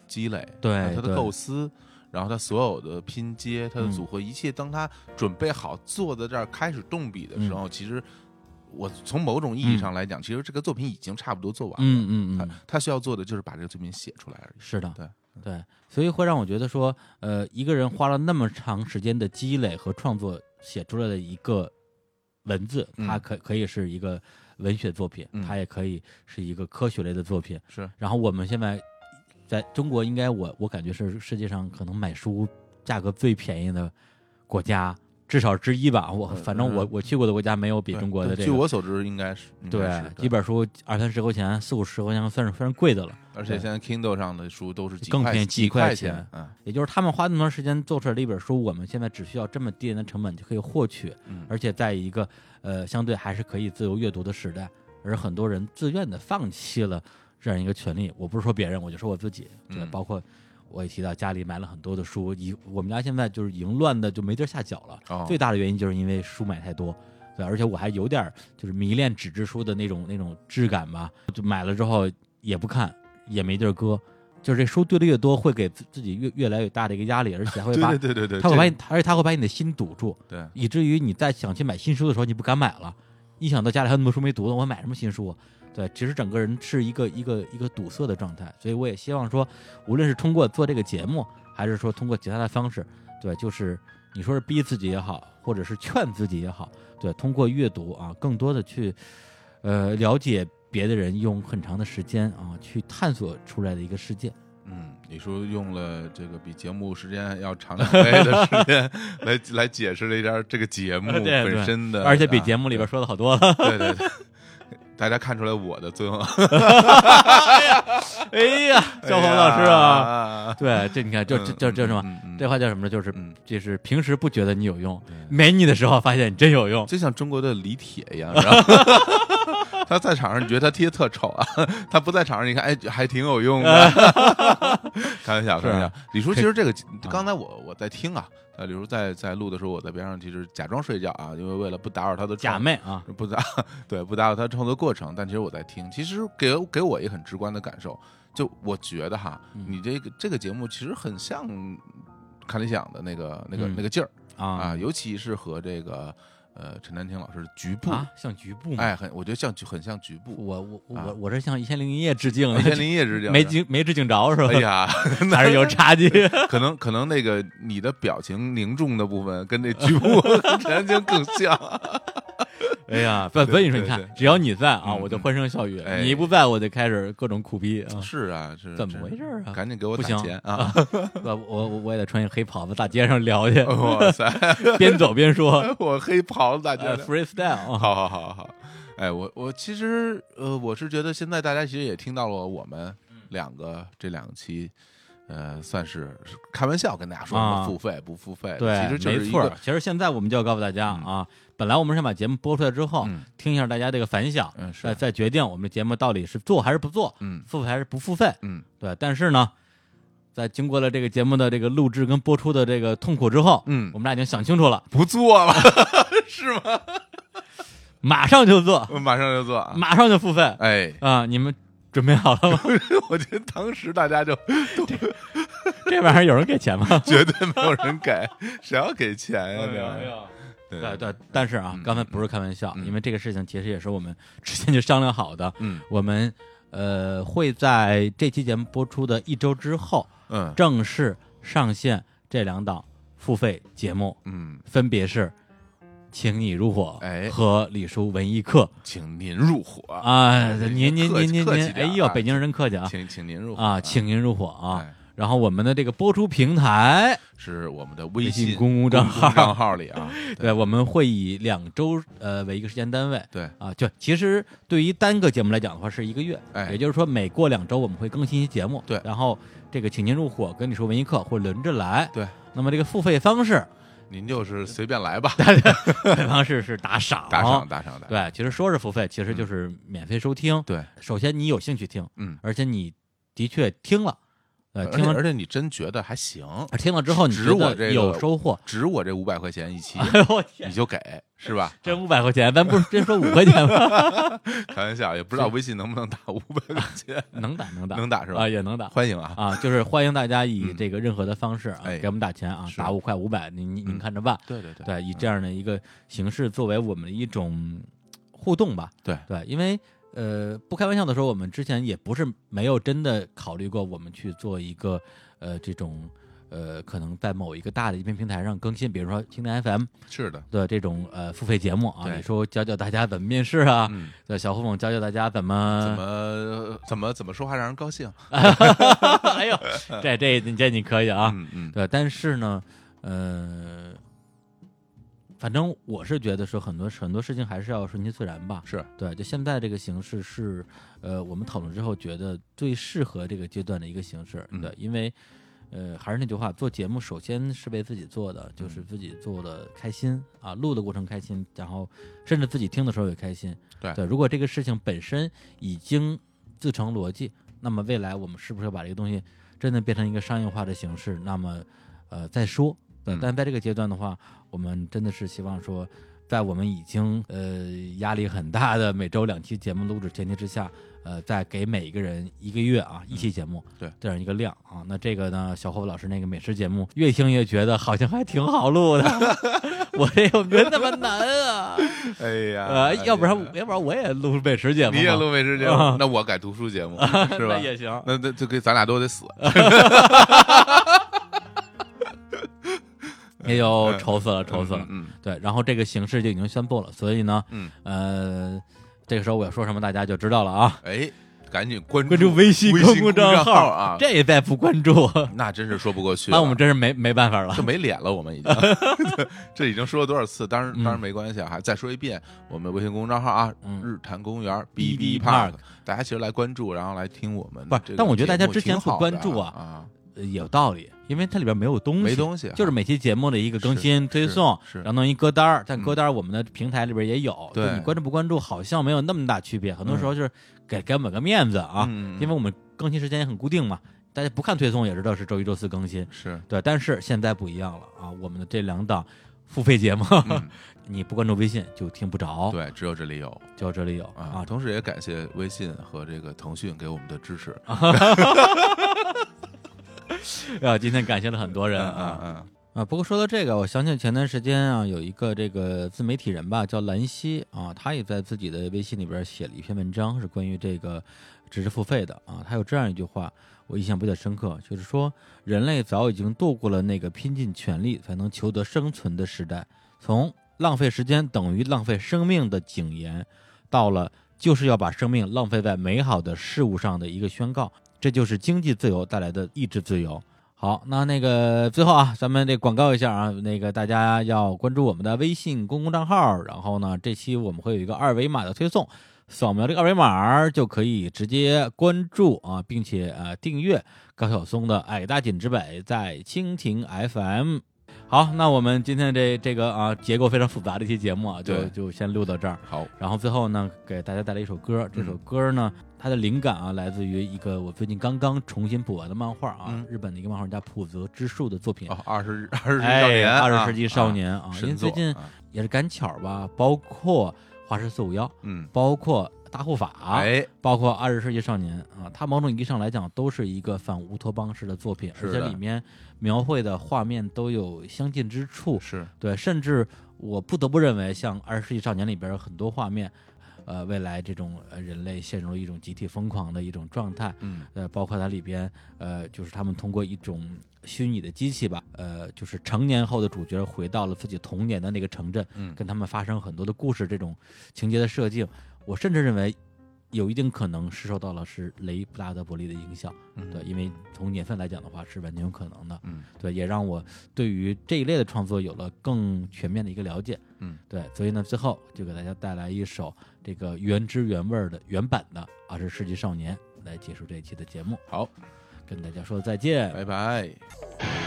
积累， 对它的对构思。然后它所有的拼接，它的组合，一切，当它准备好坐在这儿开始动笔的时候， 嗯、 其实我从某种意义上来讲，嗯、其实这个作品已经差不多做完了。 嗯嗯嗯， 他他需要做的就是把这个作品写出来而已。 是的， 对对，所以会让我觉得说，呃，一个人花了那么长时间的积累和创作写出来的一个文字， 嗯、 它可可以是一个文学作品， 嗯、 它也可以是一个科学类的作品。 是， 然后我们现在在中国，应该我我感觉是世界上可能买书价格最便宜的国家，至少之一吧。我反正我、嗯、我去过的国家没有比中国的这个。 据我所知，应该是对， 对几本书二三十块钱、四五十块钱，算是非常贵的了。 而且现在 Kindle 上的书都是几更便宜几块钱， 嗯，也就是他们花那么长时间做出来的一本书，我们现在只需要这么低廉的成本就可以获取， 嗯， 而且在一个呃相对还是可以自由阅读的时代，而很多人自愿的放弃了这样一个权利。我不是说别人，我就说我自己，对， 嗯、 包括。我也提到家里买了很多的书，一我们家现在就是已经乱的就没地儿下脚了。 哦、 最大的原因就是因为书买太多，对，而且我还有点就是迷恋纸质书的那种那种质感吧，就买了之后也不看，也没地儿搁，就是这书堆的越多，会给自己越越来越大的一个压力，而且会把对对对对对， 他会把你，而且他会把你的心堵住， 对， 以至于你在想去买新书的时候，你不敢买了，一想到家里还有那么多书没读呢，我买什么新书啊？对，其实整个人是一个一个一个堵塞的状态，所以我也希望说，无论是通过做这个节目，还是说通过其他的方式，对，就是你说是逼自己也好，或者是劝自己也好，对，通过阅读啊，更多的去呃了解别的人用很长的时间啊去探索出来的一个世界。 嗯，李叔用了这个比节目时间要长两倍的时间来来解释了一下这个节目本身的， 而且比节目里边说的好多了。 对对对。大家看出来我的作用。 哎呀，小黄老师啊，对，这你看，这这这这什么？这话叫什么呢？就是就是平时不觉得你有用，没你的时候发现你真有用， 就像中国的李铁一样，然后他在场上你觉得他贴特丑啊，他不在场上你看，哎，还挺有用的。开玩笑，开玩笑。李叔，其实这个刚才我我在听啊。呃，比如在在录的时候，我在边上其实假装睡觉啊，因为为了不打扰他的假寐啊， 不打对不打扰他创作过程。但其实我在听，其实给给我一个很直观的感受，就我觉得哈， 嗯、 你这个这个节目其实很像看理想的那个那个、 嗯、 那个劲儿啊啊，尤其是和这个呃陈丹青老师的局部啊，像局部吗？ 哎，很我觉得像很像局部。 我我我、 啊、 我是向一千零一夜致敬， 一千零一夜致敬， 没致没致敬着是吧？ 哎呀， 还是有差距。 可能可能那个你的表情凝重的部分跟这局部陈丹青更像。 哎呀，不，所以说你看，只要你在啊， 嗯、 我就欢声笑语； 哎、 你不在，我就开始各种苦逼啊。 是啊，是怎么回事啊？ 赶紧给我打钱啊！我我我也得穿一黑袍子，大街上聊去。 哇塞， 边走边说， 我黑袍子大街上、 uh, freestyle。 好好好好，哎，我我其实呃，我是觉得现在大家其实也听到了我们两个这两期。呃，算是开玩笑跟大家说什么付费、啊、不付费， 对， 其实就是没错。其实现在我们就要告诉大家、 嗯、 啊，本来我们是把节目播出来之后， 嗯、 听一下大家这个反响， 嗯， 再再决定我们的节目到底是做还是不做， 嗯， 付费还是不付费， 嗯， 对。但是呢，在经过了这个节目的这个录制跟播出的这个痛苦之后， 嗯， 我们俩已经想清楚了， 不做了，是吗？ 马上就做， 马上就做， 马上就付费， 哎啊，你们准备好了吗？ 我觉得当时大家就这玩意儿有人给钱吗？ 绝对没有人给，谁要给钱呀、啊？ 哎呀， 对对对，但是啊， 嗯、 刚才不是开玩笑、 嗯， 因为这个事情其实也是我们之前就商量好的。 嗯， 我们呃会在这期节目播出的一周之后， 嗯， 正式上线这两档付费节目， 嗯， 分别是。请你入伙， 哎， 和李叔文艺课， 请您入伙啊！您您您您您，哎呦，北京人真客气啊！ 请请您入伙啊，请您入伙啊！ 哎、 然后我们的这个播出平台是我们的微信公共账号账号里啊， 对, 对，我们会以两周呃为一个时间单位， 对啊，就其实对于单个节目来讲的话是一个月， 哎， 也就是说每过两周我们会更新一期节目， 对， 然后这个请您入伙跟李叔文艺课会轮着来， 对， 那么这个付费方式。 您就是随便来吧， 付费方式是打赏， 打赏，打赏的。 对，其实说是付费，其实就是免费收听。 对， 首先你有兴趣听， 嗯， 而且你的确听了， 对，听了而且而且你真觉得还行， 听了之后你觉得值我这个有收获， 值我这五百块钱一期， 哎呦我天你，就给是吧？ 这五百块钱，咱不是真说五块钱吗？ 开玩笑，也不知道微信能不能打五百块钱， 能打能打能打是吧？ 啊，也能打。 欢迎啊！ 啊，就是欢迎大家以嗯这个任何的方式啊， 哎给我们打钱啊， 是打五块五百，您您您嗯看着办。 对对对对，以这样的一个形式作为我们的一种互动吧。 对对，因为呃，不开玩笑的说，我们之前也不是没有真的考虑过，我们去做一个呃这种呃可能在某一个大的音频平台上更新，比如说蜻蜓 F M 是的， 的这种呃付费节目啊， 对你说教教大家怎么面试啊， 嗯， 对，小胡总教教大家怎么怎么怎么怎么说话让人高兴？ 哎呦，这这你这你可以啊， 嗯嗯， 对，但是呢，呃，反正我是觉得说很多很多事情还是要顺其自然吧。 是对，就现在这个形式是，呃，我们讨论之后觉得最适合这个阶段的一个形式。 嗯对，因为，呃，还是那句话，做节目首先是为自己做的， 嗯就是自己做的开心啊，录的过程开心，然后甚至自己听的时候也开心。 对对，如果这个事情本身已经自成逻辑，那么未来我们是不是要把这个东西真的变成一个商业化的形式？那么，呃，再说。对， 嗯但在这个阶段的话，我们真的是希望说，在我们已经呃压力很大的每周两期节目录制前提之下，呃，再给每一个人一个月啊一期节目， 对这样一个量啊。那这个呢，小伙老师那个美食节目，越听越觉得好像还挺好录的，我这有没有那么难啊？ 哎呀， 呃，要不然哎呀要不然我也录美食节目嘛， 你也录美食节目啊， 那我改读书节目是吧那？也行。 那那就给咱俩都得死。 哎呦，愁死了，愁死了。 嗯对，然后这个形式就已经宣布了，所以呢， 嗯， 呃，这个时候我要说什么，大家就知道了啊。 哎，赶紧关关注微信微公信账众账号啊！ 这再不关注， 那真是说不过去那了， 我们真是没没办法了就。没脸了，我们已经，这已经说了多少次？当然， 嗯当然没关系啊，还再说一遍，我们微信公众账号啊， 嗯日坛公园 B B B B Park， Park 大家其实来关注，然后来听我们不是这个但我觉得大家节目之前不挺好的关注啊啊， 呃也有道理，因为它里边没有东西， 没东西啊， 就是每期节目的一个更新是推送， 是是然后弄一歌单儿，但嗯歌单儿我们的平台里边也有， 对就你关注不关注好像没有那么大区别，很多时候就是给给我们个面子啊， 嗯嗯因为我们更新时间也很固定嘛，大家不看推送也知道是周一周四更新， 是对，但是现在不一样了啊，我们的这两档付费节目， 嗯你不关注微信就听不着，， 对，只有这里有就这里有啊。 啊， 同时也感谢微信和这个腾讯给我们的支持啊，今天感谢了很多人嗯啊。 嗯嗯啊，不过说到这个，我想起前段时间啊，有一个这个自媒体人吧，叫兰溪啊，他也在自己的微信里边写了一篇文章，是关于这个知识付费的啊。他有这样一句话，我印象比较深刻，就是说人类早已经度过了那个拼尽全力才能求得生存的时代，从浪费时间等于浪费生命的警言，到了就是要把生命浪费在美好的事物上的一个宣告，这就是经济自由带来的意志自由。好，那那个最后啊，咱们这广告一下啊，那个大家要关注我们的微信公共账号，然后呢，这期我们会有一个二维码的推送，扫描这个二维码就可以直接关注啊，并且呃订阅高晓松的矮大紧直北在蜻蜓 F M。好，那我们今天这这个啊结构非常复杂的一期节目啊，就对就先录到这儿。 好， 然后最后呢，给大家带来一首歌。这首歌呢，它的灵感啊，来自于一个我最近刚刚重新补完的漫画啊， 嗯日本的一个漫画家浦泽之树的作品。 哦，二十二十世纪少哎， 年， 二十世纪少年啊，因为神作最近啊也是赶巧吧，包括华氏四五幺， 嗯， 包括大护法， 哎， 包括二十世纪少年啊，它某种意义上来讲都是一个反乌托邦式的作品，而是的且里面描绘的画面都有相近之处。 是对，甚至我不得不认为，像《二十世纪少年》里边有很多画面，呃，未来这种呃人类陷入了一种集体疯狂的一种状态， 嗯呃，包括它里边呃，就是他们通过一种虚拟的机器吧，呃，就是成年后的主角回到了自己童年的那个城镇， 嗯跟他们发生很多的故事，这种情节的设定，我甚至认为有一定可能是受到了是雷布拉德伯利的影响， 嗯对，因为从年份来讲的话是完全有可能的， 嗯对，也让我对于这一类的创作有了更全面的一个了解， 嗯， 对，所以呢，最后就给大家带来一首这个原汁原味的原版的《二十世纪少年》来结束这一期的节目， 好， 跟大家说再见， 拜拜。